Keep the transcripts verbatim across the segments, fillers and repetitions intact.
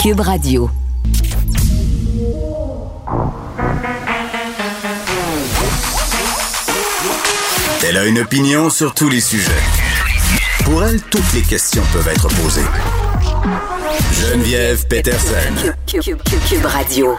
Cube Radio. Elle a une opinion sur tous les sujets. Pour elle, toutes les questions peuvent être posées. Geneviève Peterson. Cube, Cube, Cube, Cube Radio.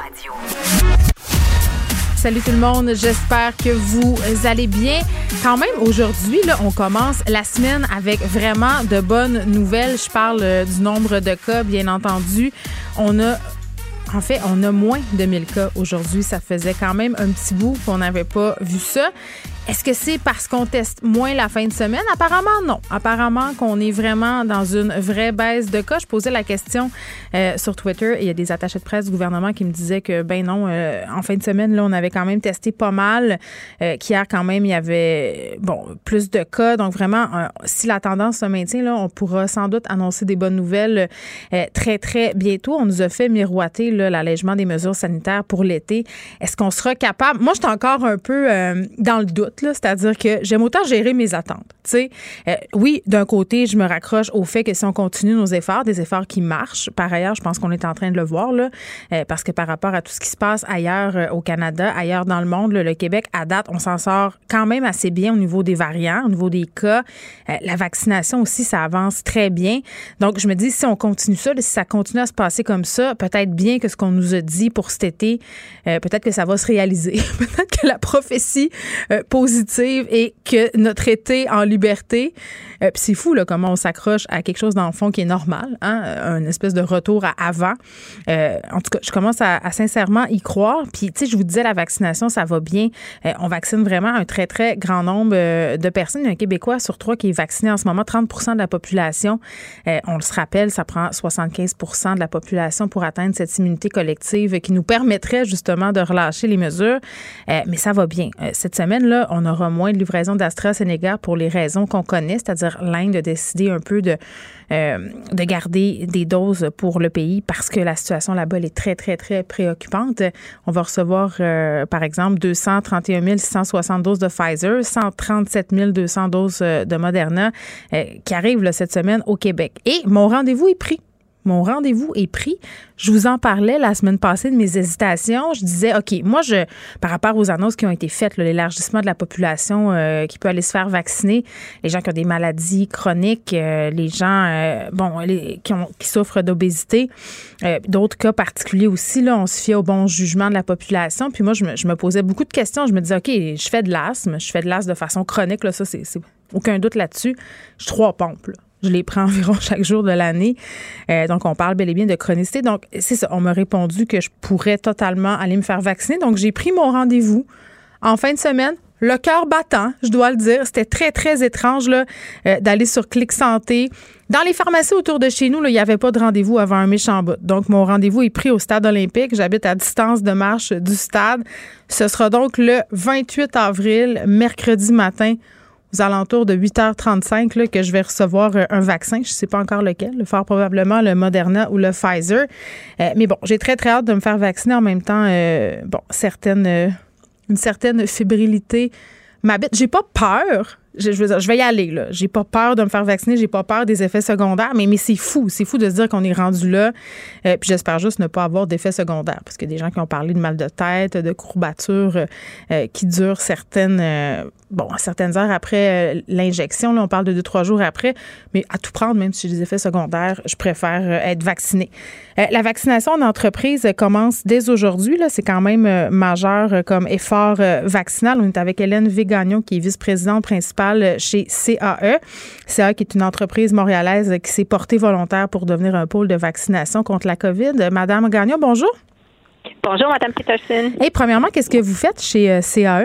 Salut tout le monde, j'espère que vous allez bien. Quand même, aujourd'hui, là, on commence la semaine avec vraiment de bonnes nouvelles. Je parle euh, du nombre de cas, bien entendu. On a, en fait, on a moins de mille cas aujourd'hui. Ça faisait quand même un petit bout qu'on n'avait pas vu ça. Est-ce que c'est parce qu'on teste moins la fin de semaine? Apparemment, non. Apparemment qu'on est vraiment dans une vraie baisse de cas. Je posais la question euh, sur Twitter et il y a des attachés de presse du gouvernement qui me disaient que, ben non, euh, en fin de semaine, là, on avait quand même testé pas mal. Euh, qu'hier, quand même, il y avait, bon, plus de cas. Donc, vraiment, euh, si la tendance se maintient, là, on pourra sans doute annoncer des bonnes nouvelles euh, très, très bientôt. On nous a fait miroiter, là, l'allègement des mesures sanitaires pour l'été. Est-ce qu'on sera capable? Moi, je suis encore un peu euh, dans le doute. Là, c'est-à-dire que j'aime autant gérer mes attentes. Tu sais, euh, oui, d'un côté, je me raccroche au fait que si on continue nos efforts, des efforts qui marchent, par ailleurs, je pense qu'on est en train de le voir, là, euh, parce que par rapport à tout ce qui se passe ailleurs euh, au Canada, ailleurs dans le monde, là, le Québec, à date, on s'en sort quand même assez bien au niveau des variants, au niveau des cas. Euh, la vaccination aussi, ça avance très bien. Donc, je me dis, si on continue ça, là, si ça continue à se passer comme ça, peut-être bien que ce qu'on nous a dit pour cet été, euh, peut-être que ça va se réaliser. Peut-être que la prophétie euh, positive et que notre été en liberté, euh, puis c'est fou là, comment on s'accroche à quelque chose dans le fond qui est normal, hein, un espèce de retour à avant. Euh, en tout cas, je commence à, à sincèrement y croire. Puis, tu sais, je vous disais, la vaccination, ça va bien. Euh, on vaccine vraiment un très, très grand nombre euh, de personnes. Il y a un Québécois sur trois qui est vacciné en ce moment, trente pour cent de la population. Euh, on le se rappelle, ça prend soixante-quinze pour cent de la population pour atteindre cette immunité collective qui nous permettrait justement de relâcher les mesures. Euh, mais ça va bien. Euh, cette semaine-là, on aura moins de livraison d'AstraZeneca pour les raisons qu'on connaît, c'est-à-dire l'Inde a décidé un peu de, euh, de garder des doses pour le pays parce que la situation là-bas elle est très, très, très préoccupante. On va recevoir, euh, par exemple, deux cent trente et un mille six cent soixante doses de Pfizer, cent trente-sept mille deux cents doses de Moderna euh, qui arrivent là, cette semaine au Québec. Et mon rendez-vous est pris. Mon rendez-vous est pris. Je vous en parlais la semaine passée de mes hésitations. Je disais, OK, moi, je, par rapport aux annonces qui ont été faites, là, l'élargissement de la population euh, qui peut aller se faire vacciner, les gens qui ont des maladies chroniques, euh, les gens euh, bon, les, qui, ont, qui souffrent d'obésité, euh, d'autres cas particuliers aussi, là, on se fiait au bon jugement de la population. Puis moi, je me, je me posais beaucoup de questions. Je me disais, OK, je fais de l'asthme, je fais de l'asthme de façon chronique, là, ça, c'est, c'est aucun doute là-dessus. Je suis trois pompes, là. Je les prends environ chaque jour de l'année. Euh, donc, on parle bel et bien de chronicité. Donc, c'est ça. On m'a répondu que je pourrais totalement aller me faire vacciner. Donc, j'ai pris mon rendez-vous en fin de semaine. Le cœur battant, je dois le dire. C'était très, très étrange là, euh, d'aller sur Clic Santé. Dans les pharmacies autour de chez nous, là, il n'y avait pas de rendez-vous avant un méchant bout. Donc, mon rendez-vous est pris au Stade olympique. J'habite à distance de marche du stade. Ce sera donc le vingt-huit avril, mercredi matin, aux alentours de huit heures trente-cinq, là, que je vais recevoir un vaccin. Je ne sais pas encore lequel, fort probablement le Moderna ou le Pfizer. Euh, mais bon, j'ai très, très hâte de me faire vacciner. En même temps, euh, bon, certaines, euh, une certaine fébrilité m'habite. J'ai pas peur. Je, je, veux dire, je vais y aller, là. J'ai pas peur de me faire vacciner, j'ai pas peur des effets secondaires, mais, mais c'est fou. C'est fou de se dire qu'on est rendu là. Euh, puis j'espère juste ne pas avoir d'effets secondaires. Parce qu'il y a des gens qui ont parlé de mal de tête, de courbatures euh, qui durent certaines, euh, bon, certaines heures après euh, l'injection. Là, on parle de deux, trois jours après. Mais à tout prendre, même si j'ai des effets secondaires, je préfère euh, être vaccinée. Euh, la vaccination en entreprise commence dès aujourd'hui. Là, c'est quand même euh, majeur euh, comme effort euh, vaccinal. On est avec Hélène Végagnon, qui est vice-présidente principale chez C A E. C A E qui est une entreprise montréalaise qui s'est portée volontaire pour devenir un pôle de vaccination contre la COVID. Madame Gagnon, bonjour. Bonjour, Madame Peterson. Et premièrement, qu'est-ce que vous faites chez euh, C A E?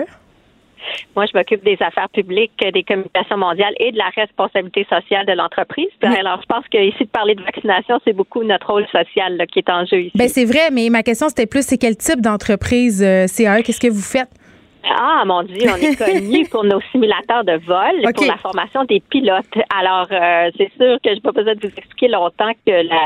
Moi, je m'occupe des affaires publiques, des communications mondiales et de la responsabilité sociale de l'entreprise. Mais, alors, je pense qu'ici, de parler de vaccination, c'est beaucoup notre rôle social là, qui est en jeu ici. Bien, c'est vrai, mais ma question, c'était plus, c'est quel type d'entreprise euh, C A E? Qu'est-ce que vous faites? Ah, mon Dieu, on est connus pour nos simulateurs de vol, okay. Pour la formation des pilotes. Alors, euh, c'est sûr que je n'ai pas besoin de vous expliquer longtemps que la,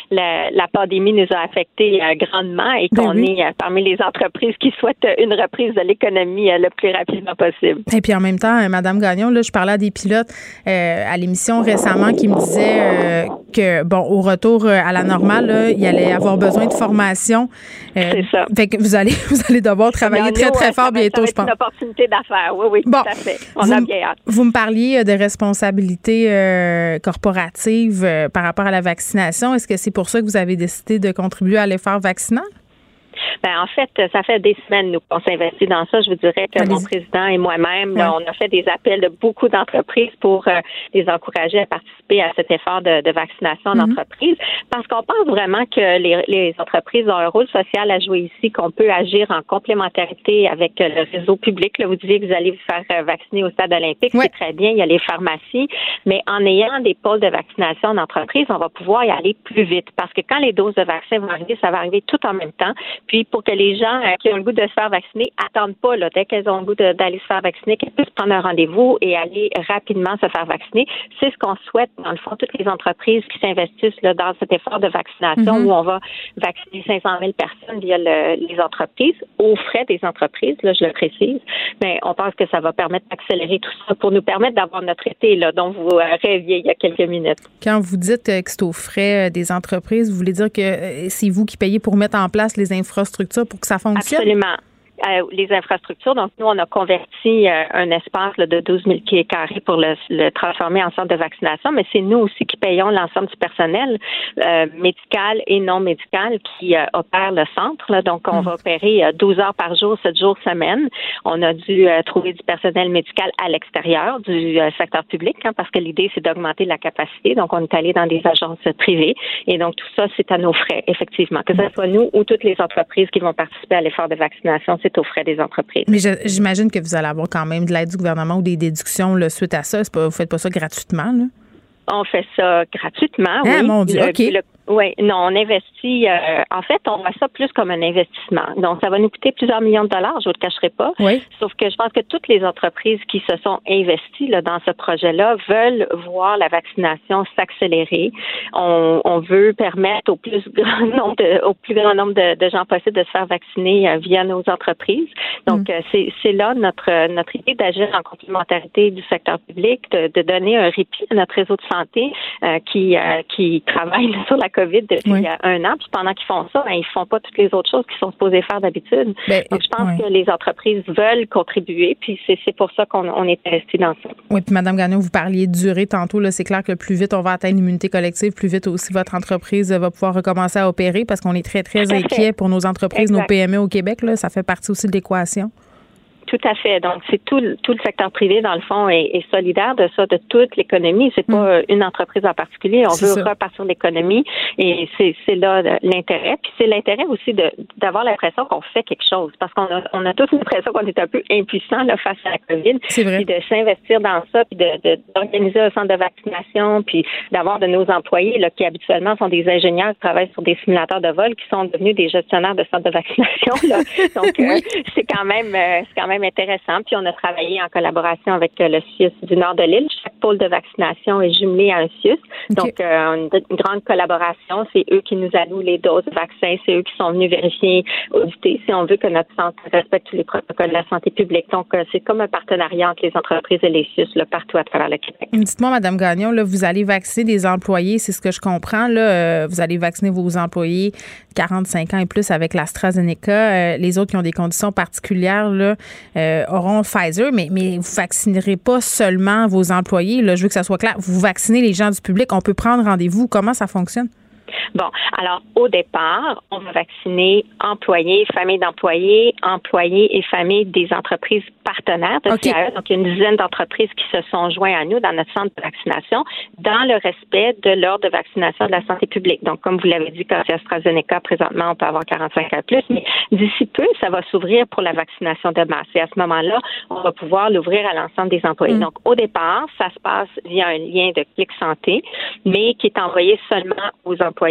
la, la pandémie nous a affectés euh, grandement et qu'on ben oui. est euh, parmi les entreprises qui souhaitent une reprise de l'économie euh, le plus rapidement possible. Et puis en même temps, euh, Mme Gagnon, là, je parlais à des pilotes euh, à l'émission récemment qui me disaient euh, que, bon, au retour euh, à la normale, là, il allait avoir besoin de formation. Euh, C'est ça. Fait que vous allez, vous allez devoir travailler non, très, nous, très fort va, bientôt, je pense. C'est une opportunité d'affaires, oui, oui, bon, tout à fait. On vous, a bien hâte. Vous me parliez de responsabilités euh, corporatives euh, par rapport à la vaccination. Est-ce que c'est pour ça que vous avez décidé de contribuer à l'effort vaccinal? Ben, en fait, ça fait des semaines, nous, qu'on s'investit dans ça. Je vous dirais que Allez-y. Mon président et moi-même, là, on a fait des appels de beaucoup d'entreprises pour euh, les encourager à participer à cet effort de, de vaccination en mm-hmm. entreprise, parce qu'on pense vraiment que les, les entreprises ont un rôle social à jouer ici, qu'on peut agir en complémentarité avec le réseau public. Là, vous disiez que vous allez vous faire vacciner au stade olympique, ouais. C'est très bien, il y a les pharmacies, mais en ayant des pôles de vaccination en entreprise, on va pouvoir y aller plus vite, parce que quand les doses de vaccin vont arriver, ça va arriver tout en même temps. Puis, pour que les gens euh, qui ont le goût de se faire vacciner attendent pas, là, dès qu'elles ont le goût de, d'aller se faire vacciner, qu'elles puissent prendre un rendez-vous et aller rapidement se faire vacciner. C'est ce qu'on souhaite, dans le fond, toutes les entreprises qui s'investissent là, dans cet effort de vaccination mm-hmm. où on va vacciner cinq cent mille personnes via le, les entreprises, aux frais des entreprises, là, je le précise. Mais on pense que ça va permettre d'accélérer tout ça pour nous permettre d'avoir notre été là, dont vous euh, rêviez il y a quelques minutes. Quand vous dites que c'est aux frais des entreprises, vous voulez dire que c'est vous qui payez pour mettre en place les infrastructures pour que ça fonctionne? Absolument. Euh, les infrastructures. Donc, nous, on a converti euh, un espace là, de douze mille pieds carrés pour le, le transformer en centre de vaccination, mais c'est nous aussi qui payons l'ensemble du personnel euh, médical et non médical qui euh, opère le centre. Là. Donc, on mmh. va opérer euh, douze heures par jour, sept jours semaine. On a dû euh, trouver du personnel médical à l'extérieur du euh, secteur public, hein, parce que l'idée, c'est d'augmenter la capacité. Donc, on est allé dans des agences privées. Et donc, tout ça, c'est à nos frais, effectivement. Que ce soit nous ou toutes les entreprises qui vont participer à l'effort de vaccination, c'est aux frais des entreprises. Mais je, j'imagine que vous allez avoir quand même de l'aide du gouvernement ou des déductions là, suite à ça. C'est pas, vous ne faites pas ça gratuitement, là? On fait ça gratuitement, ah, oui. mon Dieu, le, OK. Le, oui, non, on investit. Euh, en fait, on voit ça plus comme un investissement. Donc, ça va nous coûter plusieurs millions de dollars, je ne vous le cacherai pas. Oui. Sauf que je pense que toutes les entreprises qui se sont investies là, dans ce projet-là veulent voir la vaccination s'accélérer. On, on veut permettre au plus grand nombre de, au plus grand nombre de, de gens possible de se faire vacciner euh, via nos entreprises. Donc, mm. euh, c'est, c'est là notre notre idée d'agir en complémentarité du secteur public, de, de donner un répit à notre réseau de santé euh, qui euh, qui travaille sur la COVID depuis oui. il y a un an. Puis pendant qu'ils font ça, ben, ils font pas toutes les autres choses qu'ils sont supposés faire d'habitude. Ben, Donc, je pense oui. que les entreprises veulent contribuer, puis c'est, c'est pour ça qu'on on est investi dans ça. Oui, puis Mme Gagnon, vous parliez de durée tantôt. Là, c'est clair que plus vite on va atteindre l'immunité collective, plus vite aussi votre entreprise va pouvoir recommencer à opérer parce qu'on est très, très inquiet pour nos entreprises, exact. Nos P M E au Québec. Là, ça fait partie aussi de l'équation. Tout à fait. Donc, c'est tout, tout le secteur privé, dans le fond, est, est solidaire de ça, de toute l'économie. C'est pas mmh. une entreprise en particulier. On c'est veut ça. Repartir l'économie et c'est, c'est là l'intérêt. Puis c'est l'intérêt aussi de, d'avoir l'impression qu'on fait quelque chose parce qu'on a, on a tous l'impression qu'on est un peu impuissant là, face à la COVID. C'est vrai. Puis de s'investir dans ça, puis de, de, d'organiser un centre de vaccination, puis d'avoir de nos employés là, qui habituellement sont des ingénieurs qui travaillent sur des simulateurs de vol qui sont devenus des gestionnaires de centres de vaccination. Là. Donc, oui. euh, c'est quand même, euh, c'est quand même intéressant. Puis on a travaillé en collaboration avec le C I U S du nord de l'île. Chaque pôle de vaccination est jumelé à un C I U S. Okay. Donc, euh, une, une grande collaboration. C'est eux qui nous allouent les doses de vaccins. C'est eux qui sont venus vérifier, auditer, si on veut que notre centre respecte tous les protocoles de la santé publique. Donc, euh, c'est comme un partenariat entre les entreprises et les C I U S là, partout à travers le Québec. Dites-moi, Mme Gagnon, là, vous allez vacciner des employés, c'est ce que je comprends. Là, euh, vous allez vacciner vos employés quarante-cinq ans et plus avec l'AstraZeneca. Euh, les autres qui ont des conditions particulières là, euh, auront Pfizer, mais, mais vous ne vaccinerez pas seulement vos employés. Là, je veux que ça soit clair. Vous vaccinez les gens du public. On peut prendre rendez-vous. Comment ça fonctionne? Bon, alors au départ, on va vacciner employés, familles d'employés, employés et familles des entreprises partenaires de okay. C A E. Donc, il y a une dizaine d'entreprises qui se sont joints à nous dans notre centre de vaccination dans le respect de l'ordre de vaccination de la santé publique. Donc, comme vous l'avez dit, quand c'est AstraZeneca, présentement, on peut avoir quarante-cinq ans et plus, mais d'ici peu, ça va s'ouvrir pour la vaccination de masse. Et à ce moment-là, on va pouvoir l'ouvrir à l'ensemble des employés. Mm. Donc, au départ, ça se passe via un lien de Clic Santé, mais qui est envoyé seulement aux employés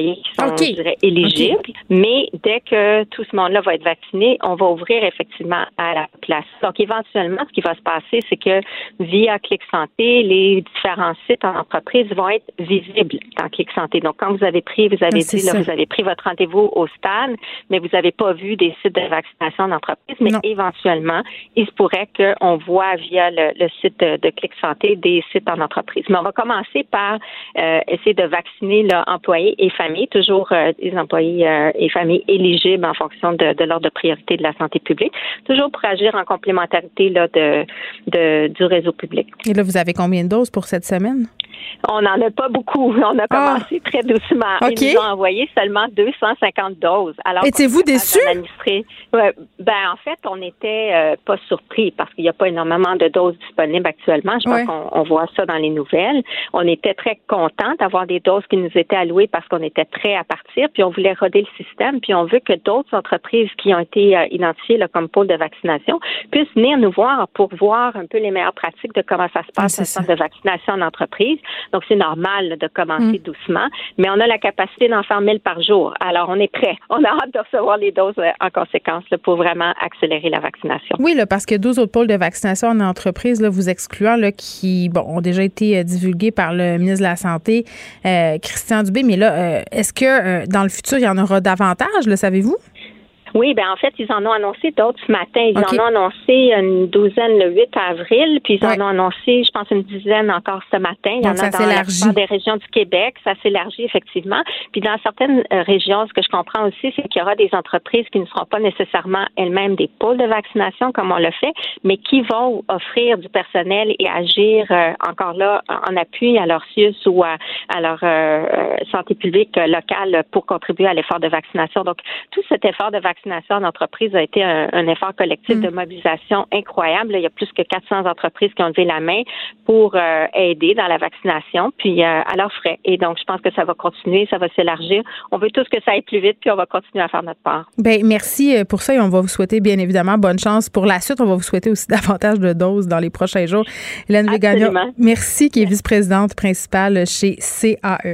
employés qui sont, okay. je dirais, éligibles. Okay. Mais dès que tout ce monde-là va être vacciné, on va ouvrir effectivement à la place. Donc, éventuellement, ce qui va se passer, c'est que via Clic Santé, les différents sites en entreprise vont être visibles dans Clic Santé. Donc, quand vous avez pris, vous avez ah, dit, là, vous avez pris votre rendez-vous au stade, mais vous n'avez pas vu des sites de vaccination en entreprise, mais non. éventuellement, il se pourrait qu'on voit via le, le site de, de Clic Santé des sites en entreprise. Mais on va commencer par euh, essayer de vacciner là, employés et familles, toujours euh, des employés euh, et familles éligibles en fonction de, de l'ordre de priorité de la santé publique, toujours pour agir en complémentarité là, de, de, du réseau public. Et là, vous avez combien de doses pour cette semaine? On n'en a pas beaucoup. On a commencé ah. très doucement. Okay. Ils nous ont envoyé seulement deux cent cinquante doses. Alors étiez-vous déçus? Ouais, ben, en fait, on n'était euh, pas surpris parce qu'il n'y a pas énormément de doses disponibles actuellement. Je ouais. pense qu'on on voit ça dans les nouvelles. On était très contents d'avoir des doses qui nous étaient allouées parce qu'on était prêts à partir, puis on voulait roder le système, puis on veut que d'autres entreprises qui ont été euh, identifiées là, comme pôle de vaccination puissent venir nous voir pour voir un peu les meilleures pratiques de comment ça se passe ah, un centre de vaccination en entreprise. Donc, c'est normal là, de commencer mmh. doucement, mais on a la capacité d'en faire mille par jour. Alors, on est prêt. On a hâte de recevoir les doses euh, en conséquence là, pour vraiment accélérer la vaccination. Oui, là, parce que douze autres pôles de vaccination en entreprise, là, vous excluant, là, qui bon, ont déjà été euh, divulgués par le ministre de la Santé, euh, Christian Dubé. Mais là, euh, est-ce que euh, dans le futur, il y en aura davantage, le savez-vous? Oui, ben en fait, ils en ont annoncé d'autres ce matin. Ils okay. en ont annoncé une douzaine le huit avril, puis ils ouais. en ont annoncé, je pense, une dizaine encore ce matin. Il y Donc, en a ça dans la plupart des régions du Québec. Ça s'élargit, effectivement. Puis dans certaines euh, régions, ce que je comprends aussi, c'est qu'il y aura des entreprises qui ne seront pas nécessairement elles-mêmes des pôles de vaccination, comme on le fait, mais qui vont offrir du personnel et agir euh, encore là en appui à leur C I U S ou à, à leur euh, santé publique euh, locale pour contribuer à l'effort de vaccination. Donc, tout cet effort de vaccination vaccination en entreprise a été un, un effort collectif mmh. de mobilisation incroyable. Il y a plus que quatre cents entreprises qui ont levé la main pour euh, aider dans la vaccination, puis euh, à leurs frais. Et donc, je pense que ça va continuer, ça va s'élargir. On veut tous que ça aille plus vite, puis on va continuer à faire notre part. Bien, merci pour ça et on va vous souhaiter bien évidemment bonne chance pour la suite. On va vous souhaiter aussi davantage de doses dans les prochains jours. Hélène Végagnon, merci, qui est vice-présidente principale chez C A E.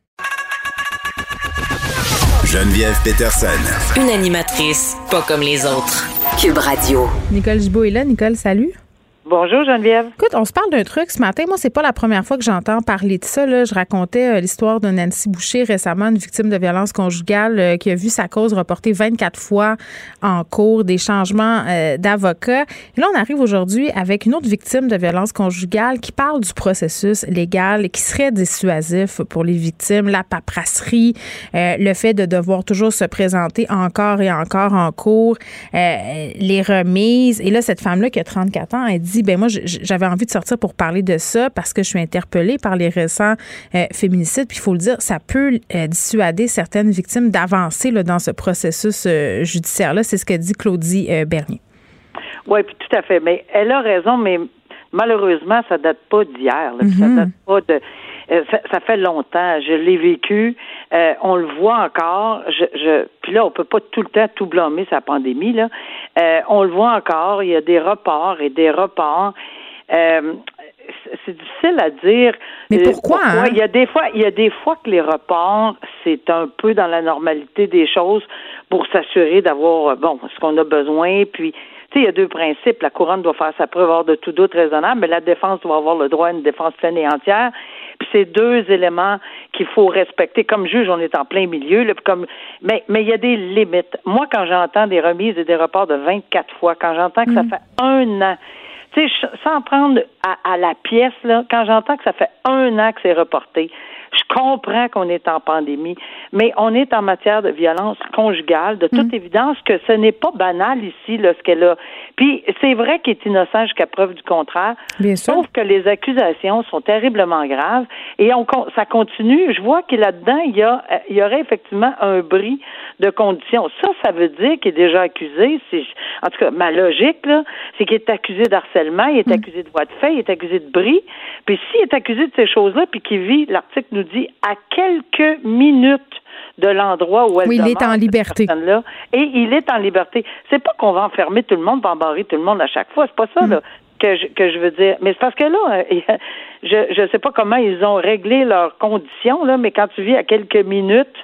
Geneviève Peterson. Une animatrice pas comme les autres. Cube Radio. Nicole Gibault est là. Nicole, salut. Bonjour Geneviève. Écoute, on se parle d'un truc ce matin. Moi, c'est pas la première fois que j'entends parler de ça. Là. Je racontais euh, l'histoire de Nancy Boucher, récemment une victime de violence conjugale euh, qui a vu sa cause reportée vingt-quatre fois en cours, des changements euh, d'avocat. Et là, on arrive aujourd'hui avec une autre victime de violence conjugale qui parle du processus légal qui serait dissuasif pour les victimes, la paperasserie, euh, le fait de devoir toujours se présenter encore et encore en cours, euh, les remises. Et là, cette femme-là qui a trente-quatre ans, elle dit ben moi, j'avais envie de sortir pour parler de ça parce que je suis interpellée par les récents euh, féminicides. Puis il faut le dire, ça peut euh, dissuader certaines victimes d'avancer là, dans ce processus euh, judiciaire-là. C'est ce que dit Claudie euh, Bernier. Oui, puis tout à fait. Mais elle a raison, mais malheureusement, ça date pas d'hier. Là, mm-hmm. Ça date pas de... Euh, ça, ça fait longtemps. Je l'ai vécu. Euh, on le voit encore. Je, je, puis là, on peut pas tout le temps tout blâmer sa pandémie. Là, euh, on le voit encore. Il y a des reports et des reports. Euh, c'est difficile à dire. Mais pourquoi? pourquoi? Hein? Il y a des fois, il y a des fois que les reports, c'est un peu dans la normalité des choses pour s'assurer d'avoir bon ce qu'on a besoin. Puis tu sais, il y a deux principes. La couronne doit faire sa preuve hors de tout doute raisonnable, mais la défense doit avoir le droit à une défense pleine et entière. Puis c'est deux éléments qu'il faut respecter. Comme juge, on est en plein milieu. Là, comme, mais mais il y a des limites. Moi, quand j'entends des remises et des reports de vingt-quatre fois, quand j'entends que mmh. ça fait un an, tu sais, sans prendre à, à la pièce, là, quand j'entends que ça fait un an que c'est reporté, je comprends qu'on est en pandémie, mais on est en matière de violence conjugale, de toute mmh. évidence que ce n'est pas banal ici, là, ce qu'elle a. Puis, c'est vrai qu'il est innocent jusqu'à preuve du contraire, Bien sûr. Sauf que les accusations sont terriblement graves et on, ça continue. Je vois que là-dedans, il y a, il y aurait effectivement un bris de conditions. Ça, ça veut dire qu'il est déjà accusé. C'est, en tout cas, ma logique, là, c'est qu'il est accusé d'harcèlement, il est mmh. accusé de voie de fait, il est accusé de bris. Puis, s'il est accusé de ces choses-là, puis qu'il vit, l'article nous dit à quelques minutes de l'endroit où elle oui, demeure, il est en liberté. Là, et il est en liberté. C'est pas qu'on va enfermer tout le monde, pas embarrer tout le monde à chaque fois. C'est pas ça, mm. là, que je, que je veux dire. Mais c'est parce que là, je je sais pas comment ils ont réglé leurs conditions, là, mais quand tu vis à quelques minutes,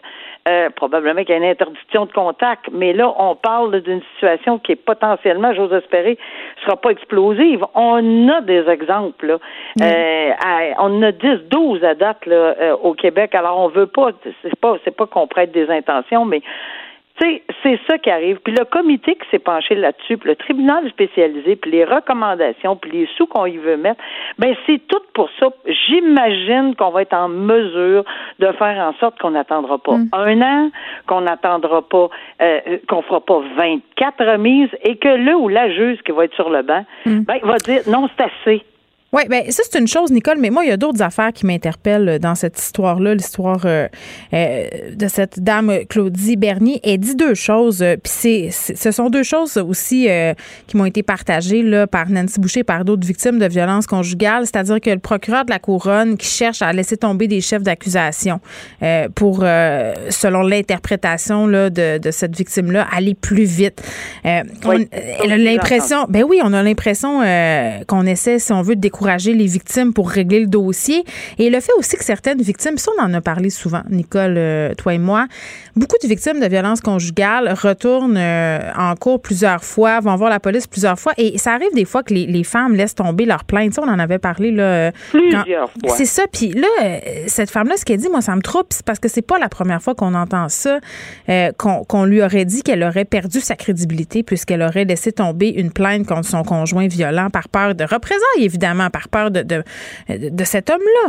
euh, probablement qu'il y a une interdiction de contact, mais là, on parle d'une situation qui est potentiellement, j'ose espérer, ne sera pas explosive. On a des exemples, là. Mmh. Euh, à, on a dix, douze à date là, euh, au Québec, alors on veut pas, c'est pas, c'est pas qu'on prête des intentions, mais tu sais, c'est ça qui arrive. Puis le comité qui s'est penché là-dessus, puis le tribunal spécialisé, puis les recommandations, puis les sous qu'on y veut mettre, ben c'est tout pour ça. J'imagine qu'on va être en mesure de faire en sorte qu'on n'attendra pas mm. un an, qu'on n'attendra pas, euh, qu'on fera pas vingt-quatre remises, et que là où la juge qui va être sur le banc, mm. ben il va dire non, c'est assez. Oui, bien, ça, c'est une chose, Nicole, mais moi, il y a d'autres affaires qui m'interpellent dans cette histoire-là, l'histoire euh, euh, de cette dame Claudie Bernier. Elle dit deux choses, euh, puis c'est, c'est, ce sont deux choses aussi euh, qui m'ont été partagées là, par Nancy Boucher et par d'autres victimes de violences conjugales, c'est-à-dire que le procureur de la Couronne qui cherche à laisser tomber des chefs d'accusation euh, pour, euh, selon l'interprétation là, de, de cette victime-là, aller plus vite. Euh, oui, on, elle a l'impression, ben oui, on a l'impression euh, qu'on essaie, si on veut, de décourager les victimes pour régler le dossier. Et le fait aussi que certaines victimes, ça on en a parlé souvent, Nicole, euh, toi et moi, beaucoup de victimes de violences conjugales retournent euh, en cours plusieurs fois, vont voir la police plusieurs fois, et ça arrive des fois que les, les femmes laissent tomber leur plainte. Ça, on en avait parlé là. Plusieurs quand... fois. C'est ça. Puis là, cette femme-là, ce qu'elle dit, moi, ça me trouble, c'est parce que c'est pas la première fois qu'on entend ça, euh, qu'on, qu'on lui aurait dit qu'elle aurait perdu sa crédibilité puisqu'elle aurait laissé tomber une plainte contre son conjoint violent par peur de représailles, évidemment, par peur de, de, de cet homme-là.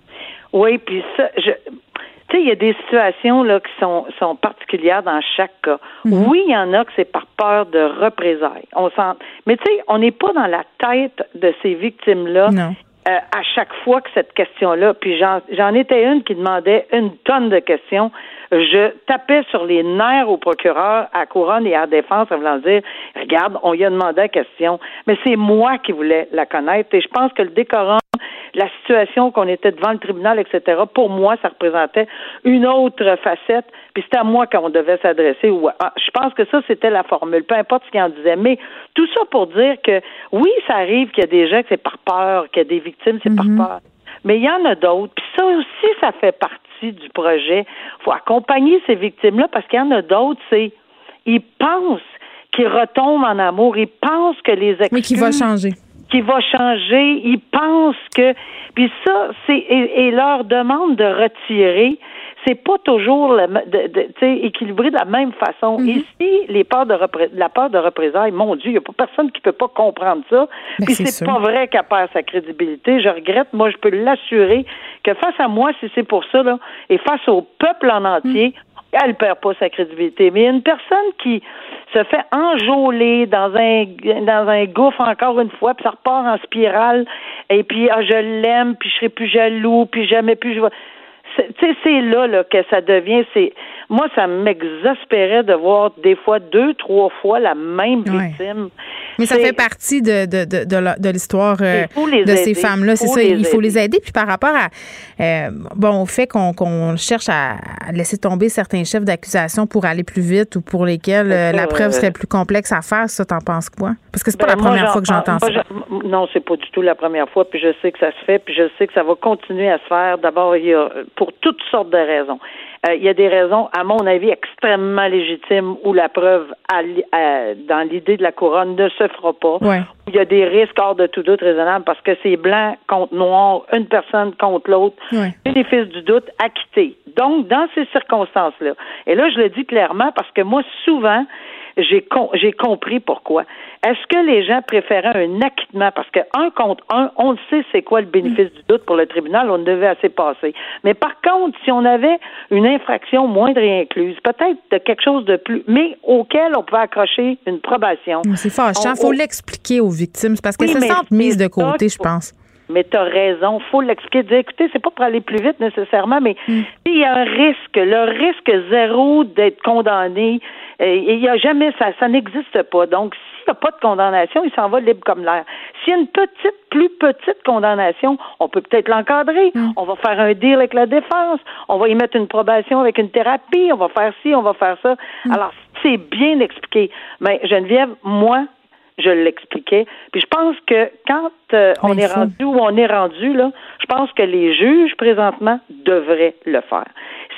Oui, puis ça, je... Tu sais, il y a des situations là qui sont, sont particulières dans chaque cas. Mm-hmm. Oui, il y en a que c'est par peur de représailles. On sent... Mais tu sais, on n'est pas dans la tête de ces victimes-là euh, à chaque fois que cette question-là. Puis j'en, j'en étais une qui demandait une tonne de questions. Je tapais sur les nerfs au procureur, à Couronne et à la Défense en voulant dire, regarde, on lui a demandé la question, mais c'est moi qui voulais la connaître. Et je pense que le décorum, la situation qu'on était devant le tribunal, et cetera, pour moi, ça représentait une autre facette, puis c'était à moi qu'on devait s'adresser. Ah, je pense que ça, c'était la formule, peu importe ce qu'il en disait. Mais tout ça pour dire que, oui, ça arrive qu'il y a des gens que c'est par peur, qu'il y a des victimes, c'est mm-hmm. par peur. Mais il y en a d'autres. Puis ça aussi, ça fait partie du projet. Il faut accompagner ces victimes-là parce qu'il y en a d'autres, c'est ils pensent qu'ils retombent en amour, ils pensent que les excuses... Mais qui va changer. Qui va changer, ils pensent que... Puis ça, c'est... Et, et leur demande de retirer, c'est pas toujours le, de, de, équilibré de la même façon. Mm-hmm. Ici, les peurs de repré, la peur de représailles, mon Dieu, il n'y a pas personne qui peut pas comprendre ça. Puis c'est, c'est pas vrai qu'elle perd sa crédibilité. Je regrette, moi, je peux l'assurer que face à moi, si c'est pour ça, là, et face au peuple en entier, mm. elle perd pas sa crédibilité. Mais il y a une personne qui se fait enjôler dans un dans un gouffre encore une fois, puis ça repart en spirale, et puis ah, je l'aime, puis je serai plus jaloux, puis jamais plus je vais... Tu sais, c'est là, là que ça devient... c'est Moi, ça m'exaspérait de voir des fois deux, trois fois la même victime. Ouais. Mais ça c'est... fait partie de, de, de, de, la, de l'histoire euh, de aider. Ces femmes-là. C'est ça, il faut aider. les aider. Puis par rapport à euh, bon, au fait qu'on, qu'on cherche à laisser tomber certains chefs d'accusation pour aller plus vite ou pour lesquels euh, la preuve serait plus complexe à faire, ça, t'en penses quoi? Parce que c'est pas ben, la moi, première fois que j'entends moi, ça. Je, non, c'est pas du tout la première fois, puis je sais que ça se fait, puis je sais que ça va continuer à se faire. D'abord, il y a pour toutes sortes de raisons. Euh, il y a des raisons, à mon avis, extrêmement légitimes où la preuve, à, à, dans l'idée de la Couronne, ne se fera pas. Ouais. Il y a des risques hors de tout doute raisonnable parce que c'est blanc contre noir, une personne contre l'autre, ouais. bénéfice du doute, acquitté. Donc, dans ces circonstances-là, et là, je le dis clairement parce que moi, souvent, j'ai con, j'ai compris pourquoi. Est-ce que les gens préféraient un acquittement? Parce que un contre un, on le sait c'est quoi le bénéfice du doute pour le tribunal, on devait assez passer. Mais par contre, si on avait une infraction moindre et incluse, peut-être de quelque chose de plus, mais auquel on pouvait accrocher une probation. C'est fâchant, il faut on... l'expliquer aux victimes, parce qu'elles oui, se sentent mises de côté, je pense. Mais tu as raison, faut l'expliquer, dire écoutez, c'est pas pour aller plus vite nécessairement, mais mm. il y a un risque, le risque zéro d'être condamné, il y a jamais ça, ça n'existe pas. Donc s'il n'y a pas de condamnation, il s'en va libre comme l'air. S'il y a une petite, plus petite condamnation, on peut peut-être l'encadrer, mm. on va faire un deal avec la défense, on va y mettre une probation avec une thérapie, on va faire ci, on va faire ça. Mm. Alors c'est bien expliqué. Mais Geneviève, moi, je l'expliquais. Puis je pense que quand euh, on est rendu où on est rendu, là, je pense que les juges, présentement, devraient le faire.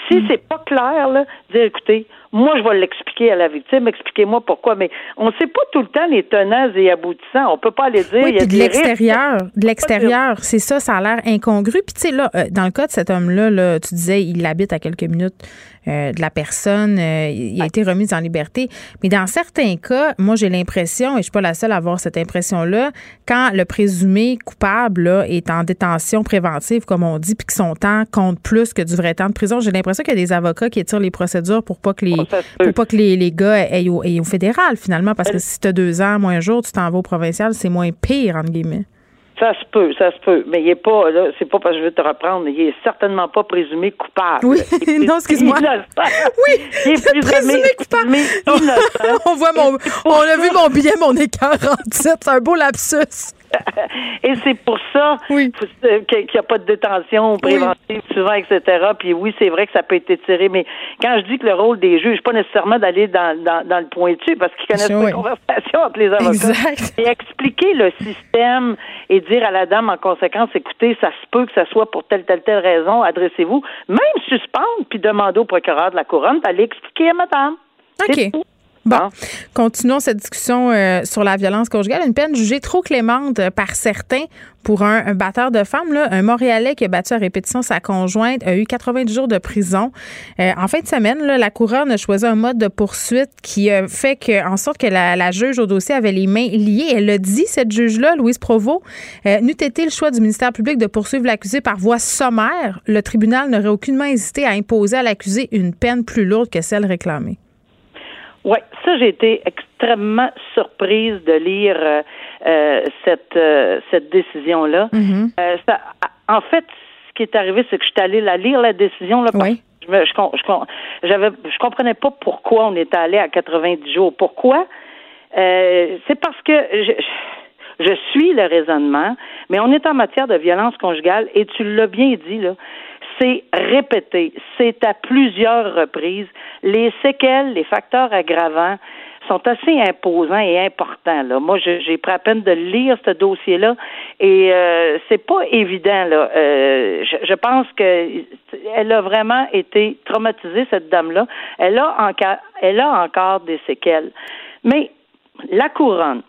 Si mm. c'est pas clair, là, dire, écoutez, moi, je vais l'expliquer à la victime, expliquez-moi pourquoi, mais on ne sait pas tout le temps les tenants et aboutissants. On peut pas aller dire... Oui, il y a puis de l'extérieur, risques. de l'extérieur, c'est ça, ça a l'air incongru. Puis tu sais, là, dans le cas de cet homme-là, là, tu disais, il habite à quelques minutes euh, de la personne, euh, il a été remis en liberté. Mais dans certains cas, moi, j'ai l'impression, et je suis pas la seule à avoir cette impression-là, quand le présumé coupable là, est en détention préventive, comme on dit, puis que son temps compte plus que du vrai temps de prison, j'ai l'impression qu'il y a des avocats qui étirent les procédures pour pas que les pour pas que les, les gars aillent au, aillent au fédéral, finalement, parce que si tu as deux ans, moins un jour, tu t'en vas au provincial, c'est moins pire, entre guillemets. Ça se peut, ça se peut. Mais il est pas, là, c'est pas parce que je veux te reprendre, il est certainement pas présumé coupable. Oui, non, excuse-moi. Oui, il est présumé, présumé coupable. Innocent. on voit mon, on a vu mon billet, mon écart quarante-sept, c'est un beau lapsus. Et c'est pour ça oui. qu'il n'y a pas de détention préventive oui. souvent, et cetera. Puis oui, c'est vrai que ça peut être étiré, mais quand je dis que le rôle des juges, pas nécessairement d'aller dans, dans, dans le pointu, parce qu'ils connaissent oui. pas les conversations entre les avocats. Exact. Et expliquer le système et dire à la dame, en conséquence, écoutez, ça se peut que ça soit pour telle, telle, telle raison, adressez-vous. Même suspendre, puis demander au procureur de la Couronne d'aller expliquer à madame. OK. C'est tout. Bon, continuons cette discussion euh, sur la violence conjugale. Une peine jugée trop clémente euh, par certains pour un, un batteur de femmes. Là, un Montréalais qui a battu à répétition sa conjointe a eu quatre-vingt-dix jours de prison. Euh, en fin de semaine, là, la Couronne a choisi un mode de poursuite qui a fait que, en sorte que la, la juge au dossier avait les mains liées. Elle a dit, cette juge-là, Louise Provost, euh, n'eût été le choix du ministère public de poursuivre l'accusé par voie sommaire, le tribunal n'aurait aucunement hésité à imposer à l'accusé une peine plus lourde que celle réclamée. Oui, ça, j'ai été extrêmement surprise de lire euh, euh, cette euh, cette décision-là. Mm-hmm. Euh, ça, en fait, ce qui est arrivé, c'est que je suis allée la lire, la décision, là, oui. je, me, je, je, j'avais, je comprenais pas pourquoi on était allé à quatre-vingt-dix jours. Pourquoi? Euh, c'est parce que je, je suis le raisonnement, mais on est en matière de violence conjugale, et tu l'as bien dit, là, c'est répété, c'est à plusieurs reprises. Les séquelles, les facteurs aggravants sont assez imposants et importants. Là. Moi, je, j'ai pris à peine de lire ce dossier-là et euh, c'est pas évident. Là. Euh, je, je pense que elle a vraiment été traumatisée, cette dame-là. Elle a encore, elle a encore des séquelles. Mais la Couronne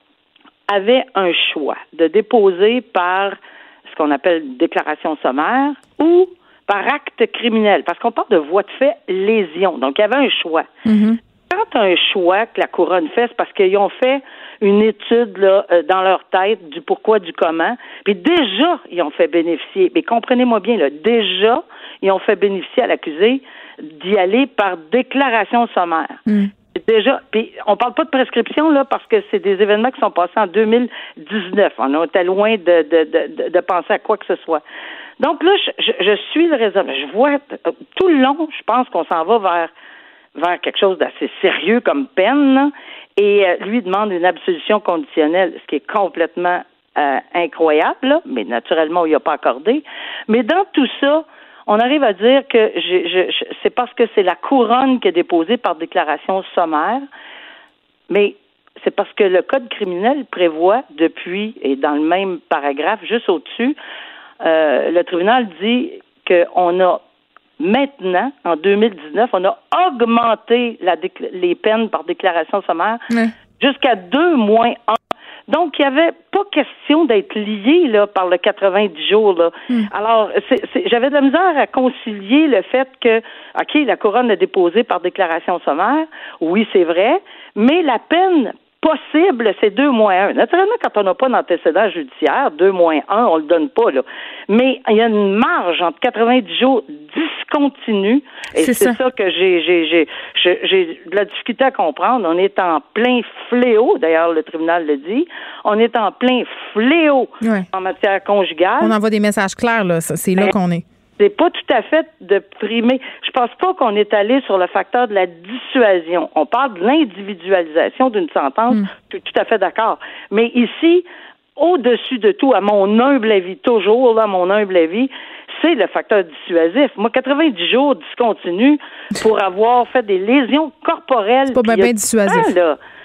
avait un choix de déposer par ce qu'on appelle déclaration sommaire ou par acte criminel, parce qu'on parle de voie de fait lésion. Donc, il y avait un choix. Mm-hmm. Quand tu as un choix que la Couronne fait, c'est parce qu'ils ont fait une étude là, euh, dans leur tête du pourquoi, du comment. Puis déjà, ils ont fait bénéficier, mais comprenez-moi bien, là, déjà, ils ont fait bénéficier à l'accusé d'y aller par déclaration sommaire. Mm. Déjà, puis on parle pas de prescription, là, parce que c'est des événements qui sont passés en deux mille dix-neuf. On était loin de, de, de, de penser à quoi que ce soit. Donc là, je, je, je suis le raisonnement. Je vois tout le long, je pense qu'on s'en va vers vers quelque chose d'assez sérieux comme peine, là, et euh, lui demande une absolution conditionnelle, ce qui est complètement euh, incroyable, là, mais naturellement, il n'a pas accordé. Mais dans tout ça, on arrive à dire que je, je, je, c'est parce que c'est la Couronne qui est déposée par déclaration sommaire, mais c'est parce que le Code criminel prévoit depuis, et dans le même paragraphe, juste au-dessus, euh, le tribunal dit qu'on a maintenant, en deux mille dix-neuf, on a augmenté la décl- les peines par déclaration sommaire oui. jusqu'à deux moins un. Donc, il n'y avait pas question d'être lié là, par le quatre-vingt-dix jours. Là. Mm. Alors, c'est, c'est, j'avais de la misère à concilier le fait que, OK, la Couronne a déposé par déclaration sommaire, oui, c'est vrai, mais la peine possible, c'est deux moins un. Naturellement, quand on n'a pas d'antécédent judiciaire, deux moins un, on le donne pas, là. Mais il y a une marge entre quatre-vingt-dix jours discontinue, et c'est, c'est ça. ça que j'ai, j'ai, j'ai, j'ai, j'ai de la difficulté à comprendre. On est en plein fléau, d'ailleurs, le tribunal le dit, on est en plein fléau ouais. en matière conjugale. On envoie des messages clairs, là, c'est là qu'on est. C'est pas tout à fait de primer. Je pense pas qu'on est allé sur le facteur de la dissuasion. On parle de l'individualisation d'une sentence. Mm. Je suis tout à fait d'accord. Mais ici, au-dessus de tout, à mon humble avis, toujours, là, à mon humble avis, c'est le facteur dissuasif. Moi, quatre-vingt-dix jours discontinus pour avoir fait des lésions corporelles. C'est pas bien, bien dissuasif. Là,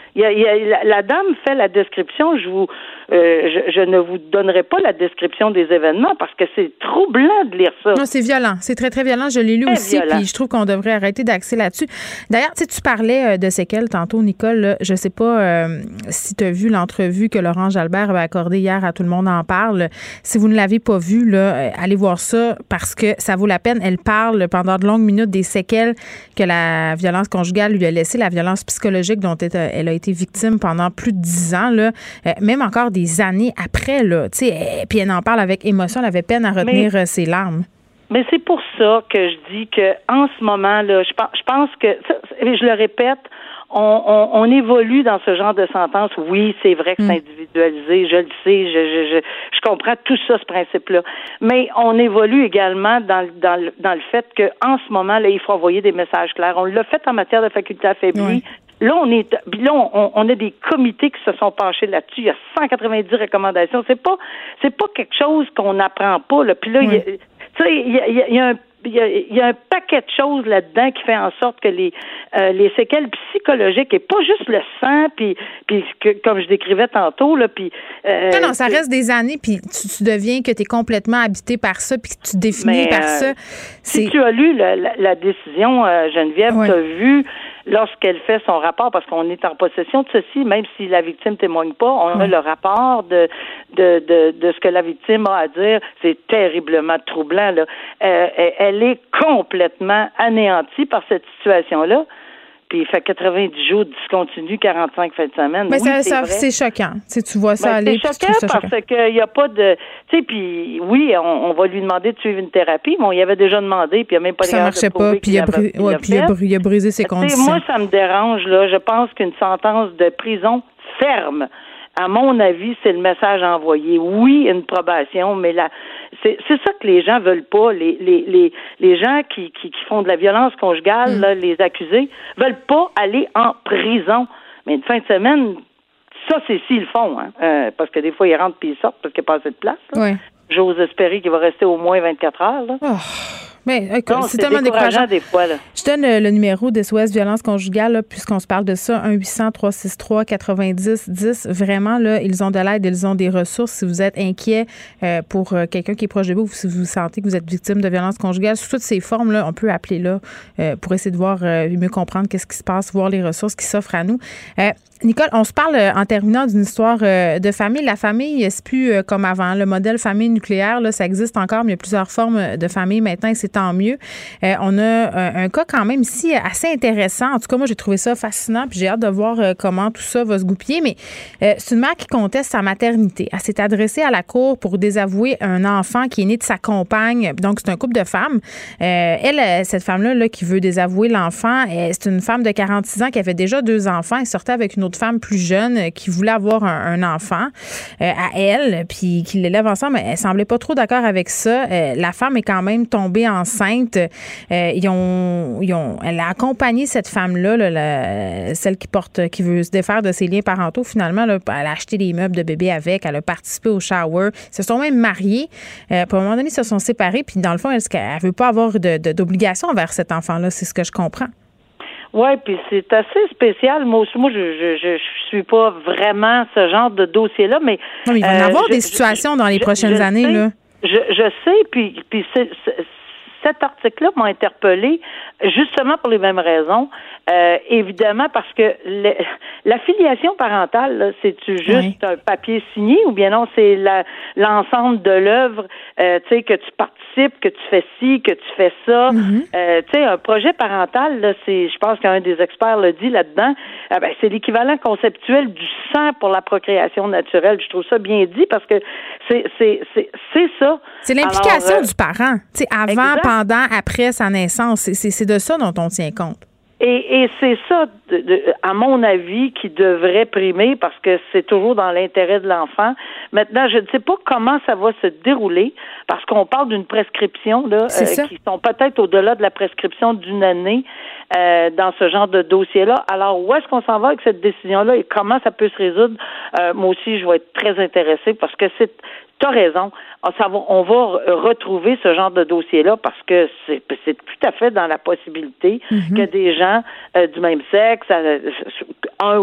Il y a, il y a, la, la dame fait la description. Je vous, euh, je, je ne vous donnerai pas la description des événements parce que c'est troublant de lire ça. Non, c'est violent. C'est très, très violent. Je l'ai lu très aussi, violent. Puis je trouve qu'on devrait arrêter d'axer là-dessus. D'ailleurs, tu sais, tu parlais de séquelles tantôt, Nicole. Là, je sais pas euh, si tu as vu l'entrevue que Laurent Jalbert avait accordée hier à Tout le monde en parle. Si vous ne l'avez pas vue, là, allez voir ça parce que ça vaut la peine. Elle parle pendant de longues minutes des séquelles que la violence conjugale lui a laissées, la violence psychologique dont elle a été victime pendant plus de dix ans, là, euh, même encore des années après, là, tu sais, puis elle en parle avec émotion, elle avait peine à retenir mais, ses larmes. Mais c'est pour ça que je dis que en ce moment, là, je pense, je pense que, je le répète, on, on, on évolue dans ce genre de sentence. Oui, c'est vrai que c'est mm. individualisé, je le sais, je, je, je, je comprends tout ça, ce principe-là. Mais on évolue également dans, dans, dans le fait qu'en ce moment, là, il faut envoyer des messages clairs. On l'a fait en matière de faculté affaiblie. Oui. Là, on est, là, on, on a des comités qui se sont penchés là-dessus. Il y a cent quatre-vingt-dix recommandations. C'est pas, c'est pas quelque chose qu'on n'apprend pas, là. Puis là, oui. il y a, tu sais, il y a, il y a un Il y, a, il y a un paquet de choses là-dedans qui fait en sorte que les euh, les séquelles psychologiques et pas juste le sang puis puis que, comme je décrivais tantôt là puis euh, non non ça reste des années puis tu, tu deviens que tu es complètement habité par ça puis que tu te définis mais, par euh, ça. C'est... Si tu as lu la, la, la décision euh, Geneviève, ouais. tu as vu lorsqu'elle fait son rapport, parce qu'on est en possession de ceci, même si la victime témoigne pas, on a mmh. le rapport de, de de de ce que la victime a à dire. C'est terriblement troublant, là. Euh, elle est complètement anéantie par cette situation-là. Puis il fait quatre-vingt-dix jours de discontinu, quarante-cinq fins de semaine. Mais oui, ça, c'est, ça, vrai. c'est choquant. Tu sais, tu vois ça ben, aller. C'est choquant ça parce choquant. qu'il n'y a pas de... Tu sais, puis oui, on, on va lui demander de suivre une thérapie. Bon, il avait déjà demandé, puis il n'y a même pas de ça marchait de pas, puis il, bri... ouais, il, a bri... il a brisé ses conditions. Moi, ça me dérange, là. Je pense qu'une sentence de prison ferme, à mon avis, c'est le message envoyé. Oui, une probation, mais la, c'est, c'est ça que les gens veulent pas. Les, les, les, les gens qui, qui, qui font de la violence conjugale, mm. là, les accusés, veulent pas aller en prison. Mais une fin de semaine, ça, c'est s'ils le font, hein. Euh, parce que des fois, ils rentrent puis ils sortent parce qu'il n'y a pas assez de place. Là. Ouais. J'ose espérer qu'il va rester au moins vingt-quatre heures, là. Oh. Mais écoute, non, c'est, c'est tellement décourageant. Des fois, là. Je donne le, le numéro d'S O S Violence conjugale, là, puisqu'on se parle de ça, un huit cents trois six trois quatre-vingt-dix dix. Vraiment, là, ils ont de l'aide, ils ont des ressources. Si vous êtes inquiet euh, pour euh, quelqu'un qui est proche de vous, ou si vous sentez que vous êtes victime de violence conjugale, sous toutes ces formes, là, on peut appeler là euh, pour essayer de voir, euh, mieux comprendre qu'est-ce qui se passe, voir les ressources qui s'offrent à nous. Euh, Nicole, on se parle euh, en terminant d'une histoire euh, de famille. La famille, c'est plus euh, comme avant. Le modèle famille nucléaire, là, ça existe encore, mais il y a plusieurs formes de famille maintenant et c'est tant mieux. Euh, on a euh, un cas quand même ici assez intéressant. En tout cas, moi, j'ai trouvé ça fascinant puis j'ai hâte de voir euh, comment tout ça va se goupiller. Mais euh, c'est une mère qui conteste sa maternité. Elle s'est adressée à la cour pour désavouer un enfant qui est né de sa compagne. Donc, c'est un couple de femmes. Euh, elle, cette femme-là là, qui veut désavouer l'enfant, elle, c'est une femme de quarante-six ans qui avait déjà deux enfants. Elle sortait avec une autre femme plus jeune euh, qui voulait avoir un, un enfant euh, à elle, puis qu'ils l'élèvent ensemble. Elle semblait pas trop d'accord avec ça. Euh, la femme est quand même tombée enceinte. Euh, ils ont, ils ont, elle a accompagné cette femme-là, là, la, celle qui porte, qui veut se défaire de ses liens parentaux. Finalement, là, elle a acheté des meubles de bébé avec. Elle a participé au shower. Ils se sont même mariés. Euh, puis à un moment donné, ils se sont séparés. Puis dans le fond, elle ne veut pas avoir de, de, d'obligation envers cet enfant-là. C'est ce que je comprends. Oui, puis c'est assez spécial. Moi aussi, moi, je, je, je, je suis pas vraiment ce genre de dossier-là, mais... Non, mais il va y en avoir euh, des je, situations je, dans les je, prochaines je années, sais, là. Je, je sais, puis, puis c'est, c'est, cet article-là m'a interpellée justement pour les mêmes raisons. Euh, évidemment, parce que le, la filiation parentale, là, c'est-tu juste oui. un papier signé ou bien non, c'est la, l'ensemble de l'œuvre, euh, tu sais, que tu participes, que tu fais ci, que tu fais ça. Mm-hmm. Euh, tu sais, un projet parental, là, c'est, je pense qu'un des experts l'a dit là-dedans, euh, ben, c'est l'équivalent conceptuel du sang pour la procréation naturelle. Je trouve ça bien dit parce que c'est, c'est, c'est, c'est ça. C'est l'implication Alors, euh, du parent, tu sais, avant, exact. pendant, après sa naissance. C'est, c'est, c'est de ça dont on tient compte. Et, et c'est ça, de, de, à mon avis, qui devrait primer parce que c'est toujours dans l'intérêt de l'enfant. Maintenant, je ne sais pas comment ça va se dérouler parce qu'on parle d'une prescription là, euh, qui sont peut-être au-delà de la prescription d'une année euh, dans ce genre de dossier-là. Alors, où est-ce qu'on s'en va avec cette décision-là et comment ça peut se résoudre? Euh, moi aussi, je vais être très intéressée parce que c'est t'as raison. Ça va, on va retrouver ce genre de dossier-là parce que c'est, c'est tout à fait dans la possibilité mm-hmm. que des gens euh, du même sexe, euh, un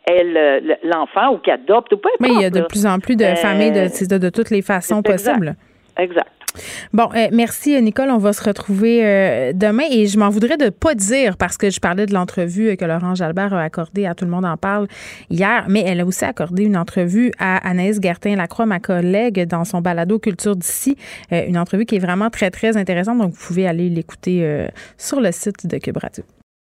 ait l'enfant ou qu'il adopte ou peu importe. Mais il y a de là. plus en plus de euh, familles de, de, de toutes les façons exact. possibles. Exact. Bon, euh, merci Nicole, on va se retrouver euh, demain et je m'en voudrais de pas dire parce que je parlais de l'entrevue que Laurent Jalbert a accordée à Tout le monde en parle hier, mais elle a aussi accordé une entrevue à Anaïs Gertin-Lacroix, ma collègue, dans son balado Culture d'ici, euh, une entrevue qui est vraiment très, très intéressante, donc vous pouvez aller l'écouter euh, sur le site de Cube Radio.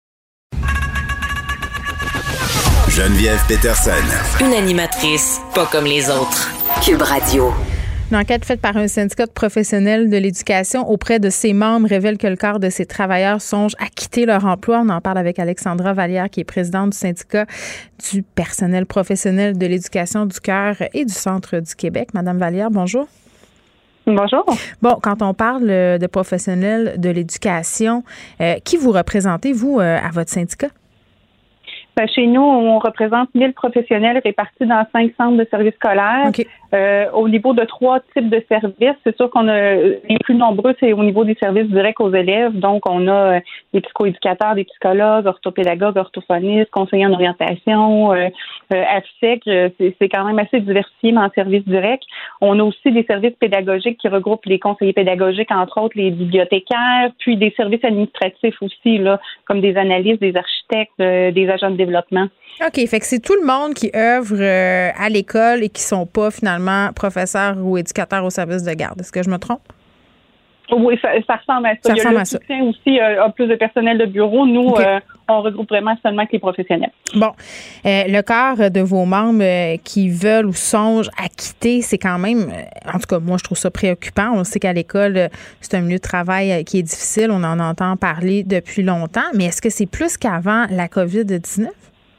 Geneviève Peterson. Une animatrice pas comme les autres. Cube Radio. Une enquête faite par un syndicat de professionnels de l'éducation auprès de ses membres révèle que le quart de ces travailleurs songe à quitter leur emploi. On en parle avec Alexandra Vallière, qui est présidente du syndicat du personnel professionnel de l'éducation du cœur et du Centre du Québec. Madame Vallière, bonjour. Bonjour. Bon, quand on parle de professionnels de l'éducation, euh, qui vous représentez, vous, euh, à votre syndicat? Ben, chez nous, on représente mille professionnels répartis dans cinq centres de services scolaires. Okay. Euh, au niveau de trois types de services, c'est sûr qu'on a les plus nombreux, c'est au niveau des services directs aux élèves. Donc, on a euh, des psychoéducateurs, des psychologues, orthopédagogues, orthophonistes, conseillers en orientation, euh, euh, A F S E C. Euh, c'est, c'est quand même assez diversifié, mais en service direct. On a aussi des services pédagogiques qui regroupent les conseillers pédagogiques, entre autres les bibliothécaires, puis des services administratifs aussi, là, comme des analystes, des architectes, euh, des agents de développement. OK, fait que c'est tout le monde qui œuvre euh, à l'école et qui sont pas finalement professeurs ou éducateurs au service de garde. Est-ce que je me trompe? Oui, ça, ça ressemble à ça. Ça Il y a ressemble le à ça. soutien aussi euh, à plus de personnel de bureau. Nous, Okay. euh, on regroupe vraiment seulement que les professionnels. Bon, euh, le quart de vos membres euh, qui veulent ou songent à quitter, c'est quand même, euh, en tout cas, moi, je trouve ça préoccupant. On sait qu'à l'école, euh, c'est un milieu de travail euh, qui est difficile. On en entend parler depuis longtemps. Mais est-ce que c'est plus qu'avant la covid dix-neuf?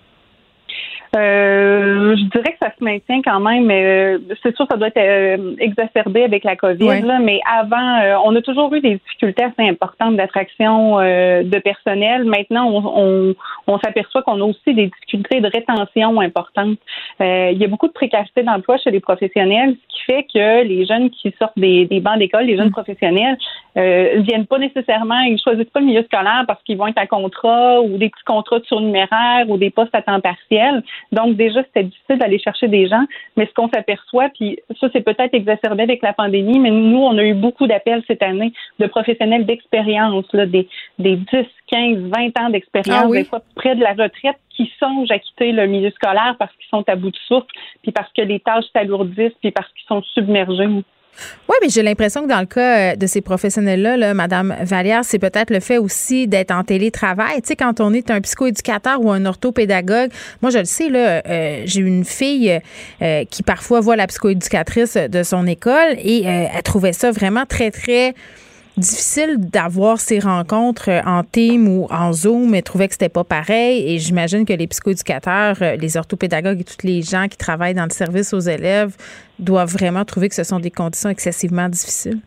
Euh, je dirais que ça se maintient quand même, mais euh, c'est sûr que ça doit être euh, exacerbé avec la COVID. Ouais. Là, mais avant, euh, on a toujours eu des difficultés assez importantes d'attraction euh, de personnel. Maintenant, on, on, on s'aperçoit qu'on a aussi des difficultés de rétention importantes. Euh, il y a beaucoup de précarité d'emploi chez les professionnels, ce qui fait que les jeunes qui sortent des, des bancs d'école, les jeunes mmh. professionnels, euh, viennent pas nécessairement, ils choisissent pas le milieu scolaire parce qu'ils vont être à contrat ou des petits contrats de surnuméraire ou des postes à temps partiel. Donc, déjà, c'était difficile d'aller chercher des gens. Mais ce qu'on s'aperçoit, puis ça, c'est peut-être exacerbé avec la pandémie, mais nous, on a eu beaucoup d'appels cette année de professionnels d'expérience, là, des, des dix, quinze, vingt ans d'expérience, ah oui. des fois près de la retraite, qui songent à quitter le milieu scolaire parce qu'ils sont à bout de souffle, puis parce que les tâches s'alourdissent, puis parce qu'ils sont submergés. Oui, mais j'ai l'impression que dans le cas de ces professionnels-là, là, Mme Vallière, c'est peut-être le fait aussi d'être en télétravail. Tu sais, quand on est un psychoéducateur ou un orthopédagogue, moi, je le sais, là, euh, j'ai une fille euh, qui parfois voit la psychoéducatrice de son école et euh, elle trouvait ça vraiment très, très difficile d'avoir ces rencontres en Teams ou en Zoom, mais trouvait que c'était pas pareil. Et j'imagine que les psychoéducateurs, les orthopédagogues et tous les gens qui travaillent dans le service aux élèves doivent vraiment trouver que ce sont des conditions excessivement difficiles.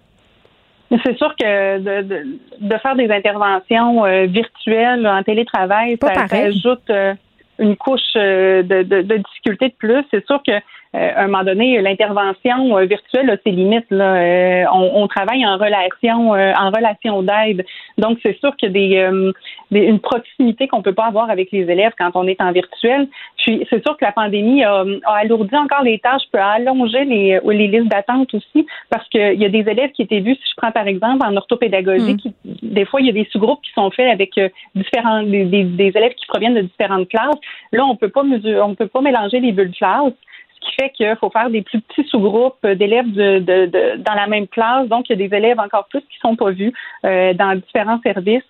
C'est sûr que de, de, de faire des interventions euh, virtuelles en télétravail, ça, ça ajoute euh, une couche euh, de, de, de difficulté de plus. C'est sûr que Euh, à un moment donné, l'intervention euh, virtuelle a ses limites. Là. Euh, on, on travaille en relation, euh, en relation d'aide. Donc, c'est sûr qu'il y a des, euh, des, une proximité qu'on peut pas avoir avec les élèves quand on est en virtuel. Puis, c'est sûr que la pandémie a, a alourdi encore les tâches, peut allonger les, les listes d'attente aussi, parce qu'il y a des élèves qui étaient vus, si je prends par exemple en orthopédagogie, mmh. qui, des fois, il y a des sous-groupes qui sont faits avec euh, différents des, des, des élèves qui proviennent de différentes classes. Là, on peut pas mesurer, on peut pas mélanger les bulles de classe. Qui fait qu'il faut faire des plus petits sous-groupes d'élèves de, de, de, dans la même classe. Donc, il y a des élèves encore plus qui sont pas vus euh, dans différents services.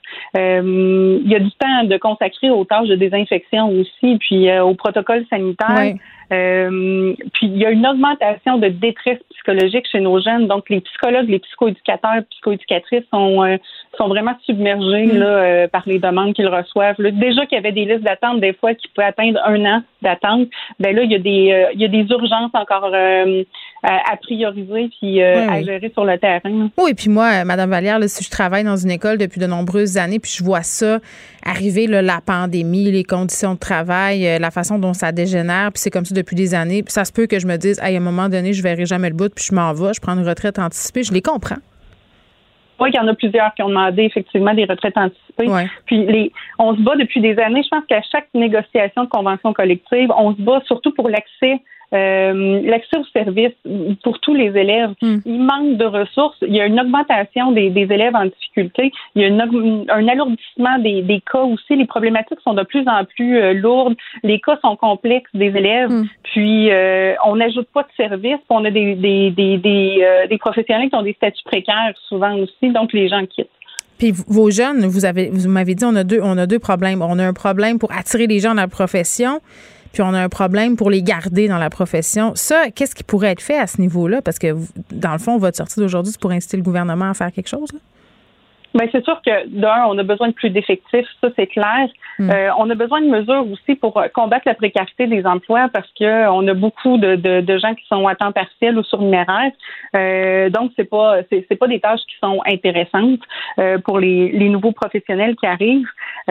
Euh, il y a du temps de consacrer aux tâches de désinfection aussi, puis euh, au protocole sanitaire. Oui. Euh, puis, il y a une augmentation de détresse psychologique chez nos jeunes. Donc, les psychologues, les psychoéducateurs, psychoéducatrices sont, euh, sont vraiment submergés mmh. là, euh, par les demandes qu'ils reçoivent. Là, déjà qu'il y avait des listes d'attente, des fois, qui pouvaient atteindre un an d'attente. Ben là, il y a des, euh, il y a des urgences encore euh, à, à prioriser puis euh, oui, à oui. gérer sur le terrain. Là. Oui, puis moi, Mme Vallière, là, si je travaille dans une école depuis de nombreuses années, puis je vois ça arriver, là, la pandémie, les conditions de travail, euh, la façon dont ça dégénère, puis c'est comme ça depuis des années. Puis ça se peut que je me dise, hey, à un moment donné, je verrai jamais le bout, puis je m'en vais, je prends une retraite anticipée. Je les comprends. Oui, il y en a plusieurs qui ont demandé effectivement des retraites anticipées. participer. Ouais. Puis les, on se bat depuis des années. Je pense qu'à chaque négociation de convention collective, on se bat surtout pour l'accès Euh, l'accès aux services pour tous les élèves. Mm. Il manque de ressources. Il y a une augmentation des, des élèves en difficulté. Il y a une, un alourdissement des, des cas aussi. Les problématiques sont de plus en plus euh, lourdes. Les cas sont complexes des élèves. Mm. Puis, euh, on n'ajoute pas de services. Puis on a des, des, des, des, euh, des professionnels qui ont des statuts précaires souvent aussi. Donc, les gens quittent. Puis vos jeunes, vous avez, vous m'avez dit, on a deux, on a deux problèmes. On a un problème pour attirer les gens dans la profession. Puis on a un problème pour les garder dans la profession. Ça, qu'est-ce qui pourrait être fait à ce niveau-là? Parce que, dans le fond, votre sortie d'aujourd'hui, c'est pour inciter le gouvernement à faire quelque chose, là? Bien, c'est sûr que, d'un, on a besoin de plus d'effectifs, ça, c'est clair. Mm. Euh, on a besoin de mesures aussi pour combattre la précarité des emplois parce que on a beaucoup de, de, de gens qui sont à temps partiel ou surnuméraires. Euh, donc, c'est pas c'est, c'est pas des tâches qui sont intéressantes euh, pour les, les nouveaux professionnels qui arrivent.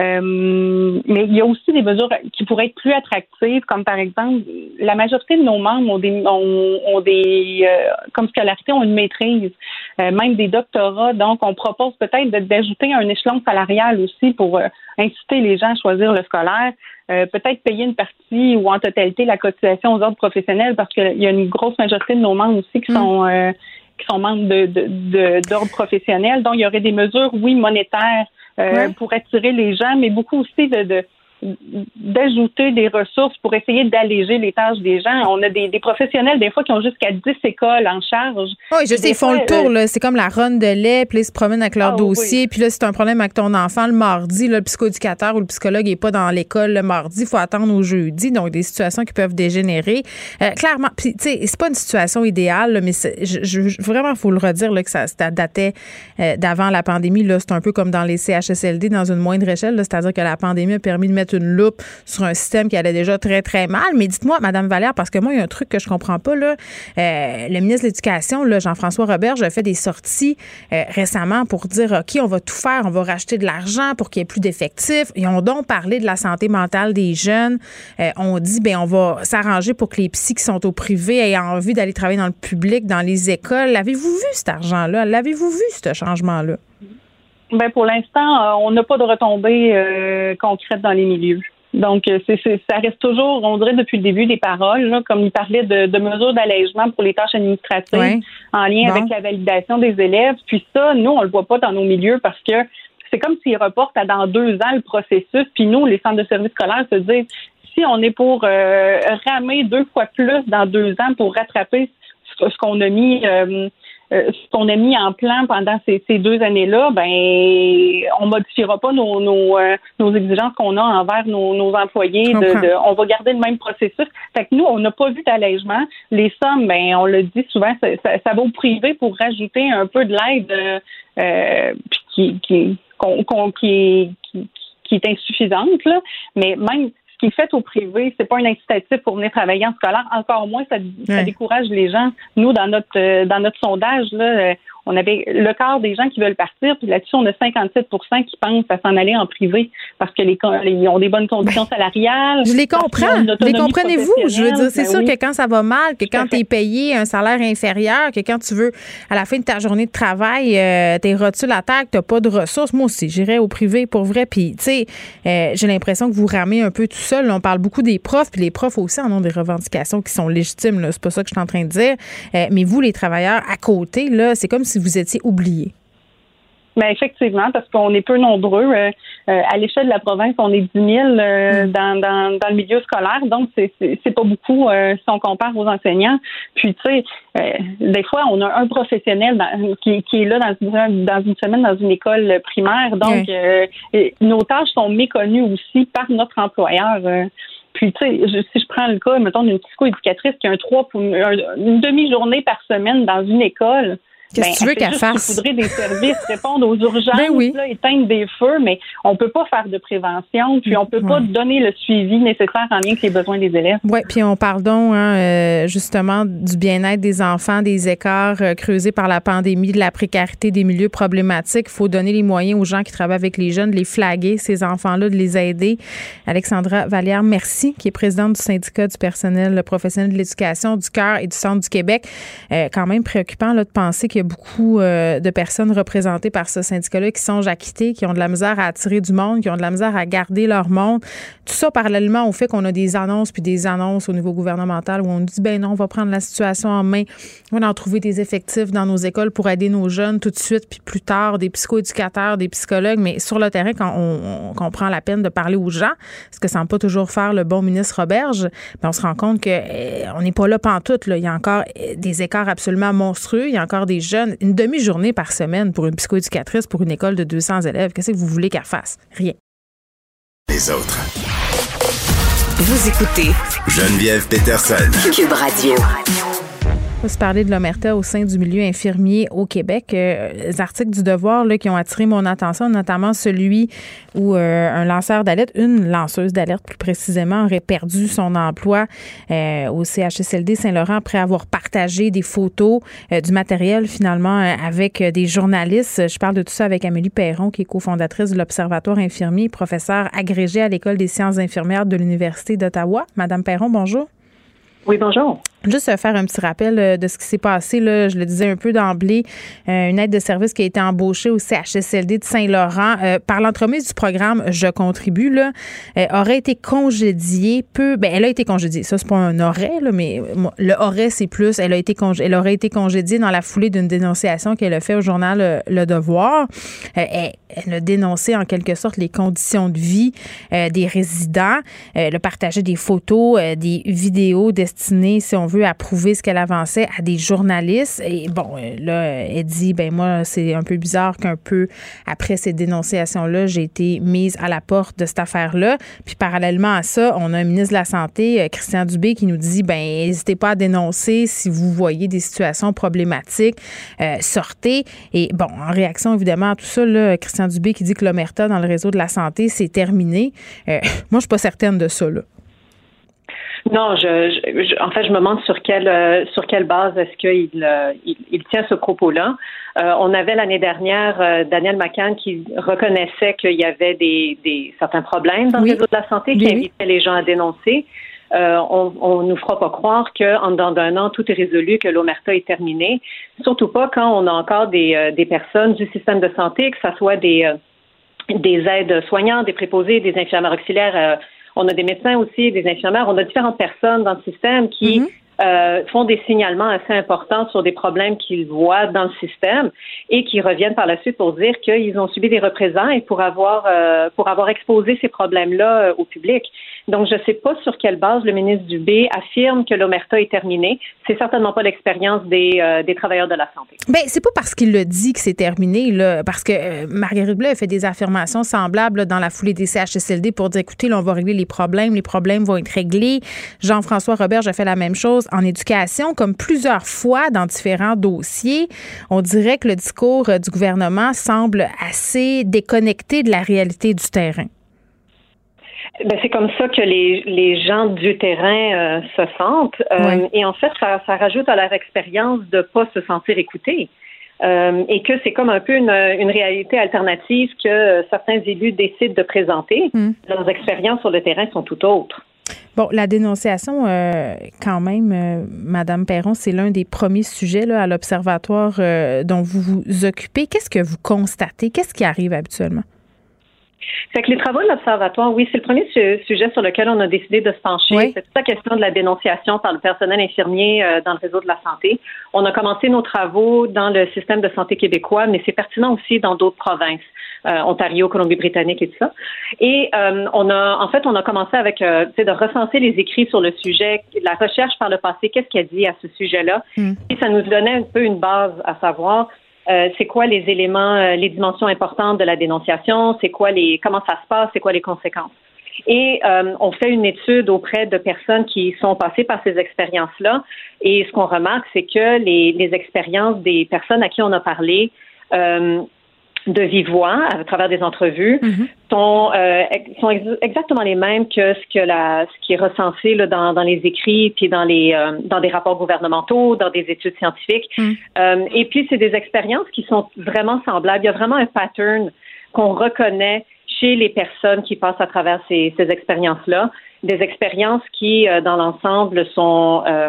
Euh, mais il y a aussi des mesures qui pourraient être plus attractives, comme par exemple, la majorité de nos membres ont des, ont, ont des euh, comme scolarité, ont une maîtrise, euh, même des doctorats. Donc, on propose peut-être d'ajouter un échelon salarial aussi pour euh, inciter les gens à choisir le scolaire. Euh, peut-être payer une partie ou en totalité la cotisation aux ordres professionnels parce qu'il y a une grosse majorité de nos membres aussi qui mmh. sont euh, qui sont membres de, de, de, d'ordres professionnels. Donc, il y aurait des mesures, oui, monétaires euh, ouais. pour attirer les gens, mais beaucoup aussi de, de d'ajouter des ressources pour essayer d'alléger les tâches des gens. On a des, des professionnels, des fois, qui ont jusqu'à dix écoles en charge. Oui, je sais, ils font fois, le tour, euh, là. C'est comme la ronde de lait, puis là, ils se promènent avec leur oh, dossier, oui. puis là, c'est un problème avec ton enfant le mardi, là, le psychoéducateur ou le psychologue n'est pas dans l'école le mardi, il faut attendre au jeudi, donc des situations qui peuvent dégénérer. Euh, clairement, puis tu sais, c'est pas une situation idéale, là, mais c'est, je, je, vraiment, il faut le redire, là, que ça, ça datait euh, d'avant la pandémie, là. C'est un peu comme dans les C H S L D, dans une moindre échelle, là, c'est-à-dire que la pandémie a permis de mettre une loupe sur un système qui allait déjà très, très mal. Mais dites-moi, Mme Vallière, parce que moi, il y a un truc que je comprends pas, là. Euh, le ministre de l'Éducation, là, Jean-François Roberge, a fait des sorties euh, récemment pour dire, OK, on va tout faire, on va racheter de l'argent pour qu'il y ait plus d'effectifs. Ils ont donc parlé de la santé mentale des jeunes. Euh, on dit, ben on va s'arranger pour que les psys qui sont au privé aient envie d'aller travailler dans le public, dans les écoles. L'avez-vous vu, cet argent-là? L'avez-vous vu, ce changement-là? Ben pour l'instant, on n'a pas de retombées euh, concrètes dans les milieux. Donc, c'est, c'est, ça reste toujours, on dirait depuis le début, des paroles, là, comme il parlait de, de mesures d'allègement pour les tâches administratives ouais. en lien bon. avec la validation des élèves. Puis ça, nous, on le voit pas dans nos milieux parce que c'est comme s'ils reportent à dans deux ans le processus. Puis nous, les centres de services scolaires se disent, si on est pour euh, ramer deux fois plus dans deux ans pour rattraper ce, ce qu'on a mis... Euh, Euh, ce qu'on a mis en plan pendant ces, ces deux années-là, ben, on modifiera pas nos, nos, euh, nos exigences qu'on a envers nos, nos employés. De, de, on va garder le même processus. Fait que nous, on n'a pas vu d'allègement. Les sommes, ben, on le dit souvent, ça, ça, ça va au privé pour rajouter un peu de l'aide euh, euh, qui, qui, qu'on, qu'on, qui, qui, qui est insuffisante, là. Mais même ce qui est fait au privé, c'est pas un incitatif pour venir travailler en scolaire. Encore moins, ça, ça ouais. décourage les gens. Nous, dans notre euh, dans notre sondage, là, on avait le quart des gens qui veulent partir, puis là-dessus, on a cinquante-sept pour cent qui pensent à s'en aller en privé parce que les ils ont des bonnes conditions salariales. Je les comprends. Les comprenez-vous? Je veux dire, c'est ben sûr oui. que quand ça va mal, que quand tu es payé un salaire inférieur, que quand tu veux, à la fin de ta journée de travail, euh, t'es rotule à terre, que t'as pas de ressources. Moi aussi, j'irais au privé pour vrai. Puis, tu sais, euh, j'ai l'impression que vous ramez un peu tout seul. Là, on parle beaucoup des profs, puis les profs aussi en ont des revendications qui sont légitimes. Là. C'est pas ça que je suis en train de dire. Euh, mais vous, les travailleurs à côté, là, c'est comme si vous étiez oubliés. Bien, effectivement, parce qu'on est peu nombreux. Euh, euh, à l'échelle de la province, on est dix mille euh, mm. dans, dans, dans le milieu scolaire, donc c'est, c'est, c'est pas beaucoup euh, si on compare aux enseignants. Puis, tu sais, euh, des fois, on a un professionnel dans, qui, qui est là dans une, dans une semaine dans une école primaire. Donc, mm. euh, nos tâches sont méconnues aussi par notre employeur. Euh, Puis, tu sais, je, si je prends le cas, mettons, d'une psychoéducatrice qui a un trois pour, un, une demi-journée par semaine dans une école, qu'est-ce ben, que tu veux qu'elle fasse? Il faudrait des services, répondre aux urgences, ben oui. là, éteindre des feux, mais on peut pas faire de prévention, puis on peut ouais. pas donner le suivi nécessaire en lien avec les besoins des élèves. Oui, puis on parle donc hein, euh, justement du bien-être des enfants, des écarts euh, creusés par la pandémie, de la précarité des milieux problématiques. Il faut donner les moyens aux gens qui travaillent avec les jeunes, de les flaguer, ces enfants-là, de les aider. Alexandra Vallière, merci, qui est présidente du syndicat du personnel professionnel de l'éducation, du cœur et du centre du Québec. Euh, quand même préoccupant là, de penser qu'il y a qu'il y a beaucoup euh, de personnes représentées par ce syndicat-là qui songent à quitter, qui ont de la misère à attirer du monde, qui ont de la misère à garder leur monde. Tout ça parallèlement au fait qu'on a des annonces puis des annonces au niveau gouvernemental où on dit, ben non, on va prendre la situation en main, on va en trouver des effectifs dans nos écoles pour aider nos jeunes tout de suite, puis plus tard, des psychoéducateurs, des psychologues. Mais sur le terrain, quand on, on, on prend la peine de parler aux gens, ce que semble pas toujours faire le bon ministre Roberge, ben on se rend compte que eh, on n'est pas là pantoute. Là. Il y a encore des écarts absolument monstrueux. Il y a encore des jeunes. Une demi-journée par semaine pour une psychoéducatrice pour une école de deux cents élèves. Qu'est-ce que vous voulez qu'elle fasse? Rien. Les autres. Vous écoutez Geneviève Peterson. Cube Radio. On va se parler de l'omerta au sein du milieu infirmier au Québec. Euh, les articles du Devoir là, qui ont attiré mon attention, notamment celui où euh, un lanceur d'alerte, une lanceuse d'alerte plus précisément, aurait perdu son emploi euh, au C H S L D Saint-Laurent après avoir partagé des photos euh, du matériel finalement euh, avec euh, des journalistes. Je parle de tout ça avec Amélie Perron, qui est cofondatrice de l'Observatoire infirmier, professeure agrégée à l'École des sciences infirmières de l'Université d'Ottawa. Madame Perron, bonjour. Oui, bonjour. Juste faire un petit rappel de ce qui s'est passé, là, je le disais un peu d'emblée, euh, une aide de service qui a été embauchée au C H S L D de Saint-Laurent euh, par l'entremise du programme Je contribue, là, euh, aurait été congédiée peu, ben elle a été congédiée, ça c'est pas un aurait, là, mais le aurait c'est plus, elle a été congé, elle aurait été congédiée dans la foulée d'une dénonciation qu'elle a fait au journal euh, Le Devoir. Euh, elle, elle a dénoncé en quelque sorte les conditions de vie euh, des résidents, euh, elle a partagé des photos, euh, des vidéos destinées, si on veut, à prouver ce qu'elle avançait à des journalistes. Et bon, là, elle dit, ben moi, c'est un peu bizarre qu'un peu après ces dénonciations-là, j'ai été mise à la porte de cette affaire-là. Puis parallèlement à ça, on a un ministre de la Santé, Christian Dubé, qui nous dit, ben n'hésitez pas à dénoncer si vous voyez des situations problématiques, euh, sortez. Et bon, en réaction évidemment à tout ça, là, Christian Dubé qui dit que l'omerta dans le réseau de la santé, c'est terminé. Euh, moi, je suis pas certaine de ça, là. Non, je, je, en fait, je me demande sur quelle euh, sur quelle base est-ce qu'il euh, il, il tient ce propos-là. Euh, on avait l'année dernière euh, Daniel McCann qui reconnaissait qu'il y avait des, des certains problèmes dans oui. le réseau de la santé, qui oui. invitait les gens à dénoncer. Euh, on, on nous fera pas croire qu'en dedans d'un an tout est résolu, que l'omerta est terminée. Surtout pas quand on a encore des euh, des personnes du système de santé, que ça soit des euh, des aides soignantes, des préposés, des infirmières auxiliaires. Euh, On a des médecins aussi, des infirmières. On a différentes personnes dans le système qui mm-hmm. euh, font des signalements assez importants sur des problèmes qu'ils voient dans le système et qui reviennent par la suite pour dire qu'ils ont subi des représailles pour avoir euh, pour avoir exposé ces problèmes-là euh, au public. Donc, je ne sais pas sur quelle base le ministre Dubé affirme que l'omerta est terminée. C'est certainement pas l'expérience des, euh, des travailleurs de la santé. Bien, c'est pas parce qu'il le dit que c'est terminé, là, parce que euh, Marguerite Blais a fait des affirmations semblables là, dans la foulée des C H S L D pour dire, écoutez, là, on va régler les problèmes, les problèmes vont être réglés. Jean-François Roberge a fait la même chose en éducation, comme plusieurs fois dans différents dossiers. On dirait que le discours euh, du gouvernement semble assez déconnecté de la réalité du terrain. Ben, c'est comme ça que les, les gens du terrain euh, se sentent. Euh, oui. Et en fait, ça, ça rajoute à leur expérience de ne pas se sentir écoutés. Euh, et que c'est comme un peu une, une réalité alternative que euh, certains élus décident de présenter. Mm. Leurs expériences sur le terrain sont tout autres. Bon, la dénonciation, euh, quand même, euh, Madame Perron, c'est l'un des premiers sujets là, à l'Observatoire euh, dont vous vous occupez. Qu'est-ce que vous constatez? Qu'est-ce qui arrive habituellement? Fait que les travaux de l'Observatoire, oui, c'est le premier su- sujet sur lequel on a décidé de se pencher. Oui. C'est toute la question de la dénonciation par le personnel infirmier euh, dans le réseau de la santé. On a commencé nos travaux dans le système de santé québécois, mais c'est pertinent aussi dans d'autres provinces, euh, Ontario, Colombie-Britannique et tout ça. Et euh, on a, en fait, on a commencé avec, euh, tu sais, de recenser les écrits sur le sujet, la recherche par le passé, qu'est-ce qu'elle dit à ce sujet-là. Mm. Et ça nous donnait un peu une base à savoir. Euh, c'est quoi les éléments, euh, les dimensions importantes de la dénonciation, c'est quoi les, comment ça se passe, c'est quoi les conséquences. Et euh, on fait une étude auprès de personnes qui sont passées par ces expériences-là. Et ce qu'on remarque, c'est que les, les expériences des personnes à qui on a parlé euh, de vive voix, à travers des entrevues, mm-hmm. sont, euh, sont ex- exactement les mêmes que ce que la, ce qui est recensé là, dans, dans les écrits, puis dans les, euh, dans des rapports gouvernementaux, dans des études scientifiques. Mm. Euh, et puis c'est des expériences qui sont vraiment semblables. Il y a vraiment un pattern qu'on reconnaît chez les personnes qui passent à travers ces, ces expériences-là. Des expériences qui, euh, dans l'ensemble, sont euh,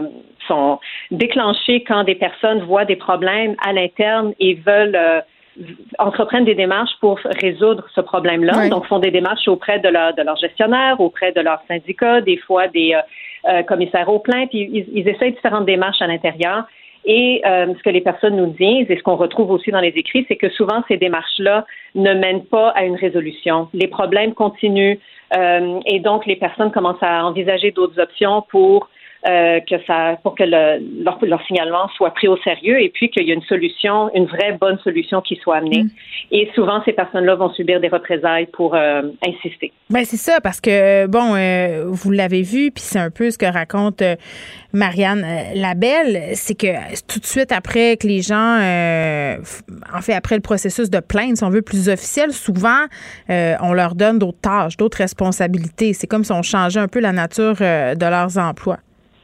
sont déclenchées quand des personnes voient des problèmes à l'interne et veulent euh, entreprennent des démarches pour résoudre ce problème-là. Oui. Donc, font des démarches auprès de leur, de leur gestionnaire, auprès de leur syndicat, des fois des euh, euh, commissaires aux plaintes. Ils, ils essayent différentes démarches à l'intérieur. Et euh, ce que les personnes nous disent, et ce qu'on retrouve aussi dans les écrits, c'est que souvent, ces démarches-là ne mènent pas à une résolution. Les problèmes continuent euh, et donc, les personnes commencent à envisager d'autres options pour Euh, que ça, pour que le, leur, leur signalement soit pris au sérieux et puis qu'il y ait une solution, une vraie bonne solution qui soit amenée. Mmh. Et souvent, ces personnes-là vont subir des représailles pour euh, insister. Ben c'est ça, parce que, bon, euh, vous l'avez vu, puis c'est un peu ce que raconte euh, Marianne euh, Labelle, c'est que tout de suite après que les gens, euh, en fait, après le processus de plainte, si on veut, plus officiel, souvent, euh, on leur donne d'autres tâches, d'autres responsabilités. C'est comme si on changeait un peu la nature euh, de leurs emplois.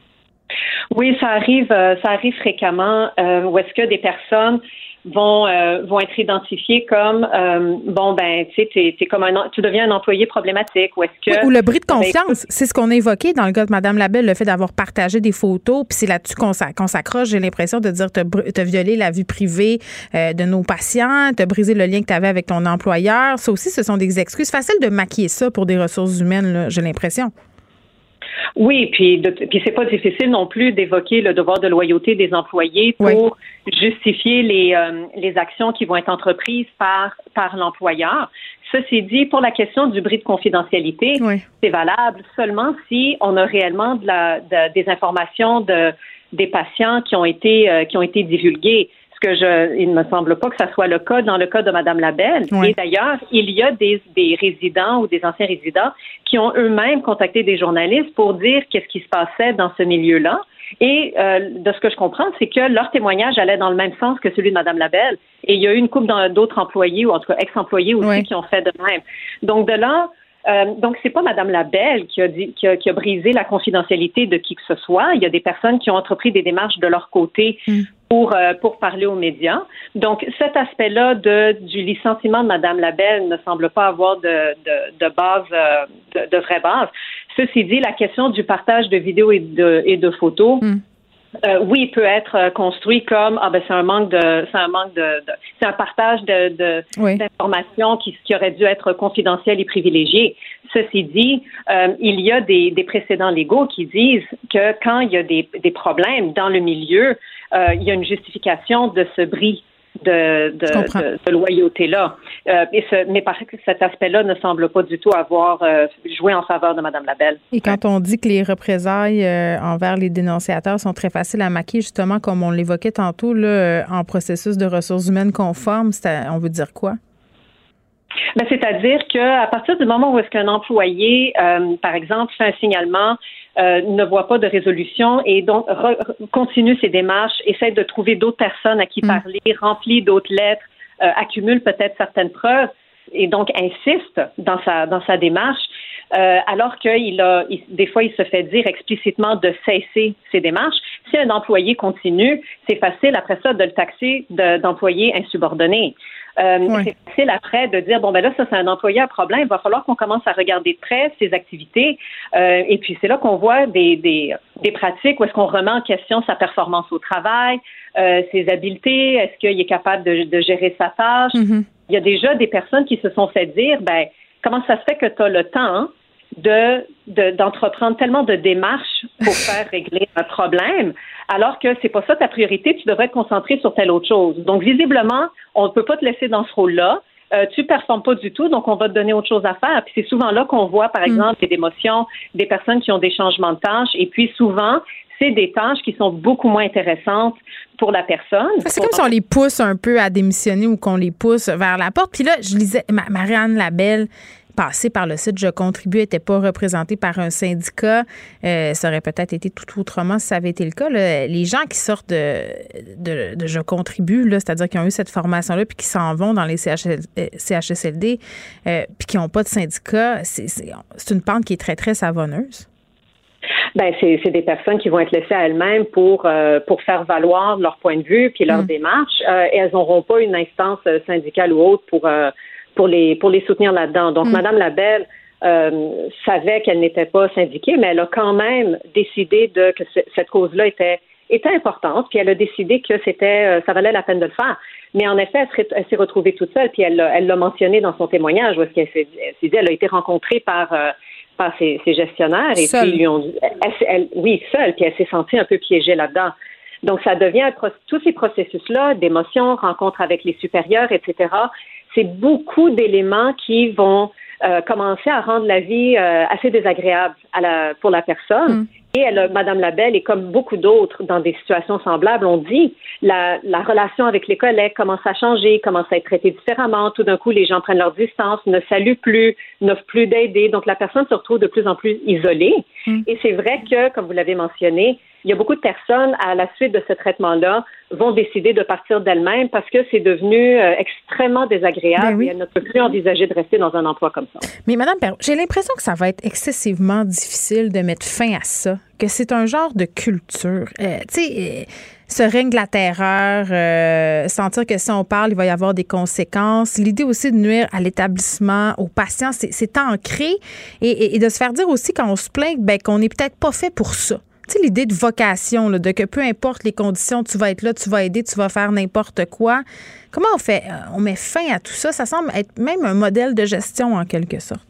Oui, ça arrive, euh, ça arrive fréquemment. Euh, où est-ce que des personnes vont euh, vont être identifiées comme euh, bon ben tu sais t'es, t'es comme un tu deviens un employé problématique ou est-ce que oui, ou le bris de confiance, ben, c'est ce qu'on a évoqué dans le cas de Mme Labelle, le fait d'avoir partagé des photos, puis c'est là-dessus qu'on, qu'on s'accroche. J'ai l'impression de dire t'as, t'as violé la vie privée euh, de nos patients, t'as brisé le lien que t'avais avec ton employeur. Ça aussi, ce sont des excuses. Facile de maquiller ça pour des ressources humaines, là, j'ai l'impression. Oui, puis, de, puis c'est pas difficile non plus d'évoquer le devoir de loyauté des employés pour oui. justifier les euh, les actions qui vont être entreprises par par l'employeur. Ceci dit, pour la question du bris de confidentialité, oui. c'est valable seulement si on a réellement de la de, des informations de des patients qui ont été euh, qui ont été divulguées. Que je, il ne me semble pas que ça soit le cas dans le cas de Mme Labelle. Oui. Et d'ailleurs, il y a des, des résidents ou des anciens résidents qui ont eux-mêmes contacté des journalistes pour dire qu'est-ce qui se passait dans ce milieu-là. Et euh, de ce que je comprends, c'est que leur témoignage allait dans le même sens que celui de Mme Labelle. Et il y a eu une couple d'autres employés, ou en tout cas ex-employés aussi, oui. qui ont fait de même. Donc de là, Euh, donc, c'est pas Mme Labelle qui a, dit, qui, a, qui a brisé la confidentialité de qui que ce soit. Il y a des personnes qui ont entrepris des démarches de leur côté mm. pour, euh, pour parler aux médias. Donc, cet aspect-là de, du licenciement de Mme Labelle ne semble pas avoir de, de, de base, euh, de, de vraie base. Ceci dit, la question du partage de vidéos et de, et de photos, mm. Euh, oui, il peut être construit comme ah ben c'est un manque de c'est un manque de, de c'est un partage de, de oui. d'informations qui, qui aurait dû être confidentiel et privilégié. Ceci dit, euh, il y a des, des précédents légaux qui disent que quand il y a des, des problèmes dans le milieu, euh, il y a une justification de ce bris de, de, de, de loyauté-là. Euh, et ce, mais par contre, cet aspect-là ne semble pas du tout avoir euh, joué en faveur de Mme Labelle. Et quand on dit que les représailles euh, envers les dénonciateurs sont très faciles à maquiller, justement, comme on l'évoquait tantôt, là, en processus de ressources humaines conformes, on veut dire quoi? Ben, c'est-à-dire qu'à partir du moment où est-ce qu'un employé, euh, par exemple, fait un signalement, euh, ne voit pas de résolution et donc re- continue ses démarches, essaie de trouver d'autres personnes à qui mmh. parler, remplit d'autres lettres, euh, accumule peut-être certaines preuves et donc insiste dans sa dans sa démarche, euh, alors qu'il a, il, des fois, il se fait dire explicitement de cesser ses démarches. Si un employé continue, c'est facile après ça de le taxer de, d'employé insubordonné. Euh, oui. C'est facile après de dire, bon, ben là, ça, c'est un employé à problème. Il va falloir qu'on commence à regarder de près ses activités. Euh, et puis, c'est là qu'on voit des, des, des pratiques où est-ce qu'on remet en question sa performance au travail, euh, ses habiletés, est-ce qu'il est capable de, de gérer sa tâche. Mm-hmm. Il y a déjà des personnes qui se sont fait dire, ben, comment ça se fait que tu as le temps de, de, d'entreprendre tellement de démarches pour faire régler un problème, alors que c'est pas ça ta priorité, tu devrais te concentrer sur telle autre chose. Donc, visiblement, on ne peut pas te laisser dans ce rôle-là. Euh, tu performes pas du tout, donc on va te donner autre chose à faire. Puis c'est souvent là qu'on voit, par exemple, mm. des émotions, des personnes qui ont des changements de tâches, et puis souvent, c'est des tâches qui sont beaucoup moins intéressantes pour la personne. C'est comme si on les pousse un peu à démissionner ou qu'on les pousse vers la porte. Puis là, je lisais, Marianne Labelle, passée par le site Je contribue, n'était pas représentée par un syndicat. Euh, ça aurait peut-être été tout autrement si ça avait été le cas. Là. Les gens qui sortent de, de, de Je contribue, là, c'est-à-dire qui ont eu cette formation-là puis qui s'en vont dans les C H S L D euh, puis qui n'ont pas de syndicat, c'est, c'est, c'est une pente qui est très, très savonneuse. Ben c'est, c'est des personnes qui vont être laissées à elles-mêmes pour euh, pour faire valoir leur point de vue puis leur mmh. démarche. Euh, et elles n'auront pas une instance syndicale ou autre pour euh, pour les pour les soutenir là-dedans. Donc, mmh. Mme Labelle euh, savait qu'elle n'était pas syndiquée, mais elle a quand même décidé de que c- cette cause-là était était importante, puis elle a décidé que c'était, euh, ça valait la peine de le faire. Mais en effet, elle, serait, elle s'est retrouvée toute seule, puis elle, elle l'a mentionné dans son témoignage, où est-ce qu'elle s'est, elle s'est dit, elle a été rencontrée par, euh, par ses, ses gestionnaires, et seule. Puis ils lui ont dit, elle, elle, oui, seule, puis elle s'est sentie un peu piégée là-dedans. Donc, ça devient, tous ces processus-là, d'émotions, rencontres avec les supérieurs, et cetera, c'est beaucoup d'éléments qui vont euh, commencer à rendre la vie euh, assez désagréable à la, pour la personne. Mm. Et elle, Madame Labelle, et comme beaucoup d'autres dans des situations semblables, on dit la, la relation avec les collègues commence à changer, commence à être traitée différemment. Tout d'un coup, les gens prennent leur distance, ne saluent plus, n'offrent plus d'aider. Donc, la personne se retrouve de plus en plus isolée. Mm. Et c'est vrai que, comme vous l'avez mentionné, il y a beaucoup de personnes, à la suite de ce traitement-là, vont décider de partir d'elles-mêmes parce que c'est devenu euh, extrêmement désagréable ben oui. Et elles ne peuvent plus envisager de rester dans un emploi comme ça. Mais Mme Perron, j'ai l'impression que ça va être excessivement difficile de mettre fin à ça, que c'est un genre de culture. Euh, tu sais, euh, ce règne de la terreur, euh, sentir que si on parle, il va y avoir des conséquences. L'idée aussi de nuire à l'établissement, aux patients, c'est, c'est ancré. Et, et, et de se faire dire aussi quand on se plaint ben, qu'on n'est peut-être pas fait pour ça. Tu sais, l'idée de vocation, là, de que peu importe les conditions, tu vas être là, tu vas aider, tu vas faire n'importe quoi. Comment on fait, on met fin à tout ça? Ça semble être même un modèle de gestion en quelque sorte.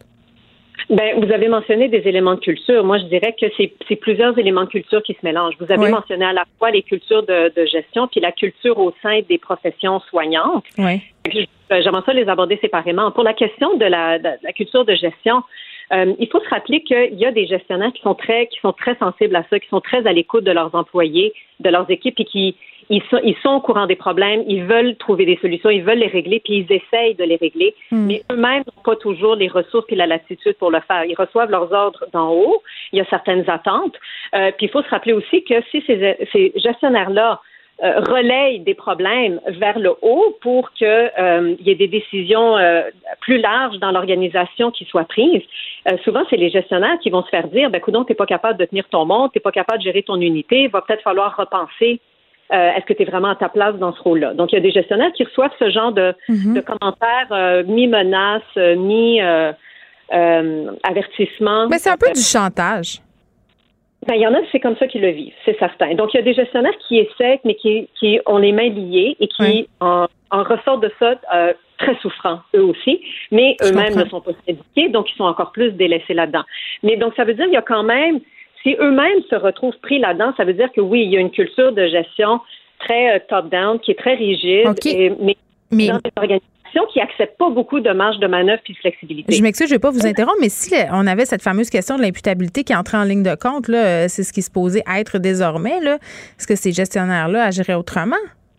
Ben, vous avez mentionné des éléments de culture. Moi, je dirais que c'est, c'est plusieurs éléments de culture qui se mélangent. Vous avez oui. mentionné à la fois les cultures de, de gestion puis la culture au sein des professions soignantes. Oui. J'aimerais ça les aborder séparément. Pour la question de la, de la culture de gestion, Euh, il faut se rappeler qu'il y a des gestionnaires qui sont très, qui sont très sensibles à ça, qui sont très à l'écoute de leurs employés, de leurs équipes, et qui ils sont, ils sont au courant des problèmes, ils veulent trouver des solutions, ils veulent les régler, puis ils essayent de les régler, mmh. mais eux-mêmes n'ont pas toujours les ressources et la latitude pour le faire. Ils reçoivent leurs ordres d'en haut, il y a certaines attentes, euh, puis il faut se rappeler aussi que si ces, ces gestionnaires-là Euh, relaye des problèmes vers le haut pour que euh, il y ait des décisions euh, plus larges dans l'organisation qui soient prises. Euh, souvent, c'est les gestionnaires qui vont se faire dire, ben, coudonc, t'es pas capable de tenir ton monde, t'es pas capable de gérer ton unité, va peut-être falloir repenser. Euh, est-ce que tu es vraiment à ta place dans ce rôle-là? Donc, il y a des gestionnaires qui reçoivent ce genre de, mm-hmm. de commentaires euh, mi-menace, euh, mi-avertissement. Euh, euh, Mais c'est un peu du chantage. Ben, il y en a, c'est comme ça qu'ils le vivent, c'est certain. Donc, il y a des gestionnaires qui essaient, mais qui, qui ont les mains liées et qui oui. en, en ressortent de ça euh, très souffrants, eux aussi, mais Je eux-mêmes comprends. ne sont pas syndiqués, donc ils sont encore plus délaissés là-dedans. Mais donc, ça veut dire qu'il y a quand même, si eux-mêmes se retrouvent pris là-dedans, ça veut dire que oui, il y a une culture de gestion très euh, top-down, qui est très rigide, okay. et, mais, mais dans des organisations qui n'acceptent pas beaucoup de marge de manœuvre et de flexibilité. Je m'excuse, je ne vais pas vous interrompre, mais si on avait cette fameuse question de l'imputabilité qui entrait en ligne de compte, là, c'est ce qui se posait être désormais, là. Est-ce que ces gestionnaires-là agiraient autrement?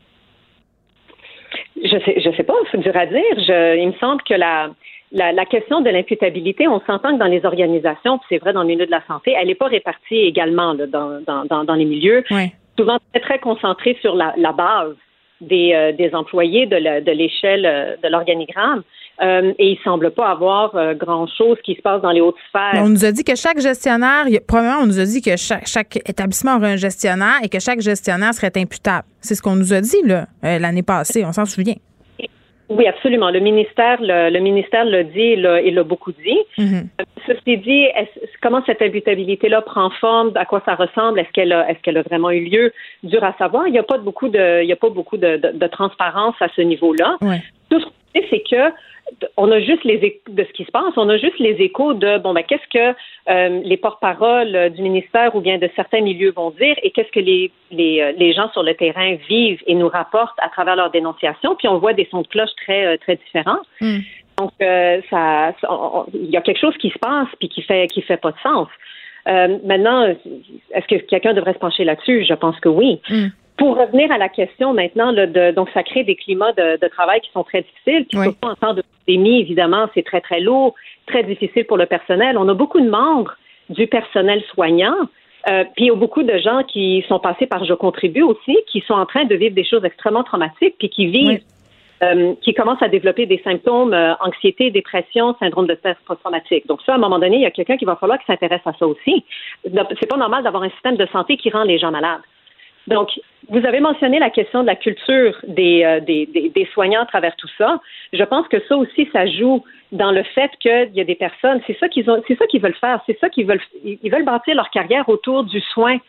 Je sais, je sais pas, c'est dur à dire. Je, il me semble que la, la, la question de l'imputabilité, on s'entend que dans les organisations, puis c'est vrai dans le milieu de la santé, elle n'est pas répartie également là, dans, dans, dans, dans les milieux. Oui. Souvent très, très concentrée sur la, la base. Des, euh, des employés de, la, de l'échelle euh, de l'organigramme. Euh, et il ne semble pas avoir euh, grand-chose qui se passe dans les hautes sphères. On nous a dit que chaque gestionnaire, il, premièrement, on nous a dit que chaque, chaque établissement aurait un gestionnaire et que chaque gestionnaire serait imputable. C'est ce qu'on nous a dit là, euh, l'année passée, on s'en souvient. Oui, absolument. Le ministère, le, le ministère l'a dit, l'a, il l'a beaucoup dit. Mm-hmm. Ceci dit, comment cette imputabilité-là prend forme, à quoi ça ressemble, est-ce qu'elle a, est-ce qu'elle a vraiment eu lieu, dur à savoir. Il n'y a pas beaucoup de, il y a pas beaucoup de, de, de transparence à ce niveau-là. Ouais. Tout ce qu'on sait, c'est que on a juste les échos de ce qui se passe, on a juste les échos de bon ben qu'est-ce que euh, les porte-paroles du ministère ou bien de certains milieux vont dire et qu'est-ce que les, les les gens sur le terrain vivent et nous rapportent à travers leurs dénonciations, puis on voit des sons de cloche très très différents. Mm. Donc euh, ça, il y a quelque chose qui se passe puis qui fait qui fait pas de sens. Euh, maintenant, est-ce que quelqu'un devrait se pencher là-dessus? Je pense que oui. Mm. Pour revenir à la question maintenant, là, de, donc ça crée des climats de, de travail qui sont très difficiles. Puis oui. Surtout en temps de pandémie, évidemment, c'est très, très lourd, très difficile pour le personnel. On a beaucoup de membres du personnel soignant, euh, puis il y a beaucoup de gens qui sont passés par Je contribue aussi, qui sont en train de vivre des choses extrêmement traumatiques, puis qui vivent, oui. euh, qui commencent à développer des symptômes, euh, anxiété, dépression, syndrome de stress post-traumatique. Donc ça, à un moment donné, il y a quelqu'un qui va falloir qui s'intéresse à ça aussi. C'est pas normal d'avoir un système de santé qui rend les gens malades. Donc, vous avez mentionné la question de la culture des, euh, des, des, des soignants à travers tout ça. Je pense que ça aussi, ça joue dans le fait qu'il y a des personnes, c'est ça qu'ils ont, c'est ça qu'ils veulent faire, c'est ça qu'ils veulent, ils veulent bâtir leur carrière autour du soin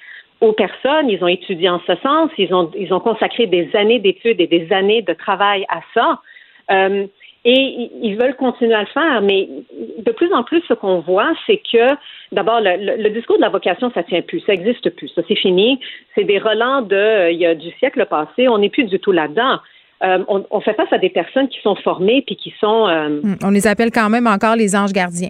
aux personnes. Ils ont étudié en ce sens. Ils ont, ils ont consacré des années d'études et des années de travail à ça. Euh, et ils veulent continuer à le faire. Mais de plus en plus, ce qu'on voit, c'est que, d'abord, le, le, le discours de la vocation, ça tient plus. Ça n'existe plus. Ça, c'est fini. C'est des relents de, euh, il y a du siècle passé. On n'est plus du tout là-dedans. Euh, on, on fait face à des personnes qui sont formées puis qui sont... Euh, on les appelle quand même encore les anges gardiens.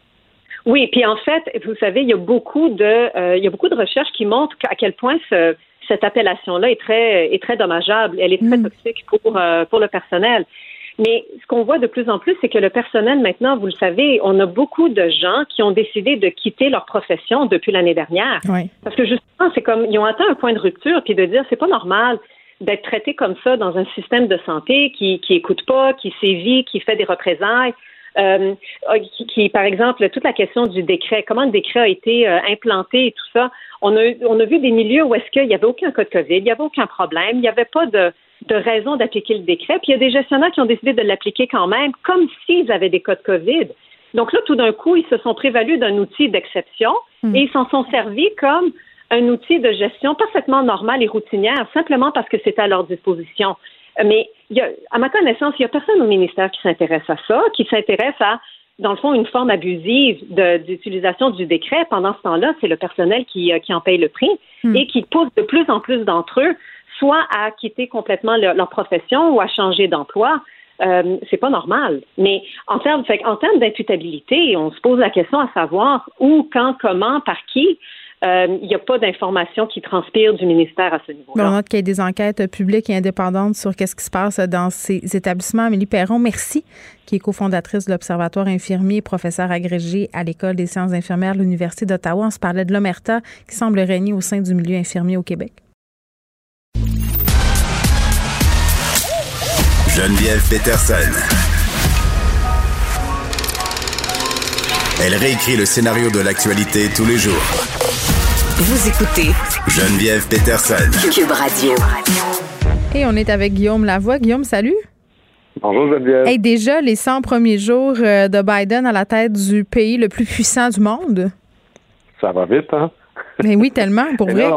Oui, puis en fait, vous savez, il y a beaucoup de, euh, il y a beaucoup de recherches qui montrent à quel point ce, cette appellation-là est très, est très dommageable. Elle est très mmh. toxique pour, euh, pour le personnel. Mais ce qu'on voit de plus en plus, c'est que le personnel, maintenant, vous le savez, on a beaucoup de gens qui ont décidé de quitter leur profession depuis l'année dernière. Oui. Parce que justement, c'est comme, ils ont atteint un point de rupture, puis de dire, c'est pas normal d'être traité comme ça dans un système de santé qui, qui écoute pas, qui sévit, qui fait des représailles. Euh, qui, qui, par exemple, toute la question du décret, comment le décret a été euh, implanté et tout ça, on a, on a vu des milieux où est-ce qu'il n'y avait aucun cas de COVID, il n'y avait aucun problème, il n'y avait pas de, de raison d'appliquer le décret, puis il y a des gestionnaires qui ont décidé de l'appliquer quand même, comme s'ils avaient des cas de COVID. Donc là, tout d'un coup, ils se sont prévalus d'un outil d'exception mmh. et ils s'en sont servis comme un outil de gestion parfaitement normal et routinière, simplement parce que c'était à leur disposition. Mais il y a, à ma connaissance, il n'y a personne au ministère qui s'intéresse à ça, qui s'intéresse à, dans le fond, une forme abusive de, d'utilisation du décret. Pendant ce temps-là, c'est le personnel qui, qui en paye le prix mmh. et qui pousse de plus en plus d'entre eux soit à quitter complètement leur, leur profession ou à changer d'emploi. Euh, c'est pas normal. Mais en termes, fait, en termes d'imputabilité, on se pose la question à savoir où, quand, comment, par qui. Il euh, n'y a pas d'informations qui transpirent du ministère à ce niveau-là. Bon, on note qu'il y a des enquêtes publiques et indépendantes sur qu'est-ce qui se passe dans ces établissements. Amélie Perron, merci, qui est cofondatrice de l'Observatoire infirmier et professeure agrégée à l'École des sciences infirmières de l'Université d'Ottawa. On se parlait de l'omerta qui semble régner au sein du milieu infirmier au Québec. Geneviève Peterson. Elle réécrit le scénario de l'actualité tous les jours. Vous écoutez Geneviève Peterson. Cube Radio. Et on est avec Guillaume Lavoie. Guillaume, salut. Bonjour Geneviève. Hey, déjà, les cent premiers jours de Biden à la tête du pays le plus puissant du monde. Ça va vite, hein? Mais oui, tellement, pour vrai. Là,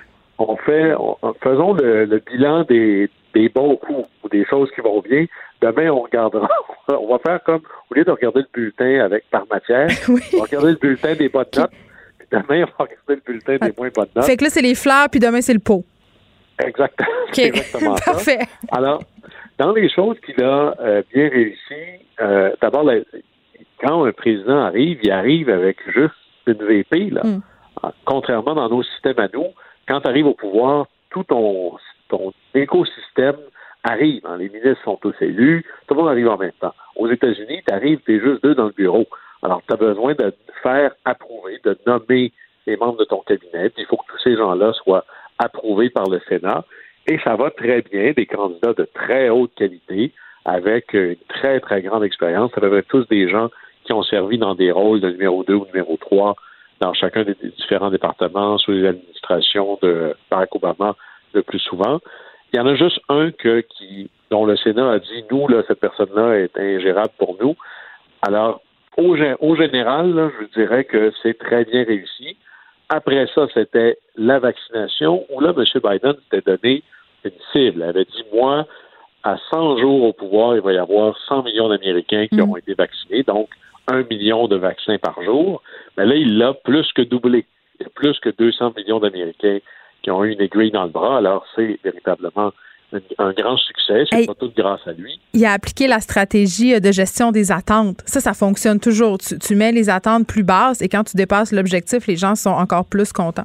on fait, on, faisons le, le bilan des, des bons coups ou des choses qui vont bien. Demain, on regardera. On va faire comme, au lieu de regarder le bulletin avec par matière, oui. on va regarder le bulletin des bonnes notes. Demain, on va regarder le bulletin des moins bonnes notes. Fait que là, c'est les fleurs, puis demain, c'est le pot. Exactement. Okay. C'est exactement ça. Parfait. Alors, dans les choses qu'il a euh, bien réussi, euh, d'abord, la, quand un président arrive, il arrive avec juste une V P, là. Mm. Contrairement dans nos systèmes à nous, quand tu arrives au pouvoir, tout ton, ton écosystème arrive. Hein. Les ministres sont tous élus, tout le monde arrive en même temps. Aux États-Unis, tu arrives, tu es juste deux dans le bureau. Alors, tu as besoin de faire approuver, de nommer les membres de ton cabinet. Il faut que tous ces gens-là soient approuvés par le Sénat. Et ça va très bien, des candidats de très haute qualité, avec une très, très grande expérience. Ça devrait être tous des gens qui ont servi dans des rôles de numéro deux ou numéro trois dans chacun des différents départements, sous les administrations de Barack Obama le plus souvent. Il y en a juste un que, qui, dont le Sénat a dit, nous, là, cette personne-là est ingérable pour nous. Alors, au, au général, là, je dirais que c'est très bien réussi. Après ça, c'était la vaccination, où là, M. Biden s'était donné une cible. Il avait dit, moi, à cent jours au pouvoir, il va y avoir cent millions d'Américains qui mmh. auront été vaccinés, donc un million de vaccins par jour. Mais là, il l'a plus que doublé. Il y a plus que deux cents millions d'Américains qui ont eu une aiguille dans le bras. Alors, c'est véritablement un, un grand succès. C'est hey, pas tout grâce à lui. Il a appliqué la stratégie de gestion des attentes. Ça, ça fonctionne toujours. Tu, tu mets les attentes plus basses et quand tu dépasses l'objectif, les gens sont encore plus contents.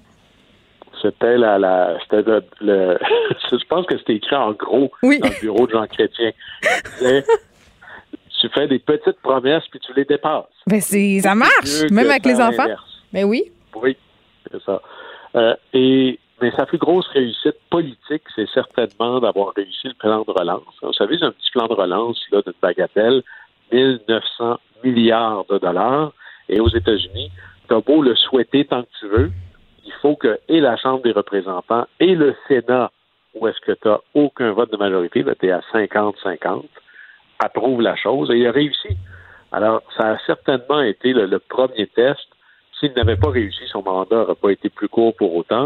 C'était la, la c'était le, le je pense que c'était écrit en gros oui. dans le bureau de Jean Chrétien. C'était, tu fais des petites promesses puis tu les dépasses. Ben c'est, ça marche, même avec les enfants. Mais oui. Oui, c'est ça. Euh, et mais sa plus grosse réussite politique, c'est certainement d'avoir réussi le plan de relance. Vous savez, c'est un petit plan de relance là d'une bagatelle, mille neuf cents milliards de dollars. Et aux États-Unis, t'as beau le souhaiter tant que tu veux, il faut que et la Chambre des représentants et le Sénat, où est-ce que tu n'as aucun vote de majorité, ben tu es à cinquante cinquante, approuve la chose et il a réussi. Alors, ça a certainement été le, le premier test. S'il n'avait pas réussi, son mandat n'aurait pas été plus court pour autant,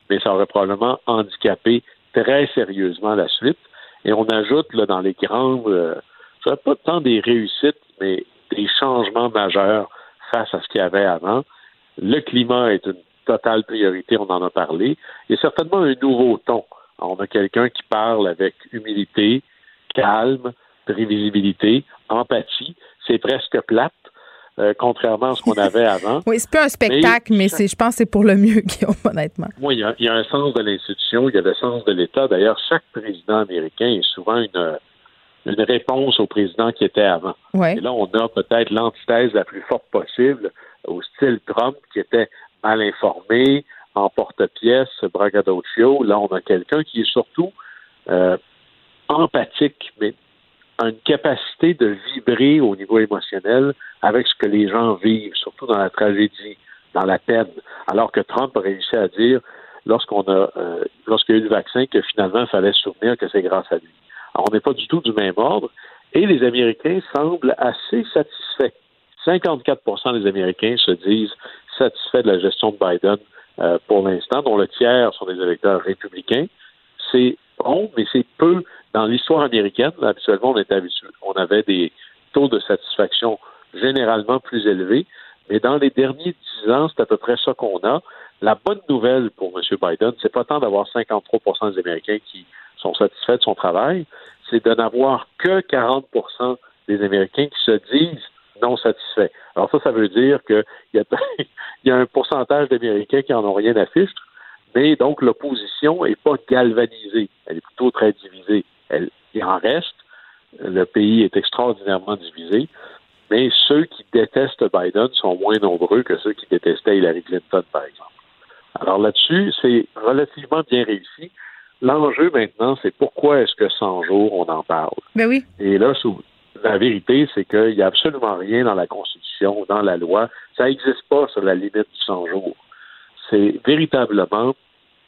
mais ça aurait probablement handicapé très sérieusement la suite. Et on ajoute là, dans les grandes, euh, je ne dirais pas tant des réussites, mais des changements majeurs face à ce qu'il y avait avant. Le climat est une totale priorité, on en a parlé. Il y a certainement un nouveau ton. On a quelqu'un qui parle avec humilité, calme, prévisibilité, empathie. C'est presque plate, euh, contrairement à ce qu'on avait avant. Oui, c'est pas un spectacle, mais, mais c'est, je pense que c'est pour le mieux, Guillaume, honnêtement. Oui, il y, a, il y a un sens de l'institution, il y a le sens de l'État. D'ailleurs, chaque président américain est souvent une, une réponse au président qui était avant. Ouais. Et là, on a peut-être l'antithèse la plus forte possible au style Trump, qui était mal informé, en porte-pièce, braggadocio. Là, on a quelqu'un qui est surtout euh, empathique, mais a une capacité de vibrer au niveau émotionnel avec ce que les gens vivent, surtout dans la tragédie, dans la peine. Alors que Trump a réussi à dire, lorsqu'on a, euh, lorsqu'il y a eu le vaccin, que finalement, il fallait se souvenir que c'est grâce à lui. Alors, on n'est pas du tout du même ordre, et les Américains semblent assez satisfaits. cinquante-quatre pour cent des Américains se disent satisfaits de la gestion de Biden euh, pour l'instant, dont le tiers sont des électeurs républicains. C'est bon, mais c'est peu. Dans l'histoire américaine, là, habituellement, on était habitué, on avait des taux de satisfaction généralement plus élevés, mais dans les derniers dix ans, c'est à peu près ça qu'on a. La bonne nouvelle pour M. Biden, c'est pas tant d'avoir cinquante-trois pour cent des Américains qui sont satisfaits de son travail, c'est de n'avoir que quarante pour cent des Américains qui se disent non satisfaits. Alors ça, ça veut dire qu'il y a, il y a un pourcentage d'Américains qui n'en ont rien à fiche, mais donc l'opposition n'est pas galvanisée, elle est plutôt très divisée. Elle, il en reste, le pays est extraordinairement divisé, mais ceux qui détestent Biden sont moins nombreux que ceux qui détestaient Hillary Clinton, par exemple. Alors là-dessus, c'est relativement bien réussi. L'enjeu maintenant, c'est pourquoi est-ce que cent jours, on en parle? Ben oui. Et là, sous, la vérité, c'est qu'il n'y a absolument rien dans la Constitution, dans la loi. Ça n'existe pas sur la limite du cent jours. C'est véritablement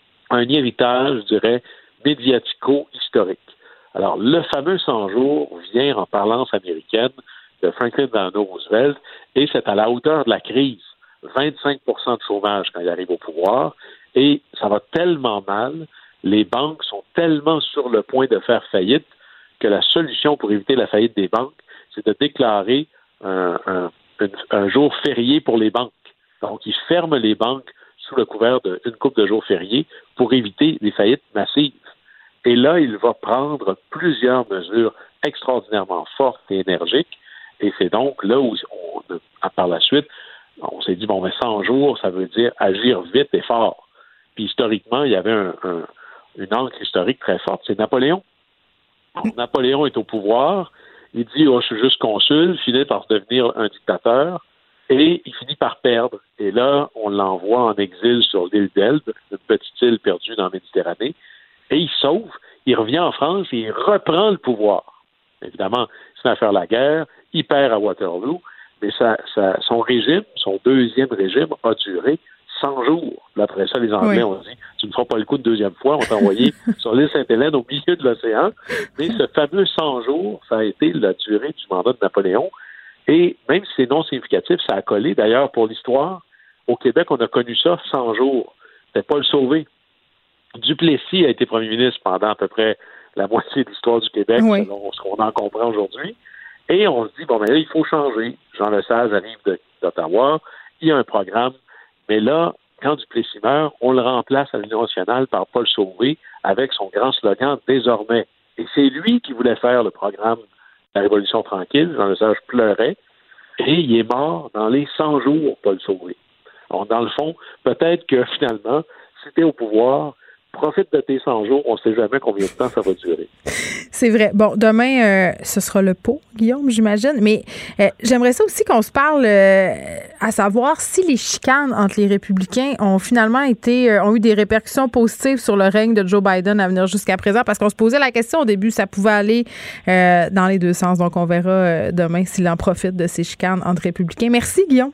un héritage, je dirais, médiatico-historique. Alors, le fameux cent jours vient en parlance américaine de Franklin Delano Roosevelt et c'est à la hauteur de la crise. vingt-cinq pour cent de chômage quand il arrive au pouvoir et ça va tellement mal, les banques sont tellement sur le point de faire faillite que la solution pour éviter la faillite des banques, c'est de déclarer un, un, un, un jour férié pour les banques. Donc, ils ferment les banques sous le couvert d'une couple de jours fériés pour éviter des faillites massives. Et là, il va prendre plusieurs mesures extraordinairement fortes et énergiques. Et c'est donc là où, on, par la suite, on s'est dit, bon, mais cent jours, ça veut dire agir vite et fort. Puis historiquement, il y avait un, un, une encre historique très forte, c'est Napoléon. Alors, Napoléon est au pouvoir, il dit, oh, je suis juste consul, finit par devenir un dictateur, et il finit par perdre. Et là, on l'envoie en exil sur l'île d'Elbe, une petite île perdue dans la Méditerranée, et il sauve, il revient en France et il reprend le pouvoir. Évidemment, il se met à faire la guerre, il perd à Waterloo, mais ça, ça, son régime, son deuxième régime, a duré cent jours. Là, après ça, les Anglais oui. ont dit, tu ne feras pas le coup une deuxième fois, on t'a envoyé sur l'île Sainte-Hélène au milieu de l'océan. Mais ce fameux cent jours, ça a été la durée du mandat de Napoléon. Et même si c'est non significatif, ça a collé. D'ailleurs, pour l'histoire, au Québec, on a connu ça cent jours. C'était Paul Sauvé. Duplessis a été premier ministre pendant à peu près la moitié de l'histoire du Québec, oui. selon ce qu'on en comprend aujourd'hui. Et on se dit, bon, ben là, il faut changer. Jean Lesage arrive de, d'Ottawa, il y a un programme, mais là, quand Duplessis meurt, on le remplace à l'Union nationale par Paul Sauvé avec son grand slogan « Désormais ». Et c'est lui qui voulait faire le programme de la Révolution tranquille. Jean Lesage pleurait et il est mort dans les cent jours, Paul Sauvé. Donc, dans le fond, peut-être que finalement, si tu es au pouvoir, profite de tes cent jours, on ne sait jamais combien de temps ça va durer. C'est vrai. Bon, demain, euh, ce sera le pot, Guillaume, j'imagine. Mais euh, j'aimerais ça aussi qu'on se parle euh, à savoir si les chicanes entre les républicains ont finalement été, euh, ont eu des répercussions positives sur le règne de Joe Biden à venir jusqu'à présent. Parce qu'on se posait la question au début, ça pouvait aller euh, dans les deux sens. Donc, on verra euh, demain s'il en profite de ces chicanes entre républicains. Merci, Guillaume.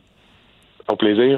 Au plaisir.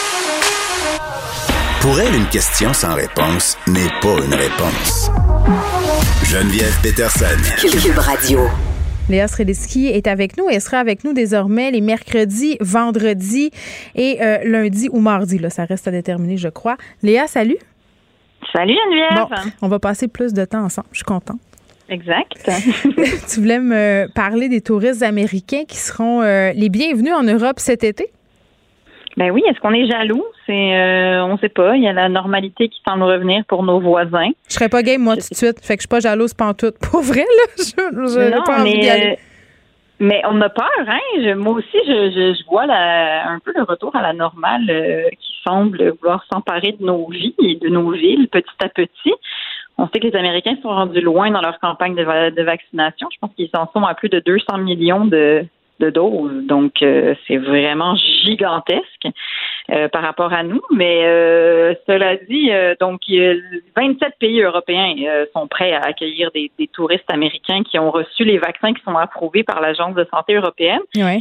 Pour elle, une question sans réponse n'est pas une réponse. Geneviève Peterson. Cube Radio. Léa Srediski est avec nous. Elle sera avec nous désormais les mercredis, vendredis et euh, lundi ou mardi. Là, ça reste à déterminer, je crois. Léa, salut. Salut Geneviève. Bon, on va passer plus de temps ensemble. Je suis contente. Exact. Tu voulais me parler des touristes américains qui seront euh, les bienvenus en Europe cet été? Ben oui, est-ce qu'on est jaloux? C'est, euh, on sait pas. Il y a la normalité qui semble revenir pour nos voisins. Je serais pas game, moi, tout de suite. Fait que je suis pas jalouse pantoute. Pour vrai, là, je, je non, pas envie d'y aller. Euh, mais on a peur, hein? Je, moi aussi, je, je, je vois la, un peu le retour à la normale euh, qui semble vouloir s'emparer de nos vies et de nos villes petit à petit. On sait que les Américains sont rendus loin dans leur campagne de, va- de vaccination. Je pense qu'ils en sont à plus de deux cents millions de, de doses. Donc, euh, c'est vraiment gigantesque euh, par rapport à nous. Mais euh, cela dit, euh, donc, vingt-sept pays européens euh, sont prêts à accueillir des, des touristes américains qui ont reçu les vaccins qui sont approuvés par l'Agence de santé européenne. Oui.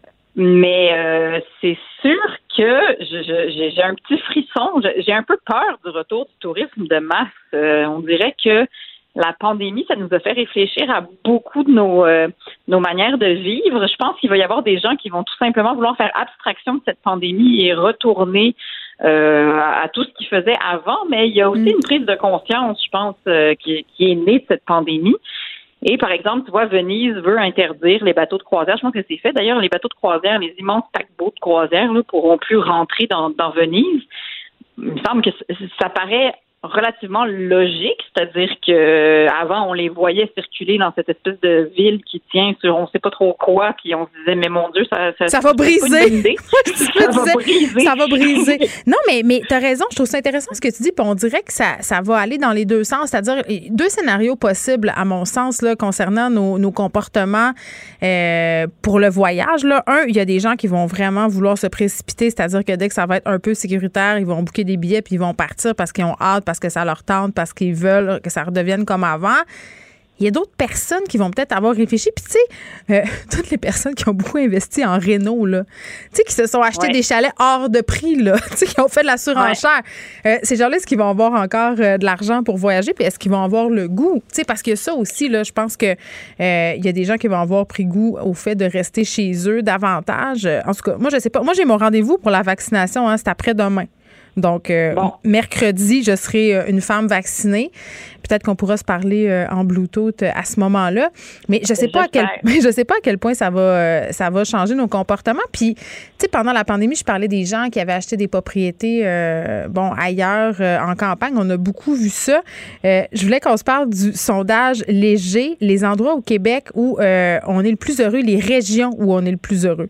Mais euh, c'est sûr que je, je, j'ai un petit frisson. J'ai un peu peur du retour du tourisme de masse. Euh, on dirait que la pandémie, ça nous a fait réfléchir à beaucoup de nos, euh, nos manières de vivre. Je pense qu'il va y avoir des gens qui vont tout simplement vouloir faire abstraction de cette pandémie et retourner euh, à tout ce qu'ils faisaient avant. Mais il y a aussi une prise de conscience, je pense, euh, qui, qui est née de cette pandémie. Et par exemple, tu vois, Venise veut interdire les bateaux de croisière. Je pense que c'est fait. D'ailleurs, les bateaux de croisière, les immenses paquebots de croisière ne pourront plus rentrer dans, dans Venise. Il me semble que ça paraît relativement logique, c'est-à-dire que avant on les voyait circuler dans cette espèce de ville qui tient sur on sait pas trop quoi, puis on se disait mais mon Dieu ça ça, ça va briser. ça va briser. Ça va briser. Non mais mais t'as raison, je trouve ça intéressant ce que tu dis, puis on dirait que ça ça va aller dans les deux sens, c'est-à-dire deux scénarios possibles à mon sens là concernant nos, nos comportements euh, pour le voyage là. Un, il y a des gens qui vont vraiment vouloir se précipiter, c'est-à-dire que dès que ça va être un peu sécuritaire, ils vont booker des billets puis ils vont partir parce qu'ils ont hâte, parce que ça leur tente, parce qu'ils veulent que ça redevienne comme avant. Il y a d'autres personnes qui vont peut-être avoir réfléchi. Puis, tu sais, euh, toutes les personnes qui ont beaucoup investi en réno, là, tu sais, qui se sont achetés ouais. des chalets hors de prix, là, tu sais, qui ont fait de la surenchère. Ouais. Euh, ces gens-là, est-ce qu'ils vont avoir encore euh, de l'argent pour voyager? Puis, est-ce qu'ils vont avoir le goût? Tu sais, parce que ça aussi, là, je pense que euh, il y a des gens qui vont avoir pris goût au fait de rester chez eux davantage. En tout cas, moi, je sais pas. Moi, j'ai mon rendez-vous pour la vaccination, hein, c'est après-demain. Donc, euh, bon. mercredi, je serai une femme vaccinée. Peut-être qu'on pourra se parler euh, en Bluetooth à ce moment-là. Mais je sais pas à quel, je sais pas à quel point ça va, euh, ça va changer nos comportements. Puis, tu sais, pendant la pandémie, je parlais des gens qui avaient acheté des propriétés, euh, bon, ailleurs, euh, en campagne. On a beaucoup vu ça. Euh, je voulais qu'on se parle du sondage léger, les endroits au Québec où euh, on est le plus heureux, les régions où on est le plus heureux.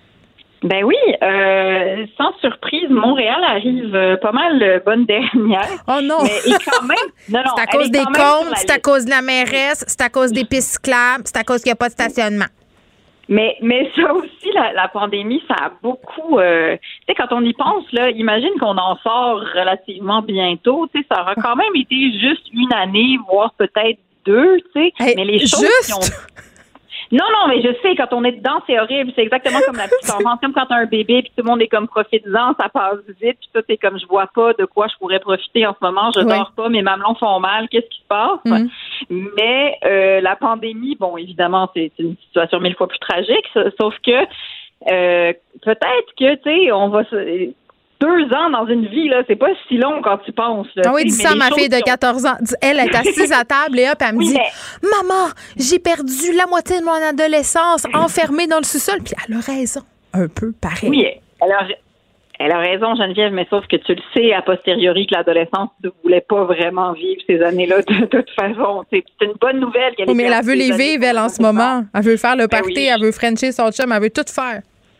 Ben oui, euh, sans surprise, Montréal arrive euh, pas mal euh, bonne dernière. Oh non! Mais quand même, non, non, c'est à cause des comptes, c'est à cause de la mairesse, c'est à cause des pistes cyclables, c'est à cause qu'il n'y a pas de stationnement. Mais mais ça aussi, la, la pandémie, ça a beaucoup... Euh, tu sais, quand on y pense, là, imagine qu'on en sort relativement bientôt. Tu sais, ça aura quand même été juste une année, voire peut-être deux, tu sais. Hey, mais les choses juste? qui ont... Non, non, mais je sais, quand on est dedans, c'est horrible. C'est exactement comme la petite enfance. Comme quand t'as un bébé, puis tout le monde est comme profites-en, ça passe vite, puis toi, t'es comme, je vois pas de quoi je pourrais profiter en ce moment, je ouais. dors pas, mes mamelons font mal, qu'est-ce qui se passe? Mm-hmm. Mais euh, la pandémie, bon, évidemment, c'est, c'est une situation mille fois plus tragique, sauf que euh, peut-être que, tu sais, on va se... Deux ans dans une vie, là, c'est pas si long quand tu penses. Là, ah oui, dis ça à ma fille de quatorze ans. Elle est assise à table et hop, elle me oui, dit mais... « Maman, j'ai perdu la moitié de mon adolescence enfermée dans le sous-sol. » Puis elle a raison. Un peu pareil. Oui, elle a, elle a raison, Geneviève, mais sauf que tu le sais a posteriori que l'adolescence ne voulait pas vraiment vivre ces années-là de, de toute façon. C'est, c'est une bonne nouvelle. Qu'elle oui, mais elle veut les vivre, elle, en ce moment. Elle veut faire le party, ben oui. elle veut frencher son chum, elle veut tout faire.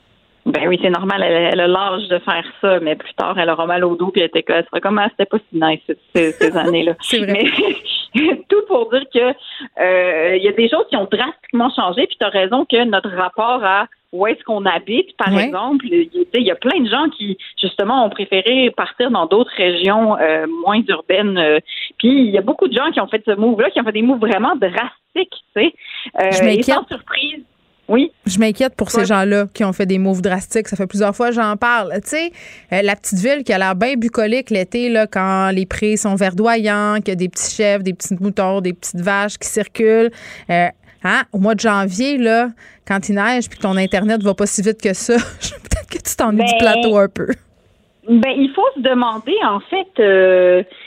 Ben oui, c'est normal, elle, elle a l'âge de faire ça, mais plus tard, elle aura mal au dos, puis elle, était, elle sera comme, ah, c'était pas si nice ces, ces années-là. C'est vrai. Mais tout pour dire que euh, il y a des choses qui ont drastiquement changé, puis tu as raison que notre rapport à où est-ce qu'on habite, par ouais. exemple, il y a plein de gens qui, justement, ont préféré partir dans d'autres régions euh, moins urbaines. Euh, puis il y a beaucoup de gens qui ont fait ce move-là, qui ont fait des moves vraiment drastiques, tu sais. Euh, Je m'inquiète. Et sans surprise. Oui. Je m'inquiète pour ces ouais. gens-là qui ont fait des moves drastiques. Ça fait plusieurs fois que j'en parle. Tu sais, euh, la petite ville qui a l'air bien bucolique l'été, là, quand les prés sont verdoyants, qu'il y a des petits chèvres, des petits moutons, des petites vaches qui circulent. Euh, hein? Au mois de janvier, là, quand il neige puis que ton Internet va pas si vite que ça, peut-être que tu t'ennuies ben, du plateau un peu. Ben, il faut se demander, en fait, euh,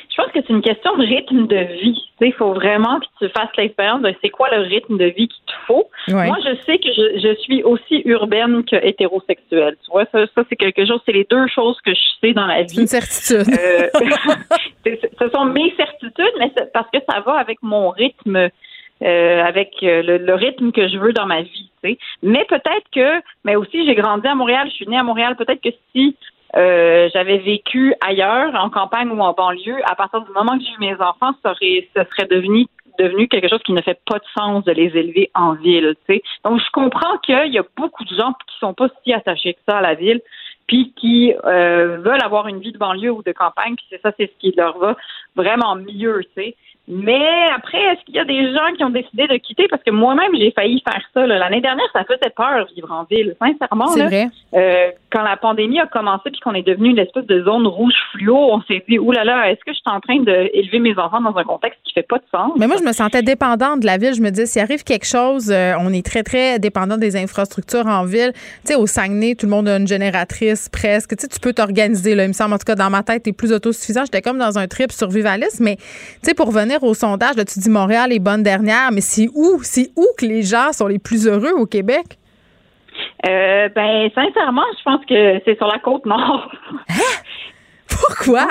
Je pense que c'est une question de rythme de vie. Il faut vraiment que tu fasses l'expérience de c'est quoi le rythme de vie qu'il te faut. Ouais. Moi, je sais que je, je suis aussi urbaine que hétérosexuelle. Tu vois, ça, ça, c'est quelque chose, c'est les deux choses que je sais dans la vie. C'est une certitude. Euh, ce sont mes certitudes, mais c'est parce que ça va avec mon rythme, euh, avec le, le rythme que je veux dans ma vie. Tu sais. Mais peut-être que, mais aussi, j'ai grandi à Montréal, je suis née à Montréal, peut-être que si Euh, j'avais vécu ailleurs, en campagne ou en banlieue, à partir du moment que j'ai eu mes enfants, ça serait, ça serait devenu, devenu quelque chose qui ne fait pas de sens de les élever en ville, tu sais. Donc, je comprends qu'il y a beaucoup de gens qui sont pas si attachés que ça à la ville, puis qui euh, veulent avoir une vie de banlieue ou de campagne, puis c'est ça, c'est ce qui leur va vraiment mieux, tu sais. Mais après, est-ce qu'il y a des gens qui ont décidé de quitter? Parce que moi-même, j'ai failli faire ça. Là. L'année dernière, ça faisait peur vivre en ville. Sincèrement, c'est là, vrai. Euh, quand la pandémie a commencé puis qu'on est devenu une espèce de zone rouge fluo, on s'est dit, ouh là là, est-ce que je suis en train d'élever mes enfants dans un contexte qui fait pas de sens? Mais moi, je me sentais dépendante de la ville. Je me disais, s'il arrive quelque chose, euh, on est très, très dépendant des infrastructures en ville. Tu sais, au Saguenay, tout le monde a une génératrice presque. Tu sais, tu peux t'organiser, là. Il me semble, en tout cas, dans ma tête, t'es plus autosuffisant. J'étais comme dans un trip survivaliste. Mais, tu sais, pour revenir au sondage, là, tu dis Montréal est bonne dernière, mais c'est où? C'est où que les gens sont les plus heureux au Québec? Euh, ben, sincèrement, je pense que c'est sur la côte nord. Hein? Pourquoi?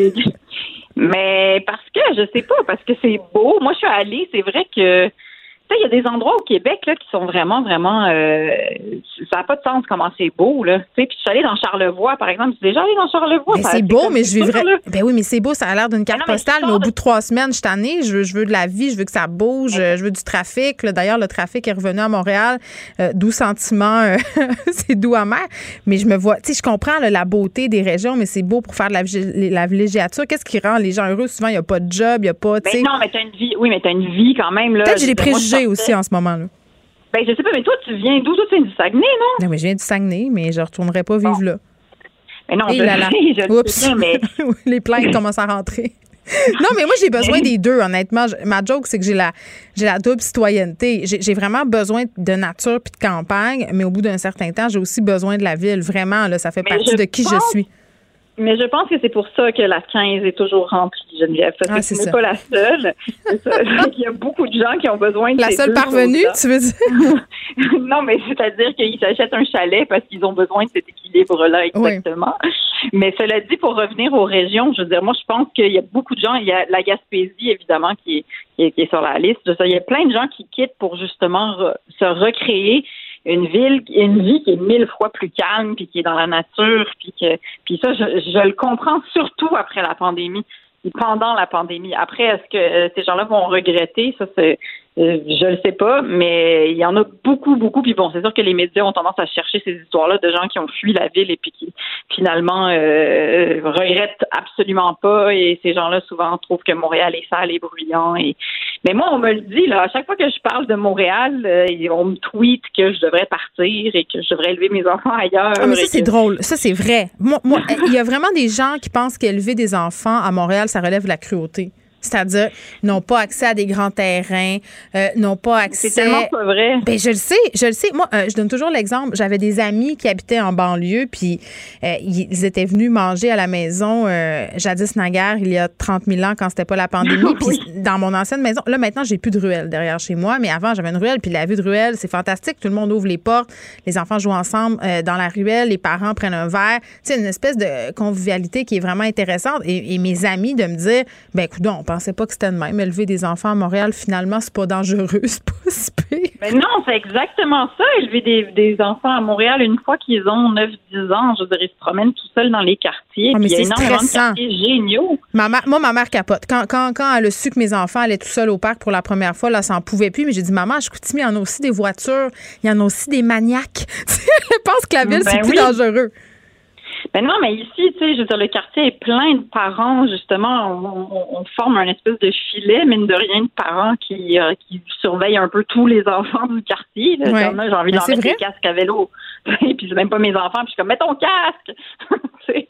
Mais parce que, je sais pas, parce que c'est beau. Moi, je suis allée, c'est vrai que, tu sais, il y a des endroits au Québec, là, qui sont vraiment, vraiment, euh, ça n'a pas de sens comment c'est beau, là. Tu sais, puis je suis allée dans Charlevoix, par exemple. Je suis déjà allée dans Charlevoix. Mais c'est beau, mais je vivrais. Ben oui, mais c'est beau, ça a l'air d'une carte mais non, postale, mais, mais au de... bout de trois semaines, je suis tannée. Je veux, je veux de la vie, je veux que ça bouge, mais... je veux du trafic. Là, d'ailleurs, le trafic est revenu à Montréal. Euh, doux sentiment, euh, c'est doux amer. Mais je me vois, tu sais, je comprends là, la beauté des régions, mais c'est beau pour faire de la, la villégiature. Qu'est-ce qui rend les gens heureux? Souvent, il n'y a pas de job, il n'y a pas, tu sais. Ben non, mais t'as une vie, oui, mais t'as une vie quand même, là. Peut-être que j'ai des préjugés aussi en ce moment-là. Ben, je sais pas, mais toi, tu viens d'où? Toi, tu viens du Saguenay, non? Non, mais je viens du Saguenay, mais je ne retournerai pas vivre bon. là. Mais non, Et je, là, là. je Oups. sais bien, mais... Les plaintes commencent à rentrer. Non, mais moi, j'ai besoin des deux, honnêtement. Ma joke, c'est que j'ai la, j'ai la double citoyenneté. J'ai, j'ai vraiment besoin de nature puis de campagne, mais au bout d'un certain temps, j'ai aussi besoin de la ville. Vraiment, là, ça fait mais partie de qui pense... je suis. Mais je pense que c'est pour ça que la quinze est toujours remplie, Geneviève. Ça, ah, c'est c'est que tu n'es pas la seule. Il y a beaucoup de gens qui ont besoin de la ces seule deux parvenue, tu veux dire? Non, mais c'est-à-dire qu'ils s'achètent un chalet parce qu'ils ont besoin de cet équilibre-là, exactement. Oui. Mais cela dit, pour revenir aux régions, je veux dire, moi, je pense qu'il y a beaucoup de gens. Il y a la Gaspésie, évidemment, qui est, qui est, qui est sur la liste. Il y a plein de gens qui quittent pour justement re, se recréer une ville, une vie qui est mille fois plus calme, puis qui est dans la nature, puis que, puis ça, je, je le comprends surtout après la pandémie, et pendant la pandémie. Après, est-ce que euh, ces gens-là vont regretter? Ça, c'est, euh, je le sais pas, mais il y en a beaucoup, beaucoup. Puis bon, c'est sûr que les médias ont tendance à chercher ces histoires-là de gens qui ont fui la ville et puis qui finalement euh, regrettent absolument pas. Et ces gens-là souvent trouvent que Montréal est sale et bruyant. Et mais moi, on me le dit là, à chaque fois que je parle de Montréal, euh, on me tweet que je devrais partir et que je devrais élever mes enfants ailleurs. Ah, mais ça, c'est que... drôle. Ça, c'est vrai. Moi, moi, il y a vraiment des gens qui pensent qu'élever des enfants à Montréal, ça relève de la cruauté. C'est-à-dire, n'ont pas accès à des grands terrains, euh, n'ont pas accès... C'est tellement pas vrai. Ben, je le sais, je le sais. Moi, euh, je donne toujours l'exemple. J'avais des amis qui habitaient en banlieue, puis euh, ils étaient venus manger à la maison euh, jadis naguère, il y a trente mille ans, quand c'était pas la pandémie. Puis oui. Dans mon ancienne maison, là, maintenant, j'ai plus de ruelle derrière chez moi, mais avant, j'avais une ruelle, puis la vue de ruelle, c'est fantastique. Tout le monde ouvre les portes, les enfants jouent ensemble euh, dans la ruelle, les parents prennent un verre. Tu sais, une espèce de convivialité qui est vraiment intéressante. Et, et mes amis de me dire, ben, écoute, on pensait pas que c'était de même. Élever des enfants à Montréal, finalement, c'est pas dangereux, c'est pas si pire. Mais non, c'est exactement ça, élever des, des enfants à Montréal une fois qu'ils ont neuf dix ans. Je veux dire, ils se promènent tout seuls dans les quartiers. Ah, mais il y a c'est énormément stressant. de quartiers géniaux. Ma ma- moi, ma mère capote. Quand, quand, quand elle a su que mes enfants allaient tout seuls au parc pour la première fois, là, ça n'en pouvait plus. Mais j'ai dit, maman, je Chicoutimi, il y en a aussi des voitures, il y en a aussi des maniaques. Je pense que la ville, ben c'est plus oui. dangereux. Ben non, mais ici, tu sais, je veux dire, le quartier est plein de parents, justement. On, on, on forme un espèce de filet, mine de rien, de parents qui, euh, qui surveillent un peu tous les enfants du quartier. Là. Ouais. Là, j'ai envie d'en mettre des casques à vélo. Et puis, c'est même pas mes enfants. Puis, je suis comme, mets ton casque!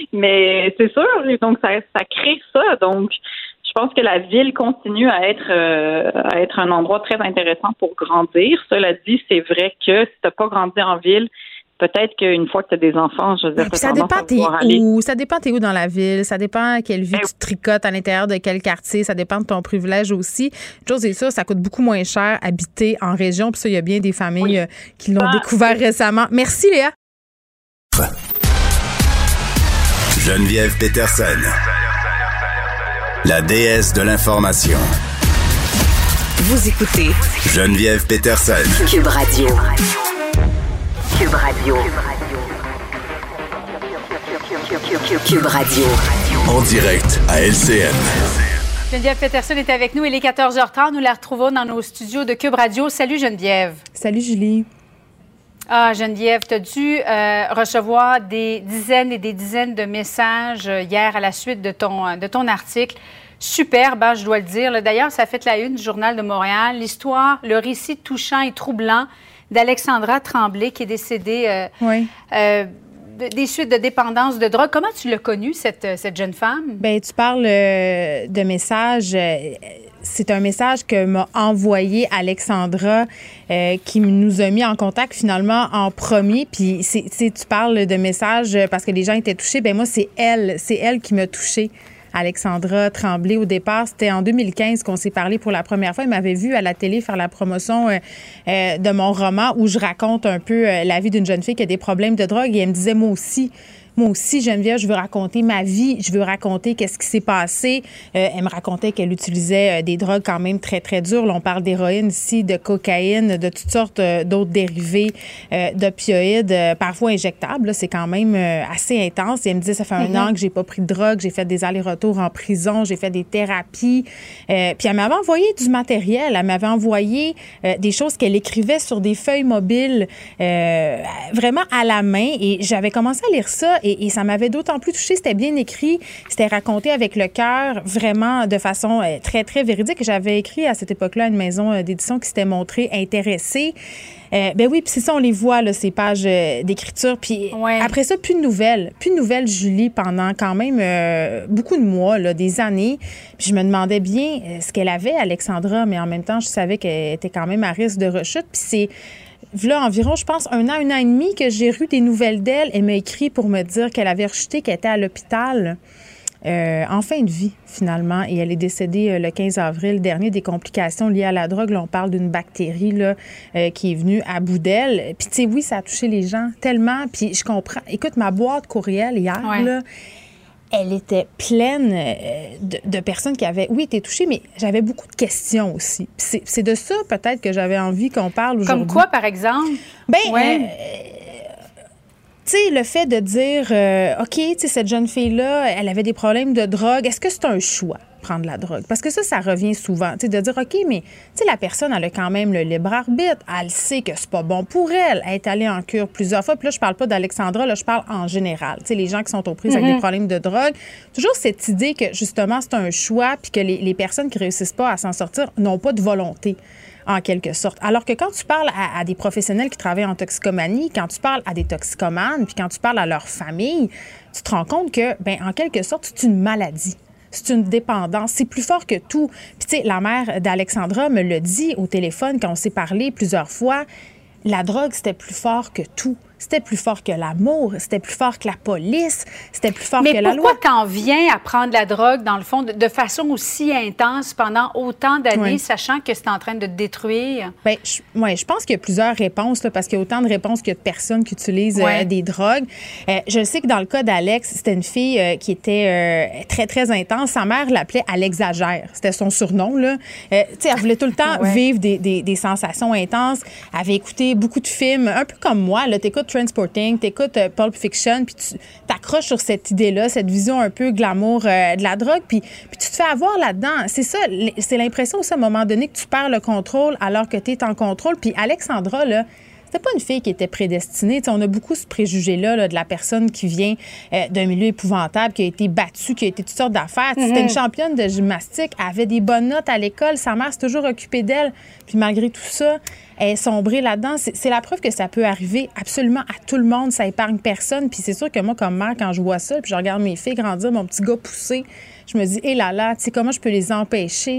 Mais c'est sûr, donc, ça, ça crée ça. Donc, je pense que la ville continue à être, euh, à être un endroit très intéressant pour grandir. Cela dit, c'est vrai que si t'as pas grandi en ville, peut-être qu'une fois que tu as des enfants, je veux dire, ça dépend t'es où, ça dépend t'es où dans la ville, ça dépend quelle vie tu tricotes à l'intérieur de quel quartier, ça dépend de ton privilège aussi. Une chose est ça, ça coûte beaucoup moins cher habiter en région, puis ça, il y a bien des familles oui. euh, qui l'ont ah, découvert oui. récemment. Merci, Léa. Geneviève Peterson, la déesse de l'information. Vous écoutez Geneviève Peterson, Cube Radio. Cube Radio. Cube Radio. En direct à L C N. Geneviève Peterson est avec nous. Il est quatorze heures trente. Nous la retrouvons dans nos studios de Cube Radio. Salut Geneviève. Salut Julie. Ah, Geneviève, tu as dû euh, recevoir des dizaines et des dizaines de messages hier à la suite de ton, de ton article. Superbe, hein, je dois le dire. D'ailleurs, ça a fait la une du Journal de Montréal. L'histoire, le récit touchant et troublant d'Alexandra Tremblay, qui est décédée euh, oui. euh, des suites de dépendance de drogue. Comment tu l'as connue, cette, cette jeune femme? Bien, tu parles euh, de messages. Euh, c'est un message que m'a envoyé Alexandra, euh, qui nous a mis en contact finalement en premier. Puis, c'est, c'est, tu parles de messages parce que les gens étaient touchés. Bien, moi, c'est elle. C'est elle qui m'a touchée. Alexandra Tremblay, au départ, c'était en deux mille quinze qu'on s'est parlé pour la première fois. Elle m'avait vu à la télé faire la promotion euh, euh, de mon roman où je raconte un peu euh, la vie d'une jeune fille qui a des problèmes de drogue. Et elle me disait, moi aussi, moi aussi, Geneviève, je veux raconter ma vie, je veux raconter qu'est-ce qui s'est passé. Euh, elle me racontait qu'elle utilisait euh, des drogues quand même très, très dures. Là, on parle d'héroïne ici, de cocaïne, de toutes sortes euh, d'autres dérivés euh, d'opioïdes, euh, parfois injectables. Là, c'est quand même euh, assez intense. Et elle me disait, ça fait un mm-hmm. an que j'ai pas pris de drogue, j'ai fait des allers-retours en prison, j'ai fait des thérapies. Euh, puis elle m'avait envoyé du matériel. Elle m'avait envoyé euh, des choses qu'elle écrivait sur des feuilles mobiles, euh, vraiment à la main. Et j'avais commencé à lire ça. Et, et ça m'avait d'autant plus touchée. C'était bien écrit. C'était raconté avec le cœur, vraiment de façon euh, très, très véridique. J'avais écrit à cette époque-là à une maison euh, d'édition qui s'était montrée intéressée. Euh, ben oui, puis c'est ça, on les voit, là, ces pages euh, d'écriture. Puis ouais. après ça, plus de nouvelles. Plus de nouvelles, Julie, pendant quand même euh, beaucoup de mois, là, des années. Puis je me demandais bien euh, ce qu'elle avait, Alexandra, mais en même temps, je savais qu'elle était quand même à risque de rechute. Puis c'est... Là, environ, je pense, un an, un an et demi que j'ai eu des nouvelles d'elle. Elle m'a écrit pour me dire qu'elle avait rechuté, qu'elle était à l'hôpital euh, en fin de vie, finalement. Et elle est décédée euh, le quinze avril dernier des complications liées à la drogue. Là, on parle d'une bactérie là, euh, qui est venue à bout d'elle. Puis, tu sais, oui, ça a touché les gens tellement. Puis, je comprends. Écoute, ma boîte courriel hier, ouais. là, elle était pleine de, de personnes qui avaient, oui, été touchées, mais j'avais beaucoup de questions aussi. C'est, c'est de ça, peut-être, que j'avais envie qu'on parle aujourd'hui. Comme quoi, par exemple? Bien, ouais. euh, tu sais, le fait de dire, euh, OK, tu sais, cette jeune fille-là, elle avait des problèmes de drogue. Est-ce que c'est un choix? Prendre la drogue. Parce que ça, ça revient souvent. Tu sais, de dire, OK, mais tu sais, la personne, elle a quand même le libre arbitre. Elle sait que c'est pas bon pour elle. Elle est allée en cure plusieurs fois. Puis là, je parle pas d'Alexandra, là, je parle en général. Tu sais, les gens qui sont aux prises mm-hmm. avec des problèmes de drogue. Toujours cette idée que, justement, c'est un choix puis que les, les personnes qui réussissent pas à s'en sortir n'ont pas de volonté, en quelque sorte. Alors que quand tu parles à, à des professionnels qui travaillent en toxicomanie, quand tu parles à des toxicomanes, puis quand tu parles à leur famille, tu te rends compte que, ben en quelque sorte, c'est une maladie. C'est une dépendance. C'est plus fort que tout. Puis, tu sais, la mère d'Alexandra me l'a dit au téléphone quand on s'est parlé plusieurs fois. La drogue, c'était plus fort que tout. C'était plus fort que l'amour, c'était plus fort que la police, c'était plus fort Mais que la loi. Mais pourquoi t'en viens à prendre la drogue, dans le fond, de, de façon aussi intense pendant autant d'années, oui. sachant que c'est en train de te détruire? Bien, je, ouais, je pense qu'il y a plusieurs réponses, là, parce qu'il y a autant de réponses qu'il y a de personnes qui utilisent ouais. euh, des drogues. Euh, je sais que dans le cas d'Alex, c'était une fille euh, qui était euh, très, très intense. Sa mère l'appelait Alexagère. C'était son surnom, là. Euh, tu sais, elle voulait tout le temps ouais. vivre des, des, des sensations intenses. Elle avait écouté beaucoup de films, un peu comme moi, là. T'écoutes Transporting, t'écoutes euh, Pulp Fiction, puis tu t'accroches sur cette idée-là, cette vision un peu glamour euh, de la drogue, puis, puis tu te fais avoir là-dedans. C'est ça, c'est l'impression aussi à un moment donné que tu perds le contrôle alors que tu es en contrôle. Puis Alexandra, là, c'était pas une fille qui était prédestinée. T'sais, on a beaucoup ce préjugé-là là, de la personne qui vient euh, d'un milieu épouvantable, qui a été battue, qui a été toutes sortes d'affaires. Mm-hmm. C'était une championne de gymnastique, elle avait des bonnes notes à l'école, sa mère s'est toujours occupée d'elle. Puis malgré tout ça, elle est sombrée là-dedans. C'est, c'est la preuve que ça peut arriver absolument à tout le monde. Ça épargne personne. Puis c'est sûr que moi, comme mère, quand je vois ça, puis je regarde mes filles grandir, mon petit gars pousser, je me dis, hé là là, tu sais, comment je peux les empêcher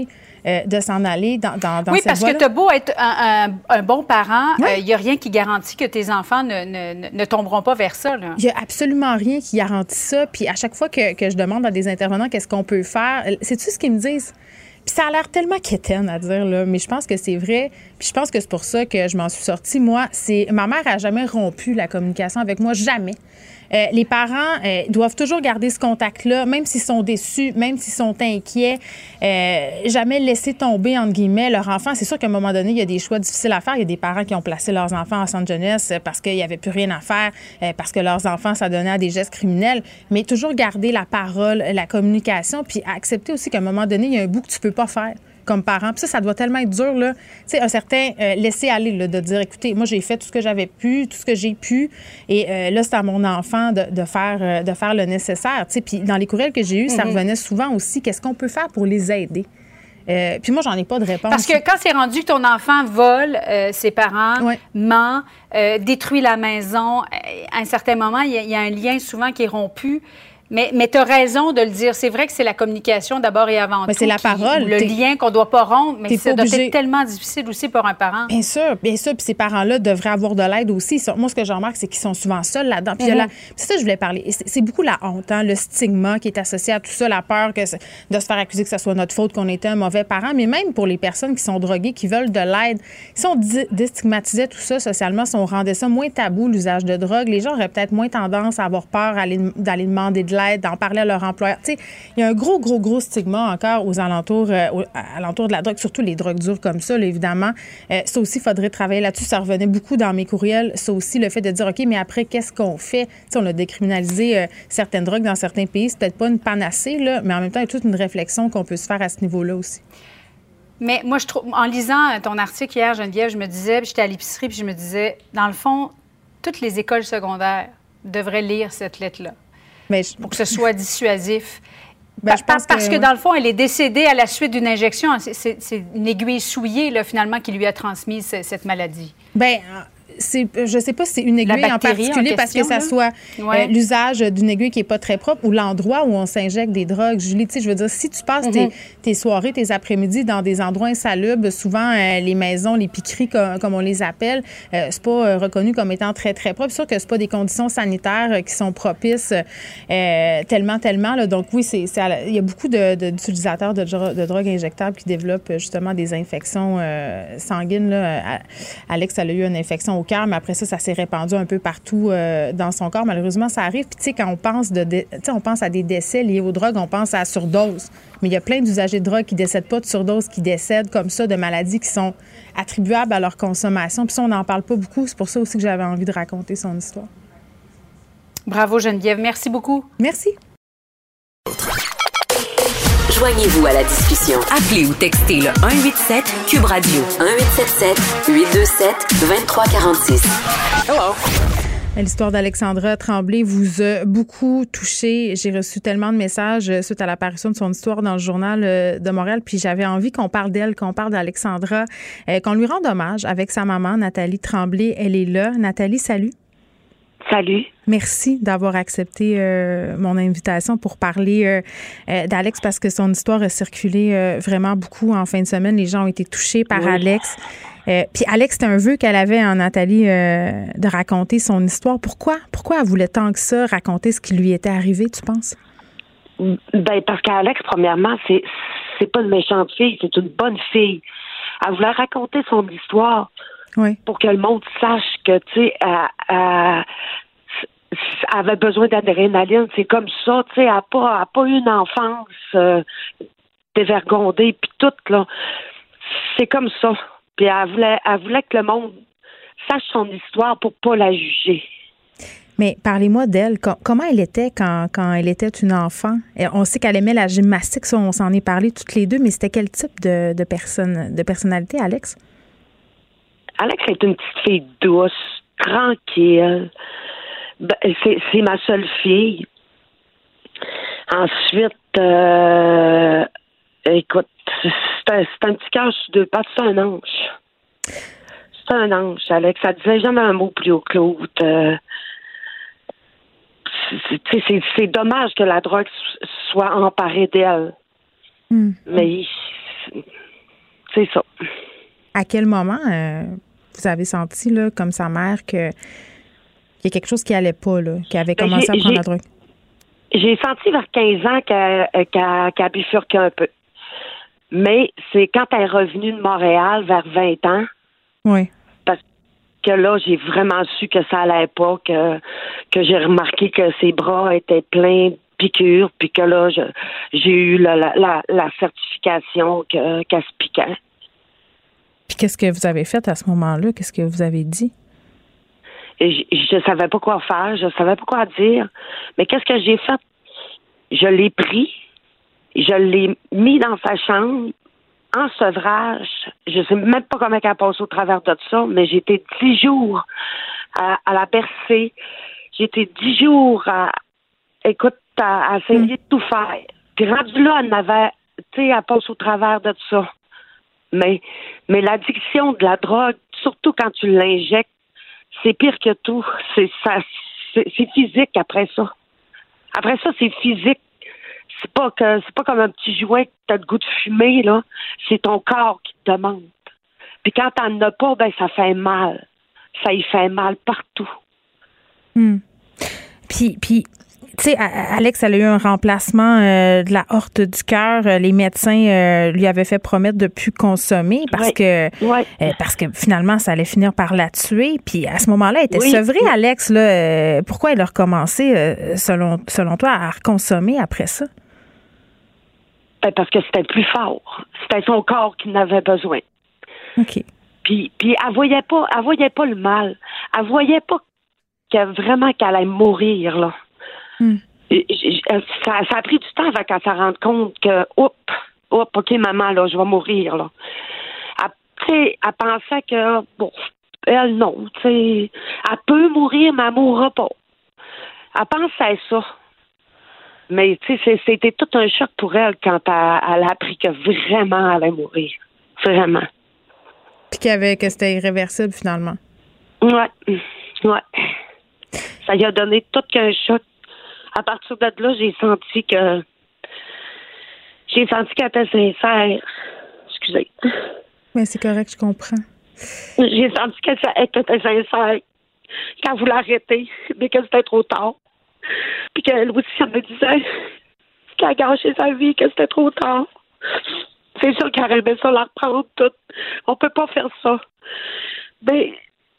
euh, de s'en aller dans, dans, dans oui, cette parce voie-là. que tu as beau être un, un, un bon parent, il oui. n'y euh, a rien qui garantit que tes enfants ne, ne, ne tomberont pas vers ça. Il n'y a absolument rien qui garantit ça. Puis à chaque fois que, que je demande à des intervenants qu'est-ce qu'on peut faire, sais-tu ce qu'ils me disent? Puis ça a l'air tellement quétaine à dire, là, mais je pense que c'est vrai. Puis je pense que c'est pour ça que je m'en suis sortie. Moi, c'est ma mère a jamais rompu la communication avec moi, jamais. Euh, les parents euh, doivent toujours garder ce contact-là, même s'ils sont déçus, même s'ils sont inquiets, euh, jamais laisser tomber, entre guillemets, leur enfant. C'est sûr qu'à un moment donné, il y a des choix difficiles à faire. Il y a des parents qui ont placé leurs enfants en centre jeunesse parce qu'il n'y avait plus rien à faire, euh, parce que leurs enfants, ça donnait à des gestes criminels. Mais toujours garder la parole, la communication, puis accepter aussi qu'à un moment donné, il y a un bout que tu peux pas faire comme parent. Puis ça, ça doit tellement être dur, là. Tu sais, un certain euh, laisser-aller, là, de dire, écoutez, moi, j'ai fait tout ce que j'avais pu, tout ce que j'ai pu, et euh, là, c'est à mon enfant de, de, faire, euh, de faire le nécessaire, tu sais. Puis dans les courriels que j'ai eus, mm-hmm. ça revenait souvent aussi, qu'est-ce qu'on peut faire pour les aider? Euh, puis moi, j'en ai pas de réponse. Parce que quand c'est rendu que ton enfant vole euh, ses parents, ouais. ment, euh, détruit la maison, à un certain moment, il y, y a un lien souvent qui est rompu. Mais, mais tu as raison de le dire. C'est vrai que c'est la communication d'abord et avant mais tout. C'est la parole. Le t'es, lien qu'on ne doit pas rompre, mais ça doit obligé. être tellement difficile aussi pour un parent. Bien sûr, bien sûr. Puis ces parents-là devraient avoir de l'aide aussi. Moi, ce que je remarque, c'est qu'ils sont souvent seuls là-dedans. Puis mm-hmm. la... c'est ça que je voulais parler. C'est, c'est beaucoup la honte, hein, le stigma qui est associé à tout ça, la peur que de se faire accuser que ce soit notre faute, qu'on était un mauvais parent. Mais même pour les personnes qui sont droguées, qui veulent de l'aide, si on déstigmatisait tout ça socialement, si on rendait ça moins tabou, l'usage de drogue, les gens auraient peut-être moins tendance à avoir peur aller, d'aller demander de l'aide, d'en parler à leur employeur. Tu sais, il y a un gros, gros, gros stigma encore aux alentours, euh, aux, alentours de la drogue, surtout les drogues dures comme ça, là, évidemment. Euh, ça aussi, il faudrait travailler là-dessus. Ça revenait beaucoup dans mes courriels. Ça aussi, le fait de dire, OK, mais après, qu'est-ce qu'on fait? Tu sais, on a décriminalisé euh, certaines drogues dans certains pays. C'est peut-être pas une panacée, là, mais en même temps, il y a toute une réflexion qu'on peut se faire à ce niveau-là aussi. Mais moi, je trouve, en lisant ton article hier, Geneviève, je me disais, puis j'étais à l'épicerie, puis je me disais, dans le fond, toutes les écoles secondaires devraient lire cette lettre-là. Mais je... pour que ce soit dissuasif. Ben, je pense parce que, que, dans le fond, elle est décédée à la suite d'une injection. C'est, c'est, c'est une aiguille souillée, là, finalement, qui lui a transmis c- cette maladie. Bien, c'est, je ne sais pas si c'est une aiguille en particulier en question, parce que ça là. soit ouais. euh, l'usage d'une aiguille qui n'est pas très propre ou l'endroit où on s'injecte des drogues. Julie, tu sais, je veux dire, si tu passes mm-hmm. tes, tes soirées, tes après-midi dans des endroits insalubres, souvent euh, les maisons, les piqueries, comme, comme on les appelle, euh, c'est pas euh, reconnu comme étant très, très propre. C'est sûr que c'est pas des conditions sanitaires euh, qui sont propices euh, tellement, tellement. Là. Donc oui, c'est, c'est il y a beaucoup de, de, d'utilisateurs de, de drogues injectables qui développent justement des infections euh, sanguines. Là. Alex, elle a eu une infection au cœur, mais après ça, ça s'est répandu un peu partout euh, dans son corps. Malheureusement, ça arrive. Puis, tu sais, quand on pense, de, de, on pense à des décès liés aux drogues, on pense à surdose. Mais il y a plein d'usagers de drogue qui ne décèdent pas de surdose, qui décèdent comme ça de maladies qui sont attribuables à leur consommation. Puis ça, on n'en parle pas beaucoup. C'est pour ça aussi que j'avais envie de raconter son histoire. Bravo, Geneviève. Merci beaucoup. Merci. Joignez-vous à la discussion. Appelez ou textez le un huit sept Cube Radio. un huit sept sept huit deux sept deux trois quatre six. Hello. L'histoire d'Alexandra Tremblay vous a beaucoup touché. J'ai reçu tellement de messages suite à l'apparition de son histoire dans le Journal de Montréal. Puis j'avais envie qu'on parle d'elle, qu'on parle d'Alexandra, euh, qu'on lui rende hommage avec sa maman, Nathalie Tremblay. Elle est là. Nathalie, salut. Salut. Merci d'avoir accepté euh, mon invitation pour parler euh, euh, d'Alex parce que son histoire a circulé euh, vraiment beaucoup en fin de semaine. Les gens ont été touchés par oui. Alex. Euh, puis Alex, c'était un vœu qu'elle avait en Nathalie euh, de raconter son histoire. Pourquoi? Pourquoi elle voulait tant que ça raconter ce qui lui était arrivé, tu penses? Ben parce qu'Alex, premièrement, c'est c'est pas une méchante fille, c'est une bonne fille. Elle voulait raconter son histoire. Oui. Pour que le monde sache que, tu sais, elle, elle, elle avait besoin d'adrénaline. C'est comme ça, tu sais, elle n'a pas, pas eu une enfance euh, dévergondée, puis tout, là. C'est comme ça. Puis elle voulait, elle voulait que le monde sache son histoire pour pas la juger. Mais parlez-moi d'elle. Comment elle était quand, quand elle était une enfant? On sait qu'elle aimait la gymnastique, ça, on s'en est parlé toutes les deux, mais c'était quel type de, de, personne, de personnalité, Alex? Alex est une petite fille douce, tranquille. Ben, c'est, c'est ma seule fille. Ensuite, euh, écoute, c'est un, c'est un petit cœur sur deux pattes, c'est un ange. C'est un ange, Alex. Ça disait jamais un mot plus haut que l'autre. Euh, c'est, c'est, c'est dommage que la drogue soit emparée d'elle. Mm. Mais c'est ça. À quel moment euh, vous avez senti, là, comme sa mère, que qu'il y a quelque chose qui allait pas, là, qu'elle avait Ben, commencé j'ai- à prendre j'ai- la drogue? J'ai senti vers quinze ans qu'elle, euh, qu'elle, qu'elle bifurquait un peu. Mais c'est quand elle est revenue de Montréal vers vingt ans Oui. que là, j'ai vraiment su que ça allait pas, que, que j'ai remarqué que ses bras étaient pleins de piqûres, puis que là, je, j'ai eu la, la, la, la certification que, qu'elle se piquait. Puis qu'est-ce que vous avez fait à ce moment-là? Qu'est-ce que vous avez dit? Et je, je savais pas quoi faire, je savais pas quoi dire. Mais qu'est-ce que j'ai fait? Je l'ai pris, je l'ai mis dans sa chambre, en sevrage. Je sais même pas comment elle a passé au travers de ça, mais j'ai été dix jours à, à la bercer. J'ai été dix jours à, écoute, à, à essayer de tout faire. Puis rendu là, elle m'avait, tu sais, elle passe au travers de ça. Mais, mais l'addiction de la drogue, surtout quand tu l'injectes, c'est pire que tout. C'est ça, c'est, c'est physique après ça. Après ça, c'est physique. C'est pas que c'est pas comme un petit jouet que t'as le goût de fumer, là. C'est ton corps qui te demande. Puis quand t'en as pas, ben ça fait mal. Ça y fait mal partout. Hmm. Puis, puis tu sais, Alex, elle a eu un remplacement euh, de la horte du cœur. Les médecins euh, lui avaient fait promettre de plus consommer parce ouais. que ouais. euh, parce que finalement, ça allait finir par la tuer. Puis à ce moment-là, elle était oui. sevrée, Alex. Là, euh, pourquoi elle a recommencé, euh, selon, selon toi, à reconsommer après ça? Ben parce que c'était plus fort. C'était son corps qui en avait besoin. OK. Puis, puis elle voyait pas, elle voyait pas le mal. Elle voyait pas que vraiment qu'elle allait mourir, là. Mm. Ça, ça a pris du temps avant qu'elle se rende compte que, oups, oups, OK, maman, là, je vais mourir, là. Après, elle pensait que, bon, elle, non, tu sais, elle peut mourir, mais elle mourra pas. Elle pensait à ça. Mais, tu sais, c'était tout un choc pour elle quand elle, elle a appris que vraiment elle allait mourir. Vraiment. Puis qu'il y avait, que c'était irréversible, finalement. Ouais. Ouais. Ça lui a donné tout qu'un choc. À partir de là, j'ai senti que. J'ai senti qu'elle était sincère. Excusez. Mais c'est correct, je comprends. J'ai senti qu'elle était sincère. Qu'elle voulait arrêter, mais que c'était trop tard. Puis qu'elle aussi, elle me disait qu'elle a gâché sa vie, que c'était trop tard. C'est sûr qu'elle aimait ça la reprendre toute. On peut pas faire ça. Mais.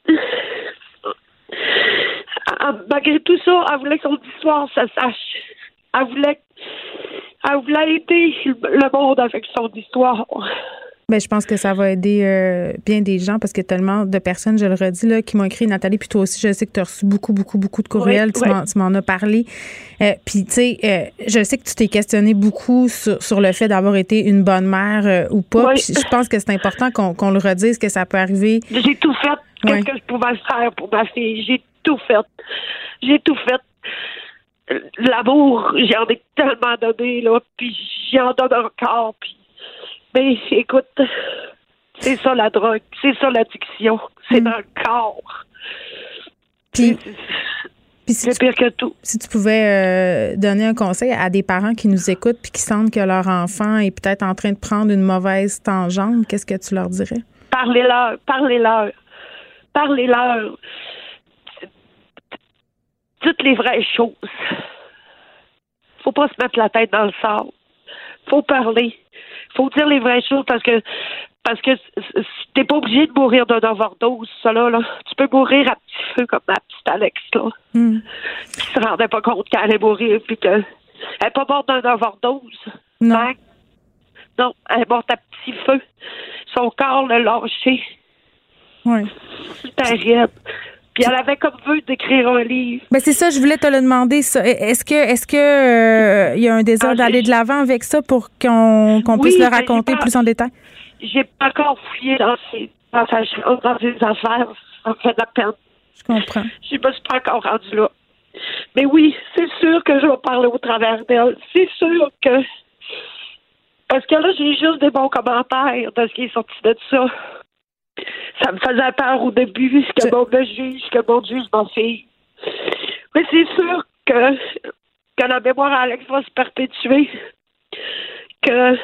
Malgré tout ça, elle voulait que son histoire se sache. Elle voulait, elle voulait aider le monde avec son histoire. Bien, je pense que ça va aider euh, bien des gens parce qu'il y a tellement de personnes, je le redis, là, qui m'ont écrit. Nathalie, puis toi aussi, je sais que tu as reçu beaucoup, beaucoup, beaucoup de courriels. Oui, tu, oui. m'en, tu m'en as parlé. Euh, puis, tu sais, euh, je sais que tu t'es questionné beaucoup sur, sur le fait d'avoir été une bonne mère euh, ou pas. Oui. Puis, je pense que c'est important qu'on, qu'on le redise, que ça peut arriver. J'ai tout fait. Qu'est-ce oui. que je pouvais faire pour ma fille? J'ai tout fait. J'ai tout fait. L'amour, j'en ai tellement donné, là, puis j'en donne encore, puis mais écoute, c'est ça la drogue, c'est ça l'addiction, c'est mmh. dans le corps. Puis, c'est, puis si c'est tu, pire que tout. Si tu pouvais euh, donner un conseil à des parents qui nous écoutent puis qui sentent que leur enfant est peut-être en train de prendre une mauvaise tangente, qu'est-ce que tu leur dirais? Parlez-leur, parlez-leur, parlez-leur. Dites les vraies choses. Faut pas se mettre la tête dans le sable. Faut parler. Faut dire les vraies choses parce que parce que t'es pas obligé de mourir d'une overdose, ça là, là. Tu peux mourir à petit feu comme ma petite Alex, là. Mm. Qui se rendait pas compte qu'elle allait mourir puis qu'elle n'est pas morte d'une overdose. Non. Hein? Non, elle est morte à petit feu. Son corps l'a lâché. Oui. C'est terrible. Puis elle avait comme vœu d'écrire un livre. Ben c'est ça, je voulais te le demander. Ça. Est-ce que est-ce que euh, il y a un désir ah, d'aller de l'avant avec ça pour qu'on, qu'on oui, puisse le raconter pas, plus en détail? J'ai pas encore fouillé dans ses, dans sa, dans ses affaires. Ça me fait de la peine. Je comprends. Je me suis pas encore rendue là. Mais oui, c'est sûr que je vais parler au travers d'elle. C'est sûr que... Parce que là, j'ai juste des bons commentaires de ce qui est sorti de ça. Ça me faisait peur au début, que je... mon juge, que mon juge ma fille. Mais c'est sûr que, que la mémoire à Alex va se perpétuer. Que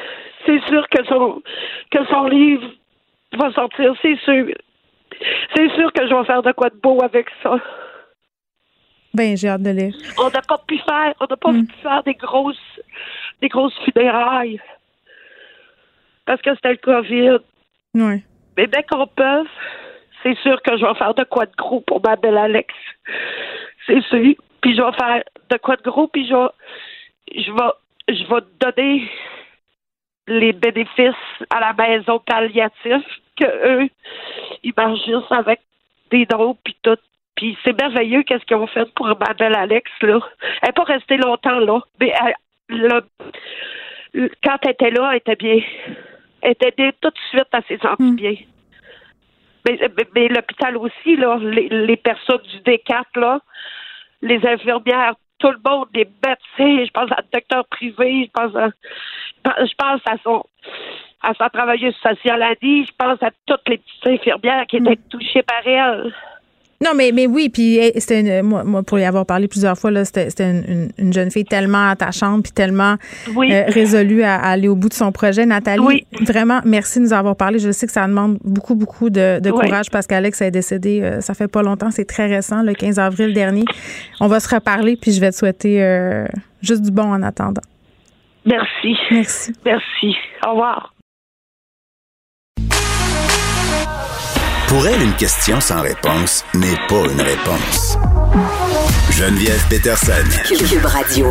c'est sûr que son, que son livre va sortir, c'est sûr. C'est sûr que je vais faire de quoi de beau avec ça. Ben, j'ai hâte de lire. On n'a pas pu faire, on n'a pas mm. pu faire des grosses, des grosses funérailles. Parce que c'était le COVID. Oui. Mais dès qu'on peut, c'est sûr que je vais faire de quoi de gros pour ma belle Alex. C'est sûr. Puis je vais faire de quoi de gros, puis je vais, je vais, je vais donner les bénéfices à la maison palliative, que eux, ils marchent juste avec des dons, puis tout. Puis c'est merveilleux qu'est-ce qu'ils ont fait pour ma belle Alex, là. Elle n'est pas restée longtemps, là. Mais elle, là, quand elle était là, elle était bien. Elle était bien tout de suite, elle s'est sentie mm. bien. Mais, mais, mais l'hôpital aussi, là, les, les personnes du D quatre, là, les infirmières, tout le monde, les médecins, je pense à un docteur privé, je pense à, je pense à son, à sa travailleuse sociale Annie, je pense à toutes les petites infirmières qui étaient mm. touchées par elle. Non, mais, mais oui, puis c'était une, moi, moi, pour y avoir parlé plusieurs fois, là, c'était, c'était une, une, une jeune fille tellement attachante puis tellement oui. euh, résolue à, à aller au bout de son projet. Nathalie, oui. vraiment, merci de nous avoir parlé. Je sais que ça demande beaucoup, beaucoup de, de oui. courage parce qu'Alex est décédé, euh, ça fait pas longtemps, c'est très récent, le quinze avril dernier. On va se reparler, puis je vais te souhaiter euh, juste du bon en attendant. Merci. Merci. Merci. Au revoir. Pour elle, une question sans réponse n'est pas une réponse. Geneviève Peterson. Cube Radio.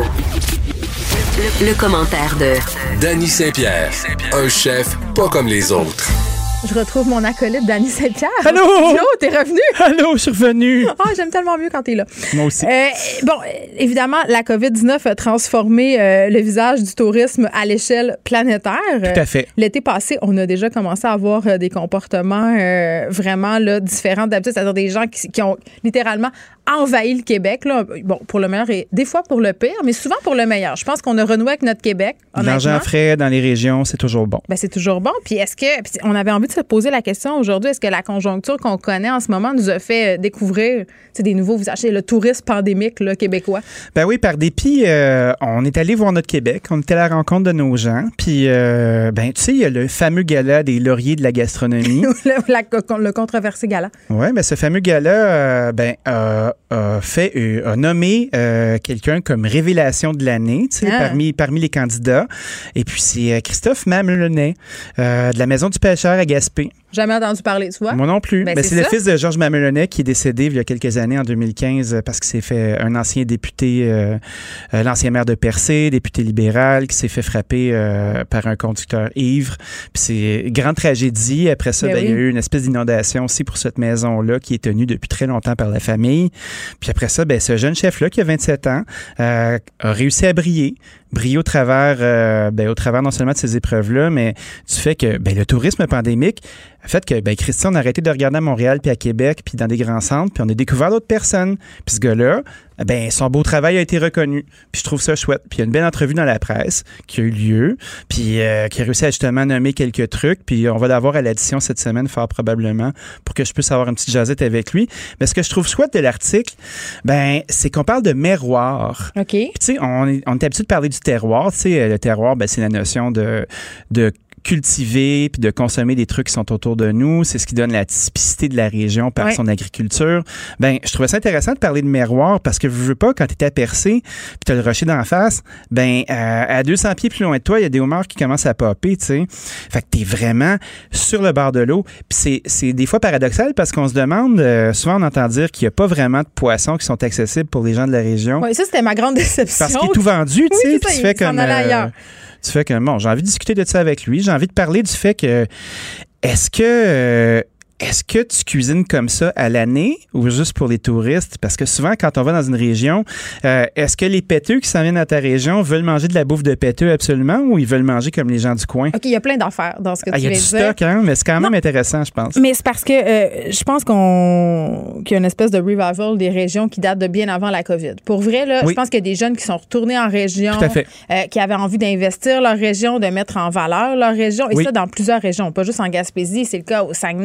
Le, le commentaire de Dany Saint-Pierre, un chef pas comme les autres. Je retrouve mon acolyte Dany Saint-Pierre. Allô? Allô, t'es revenu? Allô, je suis revenu. Oh, j'aime tellement mieux quand t'es là. Moi aussi. Euh, bon, évidemment, la covid dix-neuf a transformé euh, le visage du tourisme à l'échelle planétaire. Tout à fait. L'été passé, on a déjà commencé à avoir euh, des comportements euh, vraiment là, différents d'habitude, c'est-à-dire des gens qui, qui ont littéralement envahi le Québec. Là. Bon, pour le meilleur et des fois pour le pire, mais souvent pour le meilleur. Je pense qu'on a renoué avec notre Québec. L'argent frais dans les régions, c'est toujours bon. Ben, c'est toujours bon. Puis est-ce que, puis on avait envie de se poser la question aujourd'hui, est-ce que la conjoncture qu'on connaît en ce moment nous a fait découvrir des nouveaux visages, le tourisme pandémique là, québécois? Ben oui, par dépit, euh, on est allé voir notre Québec, on était à la rencontre de nos gens, puis euh, ben tu sais, il y a le fameux gala des lauriers de la gastronomie. le, la, le controversé gala. Oui, ben ce fameux gala, euh, ben euh, a fait, euh, a nommé euh, quelqu'un comme révélation de l'année, tu sais, ah. parmi parmi les candidats. Et puis c'est Christophe Mamelonnet euh, de la Maison du Pêcheur à Gaspé. Jamais entendu parler, tu vois? Moi non plus. Ben, ben, c'est c'est ça. le fils de Georges Mamelonnet qui est décédé il y a quelques années, en deux mille quinze, parce qu'il s'est fait un ancien député, euh, euh, l'ancien maire de Percé, député libéral, qui s'est fait frapper euh, par un conducteur ivre. Puis c'est une grande tragédie. Après ça, ben, ben, oui. il y a eu une espèce d'inondation aussi pour cette maison-là qui est tenue depuis très longtemps par la famille. Puis après ça, ben, ce jeune chef-là qui a vingt-sept ans euh, a réussi à briller. Briller au travers, euh, ben, au travers non seulement de ces épreuves-là, mais du fait que ben, le tourisme pandémique a fait que ben, Christian, on a arrêté de regarder à Montréal puis à Québec puis dans des grands centres, puis on a découvert d'autres personnes. Puis ce gars-là, ben, son beau travail a été reconnu. Puis je trouve ça chouette. Puis il y a une belle entrevue dans la presse qui a eu lieu, puis euh, qui a réussi à justement nommer quelques trucs. Puis on va l'avoir à l'édition cette semaine, fort probablement, pour que je puisse avoir une petite jasette avec lui. Mais ce que je trouve chouette de l'article, ben, c'est qu'on parle de miroir. OK. Puis tu sais, on est, on est habitué de parler du terroir. Tu sais, le terroir, ben, c'est la notion de, de cultiver puis de consommer des trucs qui sont autour de nous. C'est ce qui donne la typicité de la région par ouais. son agriculture. Ben, je trouvais ça intéressant de parler de miroir parce que je veux pas, quand tu es à Percé puis tu as le rocher d'en face, ben, euh, à deux cents pieds plus loin de toi, il y a des homards qui commencent à popper, tu sais. Fait que tu es vraiment sur le bord de l'eau. Puis c'est, c'est des fois paradoxal parce qu'on se demande, euh, souvent on entend dire qu'il y a pas vraiment de poissons qui sont accessibles pour les gens de la région. Oui, ça, c'était ma grande déception. Parce qu'il est tout vendu, tu sais. Oui, puis tu fais comme... Euh, tu fais que, bon, j'ai envie de discuter de ça avec lui. J'ai envie de parler du fait que, est-ce que, euh, est-ce que tu cuisines comme ça à l'année ou juste pour les touristes? Parce que souvent, quand on va dans une région, euh, est-ce que les péteux qui s'en viennent à ta région veulent manger de la bouffe de péteux absolument ou ils veulent manger comme les gens du coin? OK, il y a plein d'affaires dans ce que ah, tu veux dire. Il y a du stock, hein? Mais c'est quand même non. intéressant, je pense. Mais c'est parce que euh, je pense qu'on qu'il y a une espèce de revival des régions qui date de bien avant la COVID. Pour vrai, là, oui. je pense qu'il y a des jeunes qui sont retournés en région, Tout à fait. Euh, qui avaient envie d'investir leur région, de mettre en valeur leur région. Et oui. ça, dans plusieurs régions, pas juste en Gaspésie. C'est le cas au Saguenay,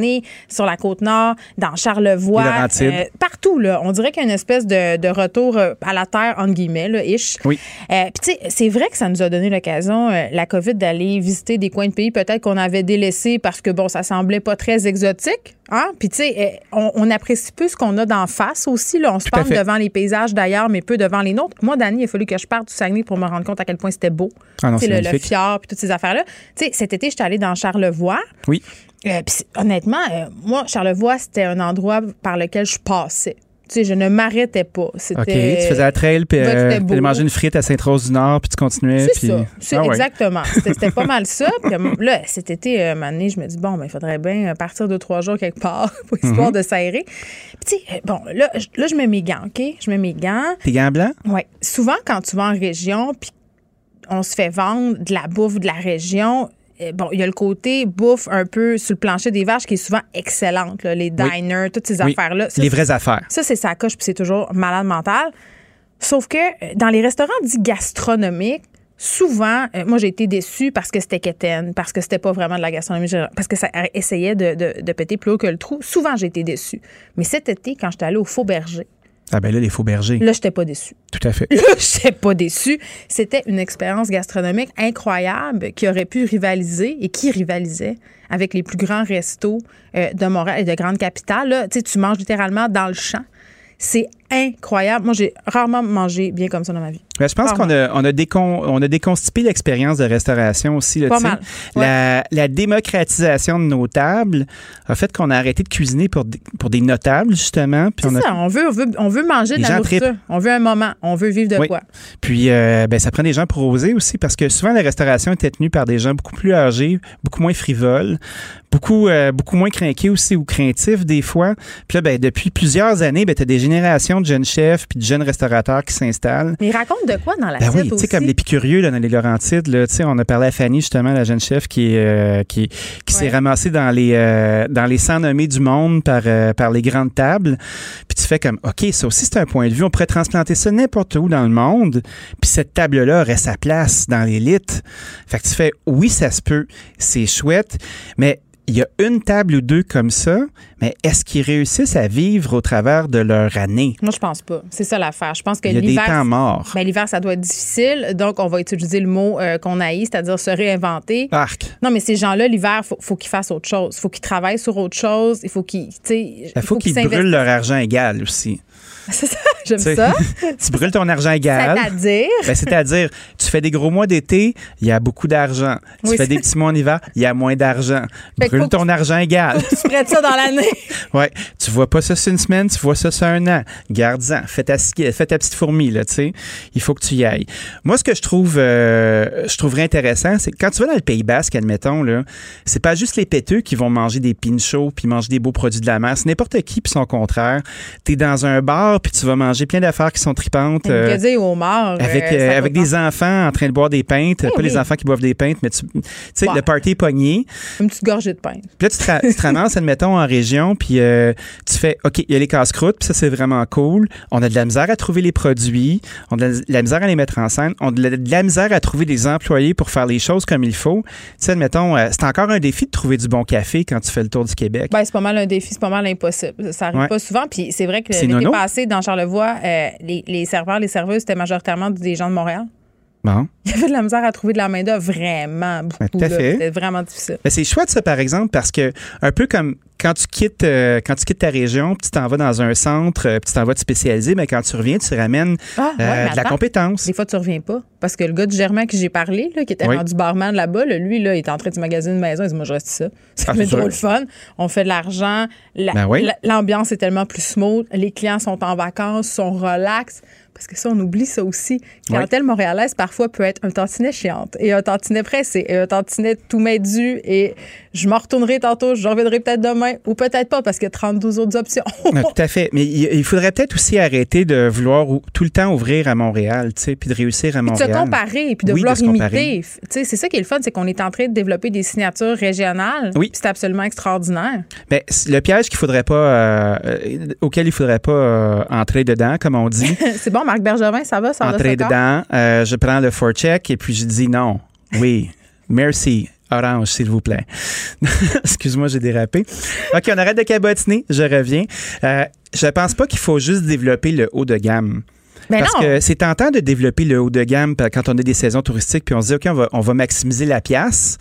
sur la Côte-Nord, dans Charlevoix, euh, partout, là. On dirait qu'il y a une espèce de, de retour à la terre, entre guillemets, là, ish. Oui. Euh, Puis, tu sais, c'est vrai que ça nous a donné l'occasion, euh, la COVID, d'aller visiter des coins de pays peut-être qu'on avait délaissés parce que, bon, ça semblait pas très exotique. Hein? Puis, tu sais, on, on apprécie peu ce qu'on a d'en face aussi. Là. On se parle devant les paysages d'ailleurs, mais peu devant les nôtres. Moi, Dani, il a fallu que je parte du Saguenay pour me rendre compte à quel point c'était beau. Ah non, c'est c'est le, le fjord puis toutes ces affaires-là. Tu sais, cet été, j'étais allée dans Charlevoix. Oui. Euh, puis, honnêtement, euh, moi, Charlevoix, c'était un endroit par lequel je passais. Tu sais, je ne m'arrêtais pas. C'était... OK, tu faisais la trail, puis euh, tu allais manger une frite à Sainte-Rose-du-nord, puis tu continuais. C'est puis... ça. C'est ah, ouais. Exactement. C'était, c'était pas mal ça. Puis là, cet été, euh, un moment donné, je me dis, bon, ben, il faudrait bien partir deux, trois jours quelque part pour histoire mm-hmm. de s'aérer. Puis, tu sais, bon, là, là, je mets mes gants, OK? Je mets mes gants. Tes gants blancs? Oui. Souvent, quand tu vas en région, puis on se fait vendre de la bouffe de la région, bon, il y a le côté bouffe un peu sur le plancher des vaches qui est souvent excellente, là, les diners, oui. toutes ces oui. affaires-là. Ça, les vraies affaires. Ça, c'est sa coche, puis c'est toujours malade mental. Sauf que dans les restaurants dits gastronomiques, souvent, euh, moi, j'ai été déçue parce que c'était quétaine, parce que c'était pas vraiment de la gastronomie, parce que ça essayait de, de, de péter plus haut que le trou. Souvent, j'ai été déçue. Mais cet été, quand j'étais allée au Faux Berger, ah ben là, les Faux Bergers. Là, j'étais pas déçue. Tout à fait. Là, j'étais pas déçue. C'était une expérience gastronomique incroyable qui aurait pu rivaliser et qui rivalisait avec les plus grands restos euh, de Montréal et de grandes capitales. Là, tu sais, tu manges littéralement dans le champ. C'est incroyable. Moi, j'ai rarement mangé bien comme ça dans ma vie. Ben, je pense rarement. qu'on a, on a, décon, on a déconstipé l'expérience de restauration aussi. Là, Pas mal. Ouais. La, la démocratisation de nos tables a fait qu'on a arrêté de cuisiner pour, pour des notables, justement. Puis c'est on ça. A, on, veut, on, veut, on veut manger de la nourriture. Trippent. On veut un moment. On veut vivre de oui. quoi. Puis, euh, ben, ça prend des gens pour oser aussi parce que souvent, la restauration était tenue par des gens beaucoup plus âgés, beaucoup moins frivoles, beaucoup, euh, beaucoup moins craqués aussi ou craintifs des fois. Puis là, ben, depuis plusieurs années, ben, tu as des générations de jeunes chefs puis de jeunes restaurateurs qui s'installent. Mais raconte de quoi dans l'assiette ben oui, aussi? Tu sais, comme l'épicurieux là, dans les Laurentides, là, tu sais, on a parlé à Fanny, justement, la jeune chef qui, euh, qui, qui ouais. s'est ramassée dans les, euh, dans les cent nommés du monde par, euh, par les grandes tables. Puis tu fais comme, OK, ça aussi, c'est un point de vue. On pourrait transplanter ça n'importe où dans le monde. Puis cette table-là aurait sa place dans l'élite. Fait que tu fais, oui, ça se peut. C'est chouette. Mais il y a une table ou deux comme ça, mais est-ce qu'ils réussissent à vivre au travers de leur année? Moi, je pense pas. C'est ça l'affaire. Je pense que il y a l'hiver, des temps morts. Ben, l'hiver, ça doit être difficile. Donc, on va utiliser le mot euh, qu'on haït, c'est-à-dire se réinventer. Arc. Non, mais ces gens-là, l'hiver, il faut, faut qu'ils fassent autre chose. Il faut qu'ils travaillent sur autre chose. Il faut qu'ils, tu sais, il faut, faut qu'ils, qu'ils brûlent leur argent égal aussi. C'est ça, j'aime t'sais, ça. Tu brûles ton argent égal. C'est-à-dire? Ben, c'est-à-dire, tu fais des gros mois d'été, il y a beaucoup d'argent. Tu oui, fais c'est... des petits mois en hiver, il y a moins d'argent. Fait brûle ton tu... argent égal. Faut que tu prêtes ça dans l'année. Oui. Tu vois pas ça sur une semaine, tu vois ça sur un an. Garde-en. Fais ta, fais ta petite fourmi, là, tu sais. Il faut que tu y ailles. Moi, ce que je trouve, euh, je trouverais intéressant, c'est que quand tu vas dans le Pays Basque, admettons, là, c'est pas juste les péteux qui vont manger des pinchos puis manger des beaux produits de la mer. C'est n'importe qui puis son contraire. T'es dans un bar puis tu vas manger plein d'affaires qui sont tripantes. Euh, dire au mort, avec euh, avec des enfants en train de boire des pintes. Oui, pas oui. les enfants qui boivent des pintes, mais tu sais, ouais. le party est pogné. Une petite gorgée de pain. Puis là, tu te, tu te ramasses, admettons, en région, puis euh, tu fais, OK, il y a les casse-croûtes, puis ça, c'est vraiment cool. On a de la misère à trouver les produits. On a de la misère à les mettre en scène. On a de la, de la misère à trouver des employés pour faire les choses comme il faut. Tu sais, admettons, euh, c'est encore un défi de trouver du bon café quand tu fais le tour du Québec. Ben, c'est pas mal un défi, c'est pas mal impossible. Ça arrive ouais. pas souvent. Puis c'est vrai que c'est l'été nono. passé, dans Charlevoix, Euh, les, les serveurs, les serveuses, c'était majoritairement des gens de Montréal. Bon. Il y avait de la misère à trouver de la main-d'œuvre vraiment beaucoup. Ben, tout à fait. C'était vraiment difficile. Ben, c'est chouette, ça, par exemple, parce que un peu comme quand tu quittes, euh, quand tu quittes ta région, puis tu t'en vas dans un centre, puis tu t'en vas te spécialiser, mais quand tu reviens, tu ramènes ah, ouais, euh, de attends, la compétence. Des fois, tu reviens pas. Parce que le gars du Germain que j'ai parlé, là, qui était oui. rendu barman là-bas, là, lui, là, il est en train de magasiner une maison. Il dit, moi, je reste ça. Ça fait trop le fun. On fait de l'argent. La, ben oui. la, l'ambiance est tellement plus smooth. Les clients sont en vacances, sont relax. Parce que ça, on oublie ça aussi. La clientèle oui. montréalaise, parfois, peut être un tantinet chiante et un tantinet pressé et un tantinet tout dû et je m'en retournerai tantôt, je reviendrai peut-être demain ou peut-être pas parce qu'il y a trente-deux autres options. Non, tout à fait. Mais il faudrait peut-être aussi arrêter de vouloir tout le temps ouvrir à Montréal, tu sais, puis de réussir à Montréal. Puis de se comparer, puis de oui, vouloir de imiter. Tu sais, c'est ça qui est le fun, c'est qu'on est en train de développer des signatures régionales. Oui. C'est absolument extraordinaire. Mais le piège qu'il faudrait pas, euh, auquel il faudrait pas euh, entrer dedans, comme on dit. C'est bon, Marc Bergevin, ça va, ça va. Entrer dedans, euh, je prends le forecheck et puis je dis non. Oui. Merci. orange, s'il vous plaît. Excuse-moi, j'ai dérapé. OK, on arrête de cabotiner. Je reviens. Euh, je pense pas qu'il faut juste développer le haut de gamme. Ben Parce non. que c'est tentant de développer le haut de gamme quand on a des saisons touristiques puis on se dit, OK, on va, on va maximiser la pièce.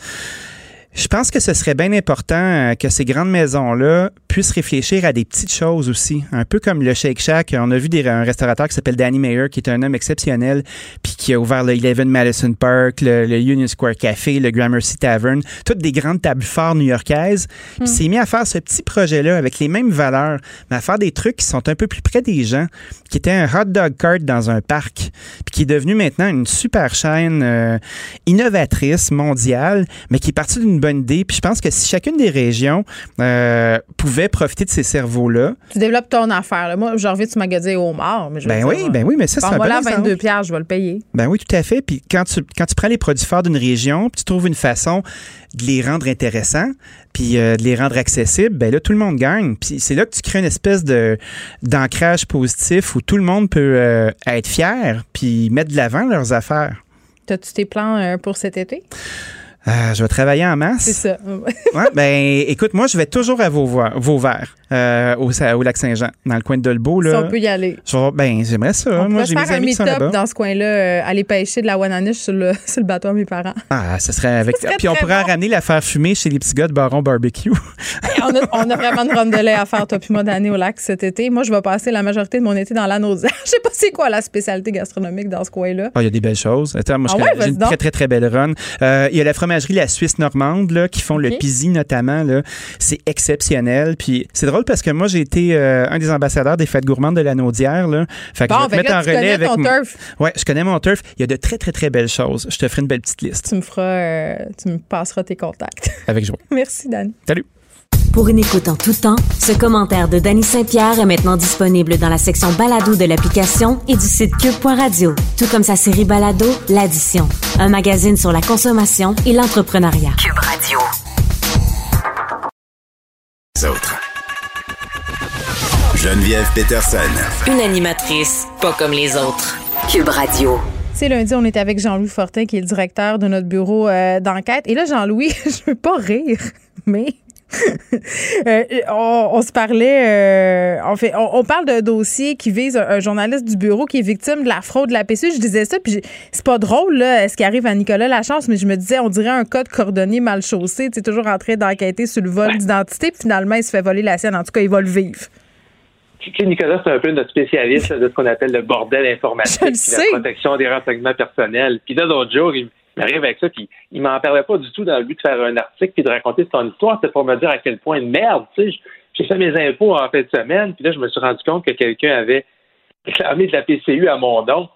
Je pense que ce serait bien important que ces grandes maisons-là puissent réfléchir à des petites choses aussi. Un peu comme le Shake Shack. On a vu des, un restaurateur qui s'appelle Danny Meyer, qui est un homme exceptionnel, puis qui a ouvert le Eleven Madison Park, le, le Union Square Café, le Gramercy Tavern, toutes des grandes tables forts new-yorkaises. Puis mm. il s'est mis à faire ce petit projet-là avec les mêmes valeurs, mais à faire des trucs qui sont un peu plus près des gens, qui était un hot dog cart dans un parc, puis qui est devenu maintenant une super chaîne euh, innovatrice mondiale, mais qui est partie d'une bonne idée. Puis je pense que si chacune des régions euh, pouvait profiter de ces cerveaux-là. Tu développes ton affaire. Là. Moi, j'ai envie de tu magasiner au mort. Mais je ben dire, oui, ben oui, mais ça, c'est un bon exemple. vingt-deux piastres, je vais le payer. Ben oui, tout à fait. Puis quand tu, quand tu prends les produits forts d'une région, puis tu trouves une façon de les rendre intéressants, puis euh, de les rendre accessibles, ben là, tout le monde gagne. Puis c'est là que tu crées une espèce de d'ancrage positif où tout le monde peut euh, être fier puis mettre de l'avant leurs affaires. T'as-tu tes plans euh, pour cet été? Euh, je vais travailler en masse. C'est ça. Ouais, ben, écoute, moi, je vais toujours à Vauvert, Vauvert euh, au, au Lac-Saint-Jean, dans le coin de Dolbeau. Là. Si on peut y aller. Je vais, ben, j'aimerais ça. On moi, j'ai mes amis qui sont là-bas. Dans ce coin-là, euh, aller pêcher de la Wananiche sur le, sur le bateau à mes parents. Ah, ça serait avec. Ça serait puis on pourrait bon. ramener la faire fumer chez les petits gars de Baron Barbecue. on, a, on a vraiment une ronde de lait à faire, toi puis moi, d'année au lac cet été. Moi, je vais passer la majorité de mon été dans l'Anaudière. Je sais pas c'est quoi la spécialité gastronomique dans ce coin-là. Il oh, y a des belles choses. Attends, moi, ah je ouais, connais, j'ai une très, très, très belle run. Il euh, y a la fromagerie La Suisse Normande, là, qui font okay. le Pizy notamment. Là. C'est exceptionnel. Puis c'est drôle parce que moi, j'ai été euh, un des ambassadeurs des fêtes gourmandes de l'Anaudière. Là. Fait que bon, je vais te mettre là, en tu relais avec avec ton turf. Ouais, je connais mon turf. Il y a de très, très, très belles choses. Je te ferai une belle petite liste. Tu me feras, euh, tu me passeras tes contacts. Avec joie. Merci, Dani. Salut. Pour une écoute en tout temps, ce commentaire de Dany Saint-Pierre est maintenant disponible dans la section balado de l'application et du site cube point radio, tout comme sa série balado L'Addition, un magazine sur la consommation et l'entrepreneuriat. Cube Radio. Autres. Geneviève Peterson. Une animatrice pas comme les autres. Cube Radio. C'est lundi, on est avec Jean-Louis Fortin, qui est le directeur de notre bureau euh, d'enquête. Et là, Jean-Louis, je veux pas rire, mais... euh, on, on se parlait, euh, on, fait, on, on parle d'un dossier qui vise un, un journaliste du bureau qui est victime de la fraude de la P C U. Je disais ça, puis c'est pas drôle, là, ce qui arrive à Nicolas Lachance, mais je me disais, on dirait un code cordonnier mal chaussé, tu sais, toujours en train d'enquêter sur le vol ouais. d'identité, puis finalement, il se fait voler la sienne. En tout cas, il va le vivre. Nicolas, c'est un peu notre spécialiste de ce qu'on appelle le bordel informatique, puis la protection des renseignements personnels. Puis là, l'autre jour, il Il arrive avec ça, puis il m'en parlait pas du tout dans le but de faire un article puis de raconter son histoire. C'était pour me dire à quel point de merde, tu sais. J'ai fait mes impôts en fin de semaine, puis là, je me suis rendu compte que quelqu'un avait réclamé de la P C U à mon nom.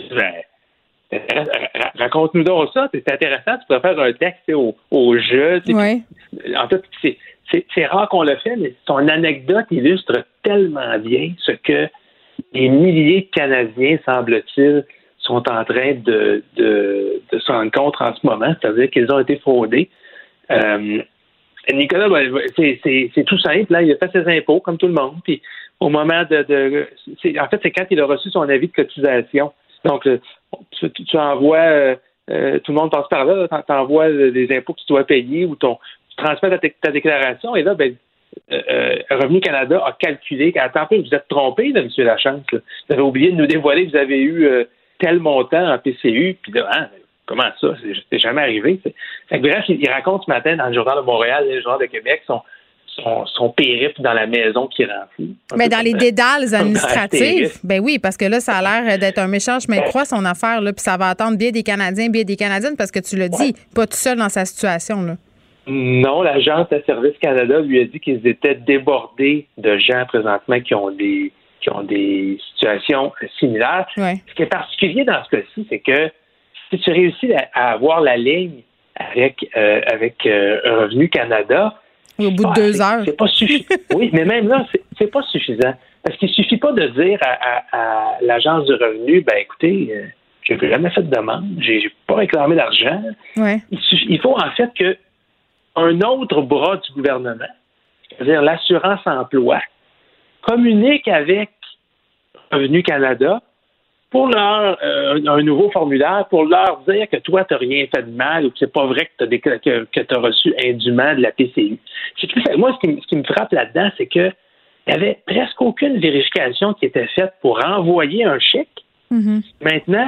Ben, raconte-nous donc ça, c'est intéressant. Tu pourrais faire un texte au, au jeu. Ouais. En fait, c'est, c'est, c'est rare qu'on le fait, mais son anecdote illustre tellement bien ce que des milliers de Canadiens, semble-t-il, sont en train de, de, de se rendre compte en ce moment, c'est-à-dire qu'ils ont été fraudés. Euh, Nicolas, ben, c'est, c'est, c'est tout simple. Là, il a fait ses impôts, comme tout le monde. Puis au moment de... de c'est, en fait, c'est quand il a reçu son avis de cotisation. Donc, tu, tu envoies... Euh, euh, tout le monde passe par là. Tu envoies des impôts que tu dois payer ou ton, tu transmets ta, ta déclaration. Et là, ben, euh, Revenu Canada a calculé... Attends, vous êtes trompé, là, M. Lachance. Là. Vous avez oublié de nous dévoiler que vous avez eu... Euh, tel montant en P C U, puis là, hein, comment ça? C'est, c'est jamais arrivé. C'est... Fait que, bref, il, il raconte ce matin dans le Journal de Montréal et le Journal de Québec son, son, son périple dans la maison qui rend fou. Mais dans les dédales administratifs, ben oui, parce que là, ça a l'air d'être un méchant chemin de croix, son affaire, là, puis ça va attendre bien des Canadiens, bien des Canadiennes, parce que tu l'as dit, ouais. pas tout seul dans sa situation, là. Non, l'agence de Service Canada lui a dit qu'ils étaient débordés de gens présentement qui ont des qui ont des situations similaires. Ouais. Ce qui est particulier dans ce cas-ci, c'est que si tu réussis à, à avoir la ligne avec euh, avec euh, Revenu Canada, au bout de ah, deux c'est, heures. C'est pas suffisant. Oui, mais même là, c'est, c'est pas suffisant. Parce qu'il suffit pas de dire à, à, à l'agence du revenu, ben écoutez, euh, j'ai jamais fait de demande, j'ai, j'ai pas réclamé d'argent. Ouais. Il, suffit, il faut en fait que un autre bras du gouvernement, c'est-à-dire l'assurance emploi, communique avec Revenu Canada pour leur euh, un nouveau formulaire, pour leur dire que toi, tu n'as rien fait de mal ou que c'est pas vrai que tu as que, que t'as reçu indûment de la P C U. C'est tout ça. Moi, ce qui, ce qui me frappe là-dedans, c'est que il n'y avait presque aucune vérification qui était faite pour envoyer un chèque. Mm-hmm. Maintenant,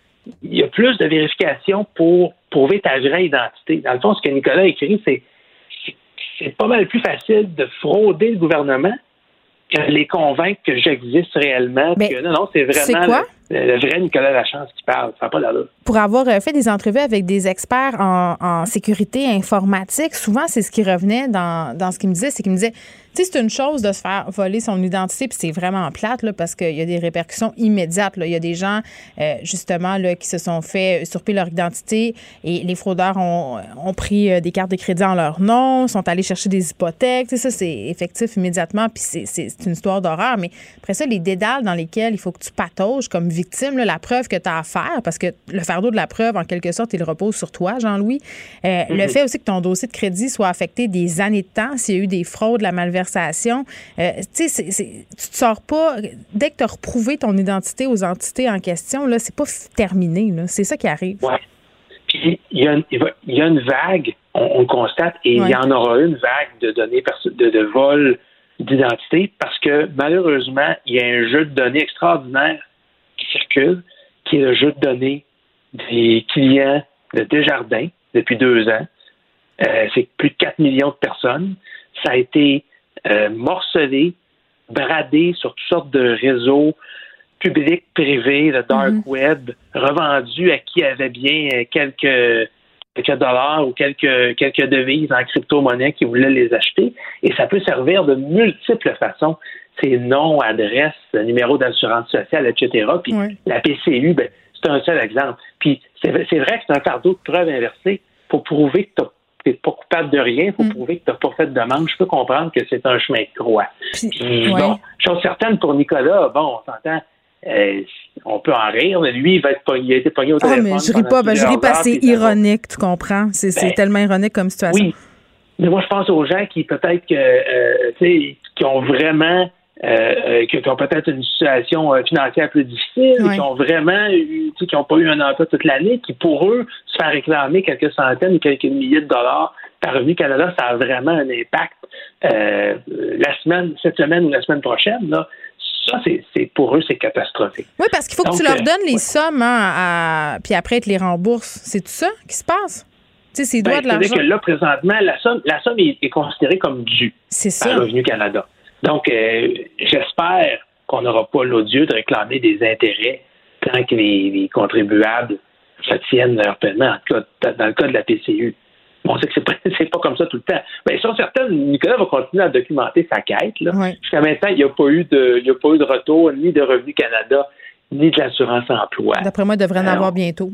il y a plus de vérification pour prouver ta vraie identité. Dans le fond, ce que Nicolas a écrit, c'est c'est, c'est pas mal plus facile de frauder le gouvernement que de les convaincre que j'existe réellement. Mais que non, non, c'est vraiment c'est quoi? Le, le vrai Nicolas Lachance qui parle. Ça n'a pas d'allure. Pour avoir fait des entrevues avec des experts en, en sécurité informatique, souvent, c'est ce qui revenait dans, dans ce qu'ils me disaient, c'est qu'ils me disaient, tu sais, c'est une chose de se faire voler son identité, puis c'est vraiment plate, là, parce qu'il y a des répercussions immédiates, là. Il y a des gens, euh, justement, là, qui se sont fait usurper leur identité et les fraudeurs ont, ont pris des cartes de crédit en leur nom, sont allés chercher des hypothèques. Tu sais, ça, c'est effectif immédiatement, puis c'est, c'est, c'est une histoire d'horreur. Mais après ça, les dédales dans lesquels il faut que tu patauges comme victime, là, la preuve que tu as à faire, parce que le fardeau de la preuve, en quelque sorte, il repose sur toi, Jean-Louis. Euh, mm-hmm. Le fait aussi que ton dossier de crédit soit affecté des années de temps, s'il y a eu des fraudes, la malversation, Euh, tu sais, tu te sors pas. Dès que tu as reprouvé ton identité aux entités en question, là, c'est pas terminé. Là. C'est ça qui arrive. Oui. Puis, il y, a une, il y a une vague, on, on constate, et ouais. il y en aura une vague de données perso- de, de vol d'identité parce que, malheureusement, il y a un jeu de données extraordinaire qui circule, qui est le jeu de données des clients de Desjardins depuis deux ans. Euh, c'est plus de quatre millions de personnes. Ça a été Euh, morcelé, bradé sur toutes sortes de réseaux publics, privés, le dark mm-hmm. web, revendu à qui avait bien quelques, quelques dollars ou quelques, quelques devises en crypto-monnaie qui voulaient les acheter. Et ça peut servir de multiples façons. C'est nom, adresse, numéro d'assurance sociale, et cetera. Puis oui. la P C U, ben, c'est un seul exemple. Puis c'est, c'est vrai que c'est un fardeau de preuve inversée pour prouver que tu n'es pas coupable de rien, il faut mm. prouver que tu n'as pas fait de demande. Je peux comprendre que c'est un chemin de croix. Puis, Puis, ouais. bon, chose certaine pour Nicolas, bon, on s'entend, euh, on peut en rire, mais lui, il va être pogné, il a été pogné au ah, téléphone. Mais je ris pas, ben, je ris parce que c'est ironique, tu comprends? C'est, ben, c'est tellement ironique comme situation. Oui, mais moi, je pense aux gens qui peut-être que, euh, tu sais, qui ont vraiment... Euh, qui, qui ont peut-être une situation euh, financière plus difficile, oui. qui ont vraiment eu, qui n'ont pas eu un emploi toute l'année, qui pour eux, se faire réclamer quelques centaines ou quelques milliers de dollars par Revenu Canada, ça a vraiment un impact euh, la semaine, cette semaine ou la semaine prochaine, là. Ça, c'est, c'est pour eux, c'est catastrophique. Oui, parce qu'il faut Donc, que tu leur donnes euh, les ouais. sommes, hein, à, puis après, tu les rembourses. C'est tout ça qui se passe? Tu sais, c'est droit ben, de l'argent. C'est-à-dire que là, présentement, la somme, la somme est, est considérée comme due c'est ça. à Revenu Canada. Donc, euh, j'espère qu'on n'aura pas l'odieux de réclamer des intérêts tant que les, les contribuables se tiennent leur paiement, en tout cas, dans le cas de la P C U. Bon, on sait que c'est pas, c'est pas comme ça tout le temps. Mais sur certaines, Nicolas va continuer à documenter sa quête. Là. Oui. Jusqu'à maintenant, il n'y a pas eu de, il y a pas eu de retour ni de Revenu Canada, ni de l'assurance emploi. D'après moi, il devrait en avoir bientôt.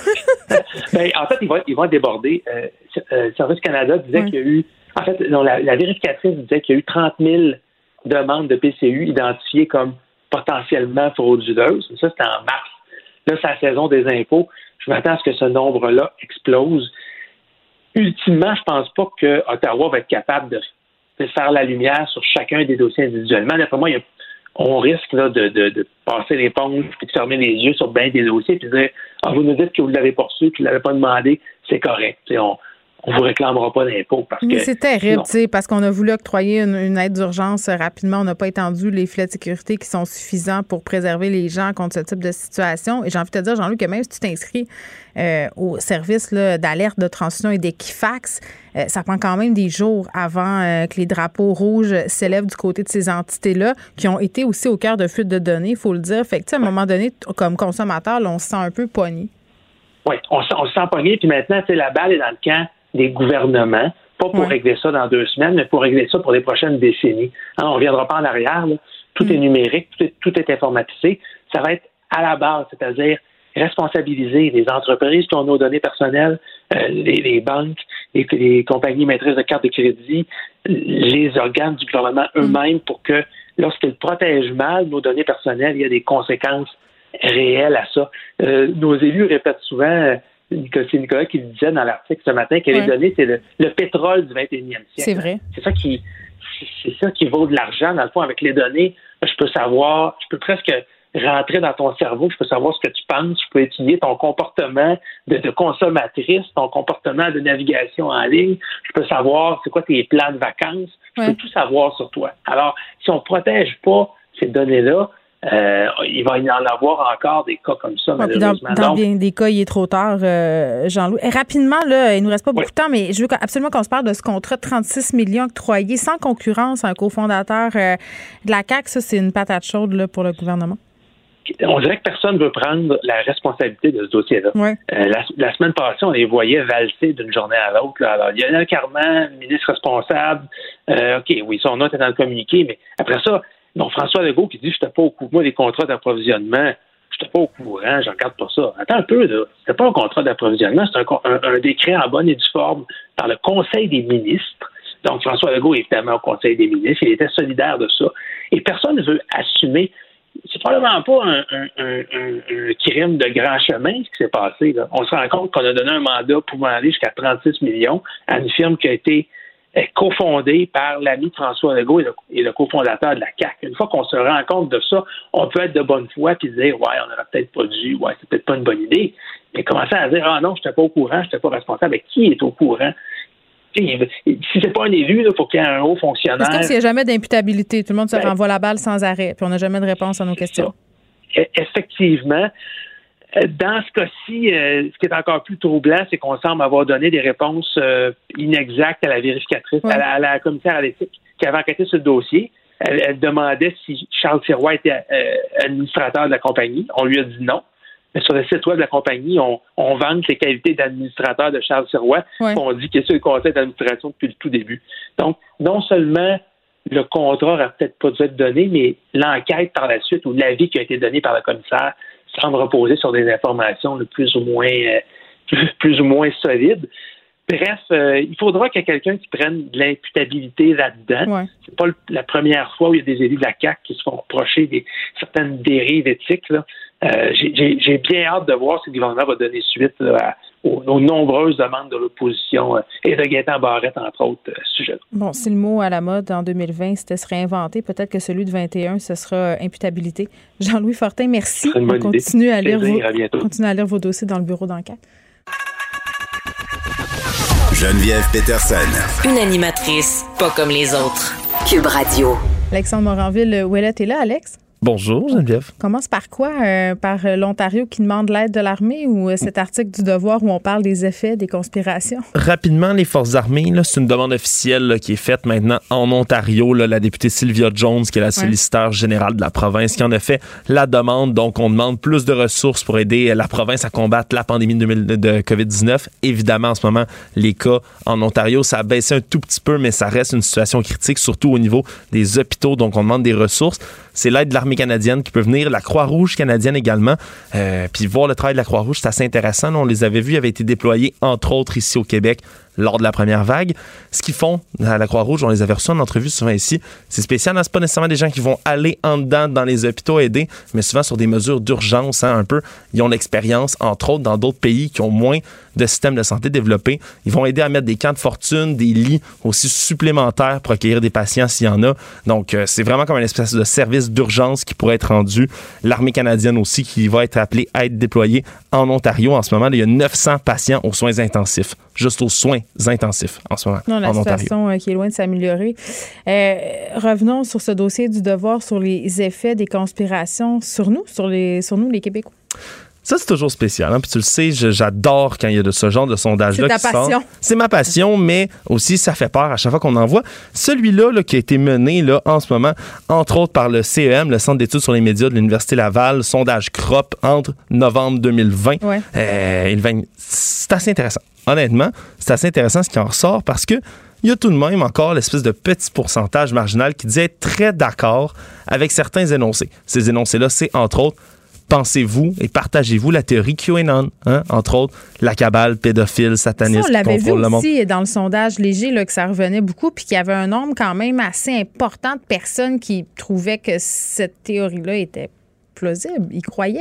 ben, en fait, ils vont, ils vont déborder. Euh, euh, Service Canada disait oui. qu'il y a eu... En fait, non, la, la vérificatrice disait qu'il y a eu trente mille demandes de P C U identifiées comme potentiellement frauduleuses. Ça, c'était en mars. Là, c'est la saison des impôts. Je m'attends à ce que ce nombre-là explose. Ultimement, je pense pas que Ottawa va être capable de, de faire la lumière sur chacun des dossiers individuellement. D'après moi, il y a, on risque là, de, de, de passer l'éponge puis de fermer les yeux sur bien des dossiers puis de dire ah, vous nous dites que vous l'avez pas reçu, que vous ne l'avez pas demandé, c'est correct. T'sais, on on vous réclamera pas d'impôts. Parce Mais que, c'est terrible, tu sais, parce qu'on a voulu octroyer une, une aide d'urgence rapidement. On n'a pas étendu les filets de sécurité qui sont suffisants pour préserver les gens contre ce type de situation. Et j'ai envie de te dire, Jean-Luc, que même si tu t'inscris euh, au service là, d'alerte de transition et d'Equifax, euh, ça prend quand même des jours avant euh, que les drapeaux rouges s'élèvent du côté de ces entités-là, qui ont été aussi au cœur de fuites de données, il faut le dire. Fait que, tu sais, à un moment donné, comme consommateur, là, on se sent un peu pogné. Oui, on, on se sent pogné, puis maintenant, tu sais, la balle est dans le camp des gouvernements, pas pour ouais. régler ça dans deux semaines, mais pour régler ça pour les prochaines décennies. Hein, on ne reviendra pas en arrière. Là. Tout mm. est numérique, tout est, tout est informatisé. Ça va être à la base, c'est-à-dire responsabiliser les entreprises qui ont nos données personnelles, euh, les, les banques, les, les compagnies maîtrises de cartes de crédit, les organes du gouvernement eux-mêmes pour que lorsqu'ils protègent mal nos données personnelles, il y a des conséquences réelles à ça. Euh, nos élus répètent souvent... C'est Nicolas qui le disait dans l'article ce matin que ouais. les données, c'est le, le pétrole du vingt et unième siècle. C'est vrai. C'est ça qui c'est ça qui vaut de l'argent. Dans le fond, avec les données, je peux savoir, je peux presque rentrer dans ton cerveau, je peux savoir ce que tu penses, je peux étudier ton comportement de, de consommatrice, ton comportement de navigation en ligne, je peux savoir c'est quoi tes plans de vacances, je ouais. peux tout savoir sur toi. Alors, si on ne protège pas ces données-là, Euh, il va y en avoir encore des cas comme ça, ouais, malheureusement. Dans, dans Donc, bien des cas, il est trop tard, euh, Jean-Louis. Et rapidement, là, il ne nous reste pas beaucoup oui. de temps, mais je veux absolument qu'on se parle de ce contrat de trente-six millions octroyé sans concurrence à un cofondateur euh, de la C A Q. Ça, c'est une patate chaude là, pour le gouvernement. On dirait que personne ne veut prendre la responsabilité de ce dossier-là. Ouais. Euh, la, la semaine passée, on les voyait valser d'une journée à l'autre. Là. Alors, Lionel Carman, ministre responsable, euh, OK, oui, son nom était dans le communiqué, mais après ça, donc, François Legault qui dit « Je n'étais pas au courant, moi, des contrats d'approvisionnement, je n'étais pas au courant, je regarde pas ça. » Attends un peu, là. C'était pas un contrat d'approvisionnement, c'est un, un, un décret en bonne et due forme par le Conseil des ministres. Donc, François Legault est évidemment au Conseil des ministres, il était solidaire de ça. Et personne ne veut assumer. C'est probablement pas un, un, un, un, un crime de grand chemin, ce qui s'est passé, là. On se rend compte qu'on a donné un mandat pouvant aller jusqu'à trente-six millions à une firme qui a été cofondé par l'ami François Legault et le, et le cofondateur de la C A Q. Une fois qu'on se rend compte de ça, on peut être de bonne foi et dire « Ouais, on n'aurait peut-être pas dû, ouais, c'est peut-être pas une bonne idée. » Mais commencer à dire « Ah non, je n'étais pas au courant, je n'étais pas responsable. » Mais qui est au courant? Si c'est pas un élu, il faut qu'il y ait un haut fonctionnaire. C'est comme s'il n'y a jamais d'imputabilité. Tout le monde se ben, renvoie la balle sans arrêt, puis on n'a jamais de réponse à nos questions. Ça. Effectivement. Dans ce cas-ci, euh, ce qui est encore plus troublant, c'est qu'on semble avoir donné des réponses euh, inexactes à la vérificatrice, ouais. à, la, à la commissaire à l'éthique qui avait enquêté sur le dossier. Elle, elle demandait si Charles Sirois était euh, administrateur de la compagnie. On lui a dit non. Mais sur le site web de la compagnie, on, on vante les qualités d'administrateur de Charles Sirois. Ouais. On dit qu'il est sur le conseil d'administration depuis le tout début. Donc, non seulement le contrat n'aurait peut-être pas dû être donné, mais l'enquête par la suite ou l'avis qui a été donné par le commissaire semble reposer sur des informations le plus ou moins euh, plus, plus ou moins solides. Bref, euh, il faudra qu'il y ait quelqu'un qui prenne de l'imputabilité là-dedans. Ouais. C'est pas le, la première fois où il y a des élus de la C A Q qui se font reprocher des certaines dérives éthiques. Là. Euh, j'ai, j'ai, j'ai bien hâte de voir si le gouvernement va donner suite là, à, aux, aux nombreuses demandes de l'opposition euh, et de Gaétan Barrette, entre autres, euh, sujets. Bon, si le mot à la mode en deux mille vingt, c'était se réinventer, peut-être que celui de vingt et un, ce sera euh, imputabilité. Jean-Louis Fortin, merci. On continue à, lire vos, à continue à lire vos dossiers dans le bureau d'enquête. Geneviève Peterson. Une animatrice pas comme les autres. Cube Radio. Alexandre Moranville-Ouellette est là, Alex? Bonjour, Geneviève. On commence par quoi? Euh, par l'Ontario qui demande l'aide de l'armée ou euh, cet article du Devoir où on parle des effets des conspirations? Rapidement, les forces armées, là, c'est une demande officielle là, qui est faite maintenant en Ontario. Là, la députée Sylvia Jones, qui est la solliciteur ouais. générale de la province, qui en a fait la demande. Donc, on demande plus de ressources pour aider la province à combattre la pandémie de, de covid dix-neuf. Évidemment, en ce moment, les cas en Ontario, ça a baissé un tout petit peu, mais ça reste une situation critique, surtout au niveau des hôpitaux. Donc, on demande des ressources. C'est l'aide de l'armée canadienne qui peut venir, la Croix-Rouge canadienne également. Euh, puis voir le travail de la Croix-Rouge, c'est assez intéressant. Là, on les avait vus, ils avaient été déployés, entre autres, ici au Québec, lors de la première vague. Ce qu'ils font à la Croix-Rouge, on les avait reçus en entrevue souvent ici, c'est spécial. Hein? C'est pas nécessairement des gens qui vont aller en dedans dans les hôpitaux aider, mais souvent sur des mesures d'urgence, hein, un peu. Ils ont l'expérience, entre autres, dans d'autres pays qui ont moins de systèmes de santé développés. Ils vont aider à mettre des camps de fortune, des lits aussi supplémentaires pour accueillir des patients s'il y en a. Donc, euh, c'est vraiment comme une espèce de service d'urgence qui pourrait être rendu. L'armée canadienne aussi qui va être appelée à être déployée en Ontario. En ce moment, là, il y a neuf cents patients aux soins intensifs. Juste aux soins intensifs en ce moment. Non, la en situation Ontario. qui est loin de s'améliorer. Euh, revenons sur ce dossier du Devoir, sur les effets des conspirations sur nous, sur, les, sur nous, les Québécois. Ça, c'est toujours spécial. Hein? Puis tu le sais, je, j'adore quand il y a de ce genre de sondage-là qui sort. C'est ta passion. C'est ma passion, mais aussi, ça fait peur à chaque fois qu'on en voit. Celui-là là, qui a été mené là, en ce moment, entre autres par le C E M, le Centre d'études sur les médias de l'Université Laval, sondage C R O P entre novembre deux mille vingt ouais. euh, et le vingt. C'est assez intéressant. Honnêtement, c'est assez intéressant ce qui en ressort parce que il y a tout de même encore l'espèce de petit pourcentage marginal qui dit être très d'accord avec certains énoncés. Ces énoncés-là, c'est entre autres pensez-vous et partagez-vous la théorie QAnon, hein? Entre autres, la cabale pédophile, sataniste, ça, on l'avait qui contrôle vu le monde. aussi dans le sondage léger là, que ça revenait beaucoup, puis qu'il y avait un nombre quand même assez important de personnes qui trouvaient que cette théorie-là était plausible. Ils croyaient.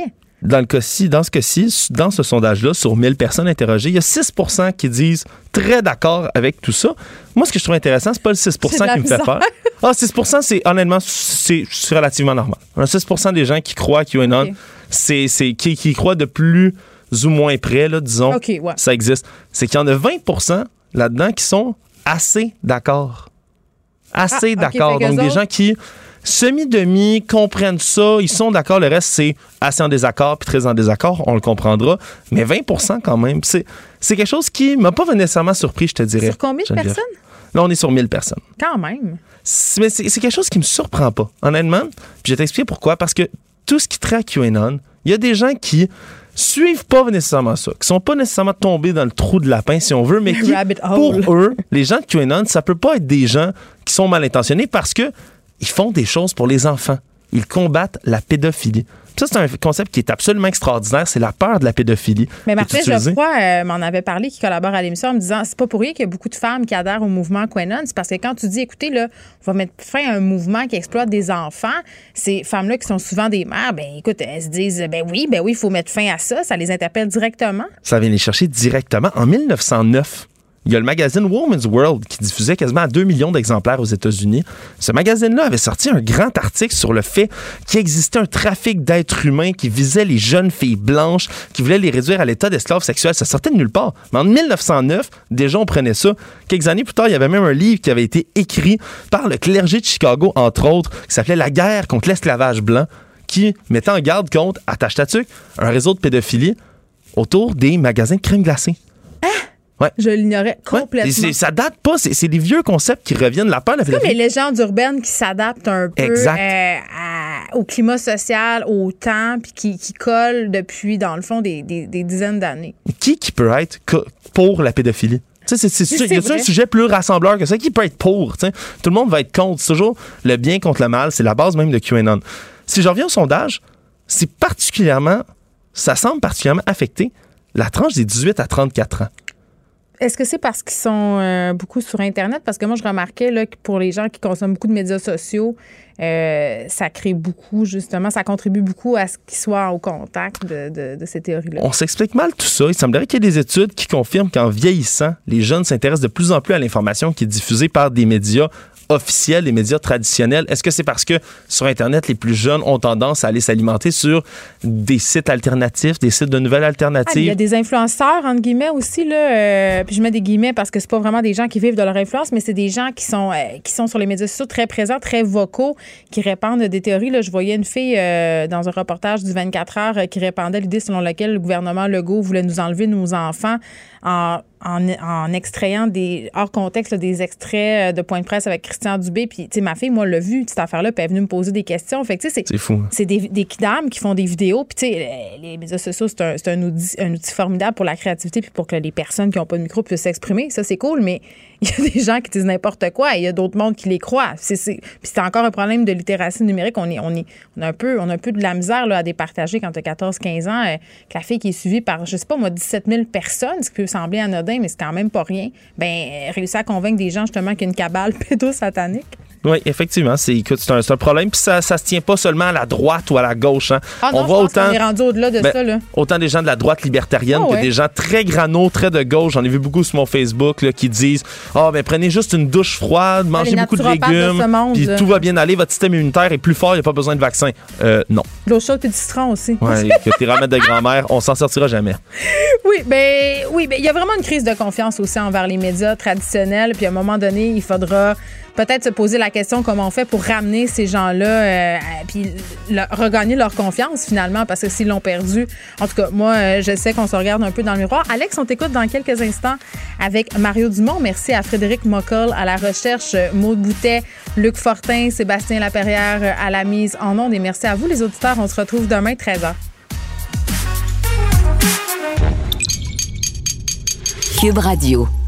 dans le cas-ci, dans ce cas-ci, dans ce sondage-là, sur mille personnes interrogées, il y a six pour cent qui disent très d'accord avec tout ça. Moi, ce que je trouve intéressant, c'est pas le six pour cent qui me fait peur. Ah, six pour cent, c'est honnêtement, c'est, c'est relativement normal. six pour cent des gens qui croient qu'il y a QAnon, okay. c'est, c'est, qui, qui croient de plus ou moins près, là, disons, okay, ouais. ça existe. C'est qu'il y en a vingt pour cent là-dedans qui sont assez d'accord. Assez ah, d'accord. Okay, Donc, des autres... gens qui... semi-demi, comprennent ça, ils sont d'accord, le reste, c'est assez en désaccord, puis très en désaccord, on le comprendra, mais vingt pour cent quand même, c'est, c'est quelque chose qui m'a pas nécessairement surpris, je te dirais. Sur combien de personnes? Là, on est sur mille personnes. Quand même. C'est, mais c'est, c'est quelque chose qui me surprend pas, honnêtement, puis je vais t'expliquer pourquoi, parce que tout ce qui traite QAnon, il y a des gens qui suivent pas nécessairement ça, qui sont pas nécessairement tombés dans le trou de lapin, si on veut, mais qui, pour eux, les gens de QAnon, ça peut pas être des gens qui sont mal intentionnés parce que ils font des choses pour les enfants. Ils combattent la pédophilie. Ça, c'est un concept qui est absolument extraordinaire. C'est la peur de la pédophilie. Mais Martin Geoffroy euh, m'en avait parlé, qui collabore à l'émission, en me disant c'est pas pour rien qu'il y a beaucoup de femmes qui adhèrent au mouvement QAnon. C'est parce que quand tu dis, écoutez, là, on va mettre fin à un mouvement qui exploite des enfants, ces femmes-là qui sont souvent des mères, ben écoute, elles se disent, ben oui, ben oui, il faut mettre fin à ça. Ça les interpelle directement. Ça vient les chercher directement. En mille neuf cent neuf, il y a le magazine Woman's World qui diffusait quasiment à deux millions d'exemplaires aux États-Unis. Ce magazine-là avait sorti un grand article sur le fait qu'il existait un trafic d'êtres humains qui visait les jeunes filles blanches, qui voulait les réduire à l'état d'esclaves sexuels. Ça sortait de nulle part. Mais en mille neuf cent neuf, déjà, on prenait ça. Quelques années plus tard, il y avait même un livre qui avait été écrit par le clergé de Chicago, entre autres, qui s'appelait « La guerre contre l'esclavage blanc », qui mettait en garde contre, attache ta tuque, un réseau de pédophilie autour des magasins de crème glacée. Ouais. Je l'ignorais complètement. Ouais. Ça date pas, c'est, c'est des vieux concepts qui reviennent. La peur, la c'est comme les légendes urbaines qui s'adaptent un peu euh, à, au climat social, au temps, puis qui, qui collent depuis, dans le fond, des, des, des dizaines d'années. Qui qui peut être pour la pédophilie? Tu sais, c'est, c'est, c'est, c'est y a un sujet plus rassembleur que ça? Qui peut être pour? T'sais? Tout le monde va être contre. C'est toujours le bien contre le mal. C'est la base même de QAnon. Si je reviens au sondage, c'est particulièrement, ça semble particulièrement affecter la tranche des dix-huit à trente-quatre ans. Est-ce que c'est parce qu'ils sont euh, beaucoup sur Internet? Parce que moi, je remarquais là, que pour les gens qui consomment beaucoup de médias sociaux, euh, ça crée beaucoup, justement, ça contribue beaucoup à ce qu'ils soient au contact de, de, de ces théories-là. On s'explique mal tout ça. Il semblerait qu'il y ait des études qui confirment qu'en vieillissant, les jeunes s'intéressent de plus en plus à l'information qui est diffusée par des médias officiels, les médias traditionnels. Est-ce que c'est parce que sur Internet, les plus jeunes ont tendance à aller s'alimenter sur des sites alternatifs, des sites de nouvelles alternatives? Ah, il y a des influenceurs, entre guillemets, aussi, là. Euh, puis je mets des guillemets parce que c'est pas vraiment des gens qui vivent de leur influence, mais c'est des gens qui sont, euh, qui sont sur les médias sociaux très présents, très vocaux, qui répandent des théories. Là, je voyais une fille euh, dans un reportage du vingt-quatre heures euh, qui répandait l'idée selon laquelle le gouvernement Legault voulait nous enlever nos enfants en, en, en extrayant des, hors contexte là, des extraits de points de presse avec Christian Dubé. Puis, tu sais, ma fille, moi, l'a vu, cette affaire-là, puis elle est venue me poser des questions. Fait que, tu sais, c'est, c'est fou. C'est des, des kidams qui font des vidéos. Puis, tu sais, les médias sociaux, c'est, un, c'est un, outil, un outil formidable pour la créativité puis pour que les personnes qui n'ont pas de micro puissent s'exprimer. Ça, c'est cool, mais il y a des gens qui disent n'importe quoi et il y a d'autres mondes qui les croient. C'est, c'est, puis c'est encore un problème de littératie numérique. On, est, on, est, on, a, un peu, on a un peu de la misère là, à départager quand tu as quatorze quinze ans, euh, que la fille qui est suivie par, je sais pas moi, dix-sept mille personnes, ce qui peut sembler anodin, mais c'est quand même pas rien, ben réussir à convaincre des gens justement qu'il y a une cabale pédosatanique. Oui, effectivement, c'est, écoute, c'est, un, c'est un problème. Puis ça, ça se tient pas seulement à la droite ou à la gauche. Hein. Ah non, on voit autant, qu'on est rendu au-delà de ben, ça. Là. Autant des gens de la droite libertarienne oh, que ouais. des gens très grano, très de gauche. J'en ai vu beaucoup sur mon Facebook là, qui disent « Ah, oh, ben prenez juste une douche froide, mangez ah, beaucoup de légumes, puis tout va bien aller, votre système immunitaire est plus fort, il n'y a pas besoin de vaccin. Euh, » Non. L'eau chaude et du citron aussi. Oui, que tes remèdes de grand-mère, on s'en sortira jamais. Oui, ben oui, ben il y a vraiment une crise de confiance aussi envers les médias traditionnels. Puis à un moment donné, il faudra peut-être se poser la question comment on fait pour ramener ces gens-là euh, puis le, regagner leur confiance finalement, parce que s'ils l'ont perdu. En tout cas, moi, euh, je sais qu'on se regarde un peu dans le miroir. Alex, on t'écoute dans quelques instants avec Mario Dumont. Merci à Frédéric Moccol à la recherche, Maude Boutet, Luc Fortin, Sébastien Laperrière à la mise en onde. Et merci à vous, les auditeurs. On se retrouve demain, treize heures. Cube Radio.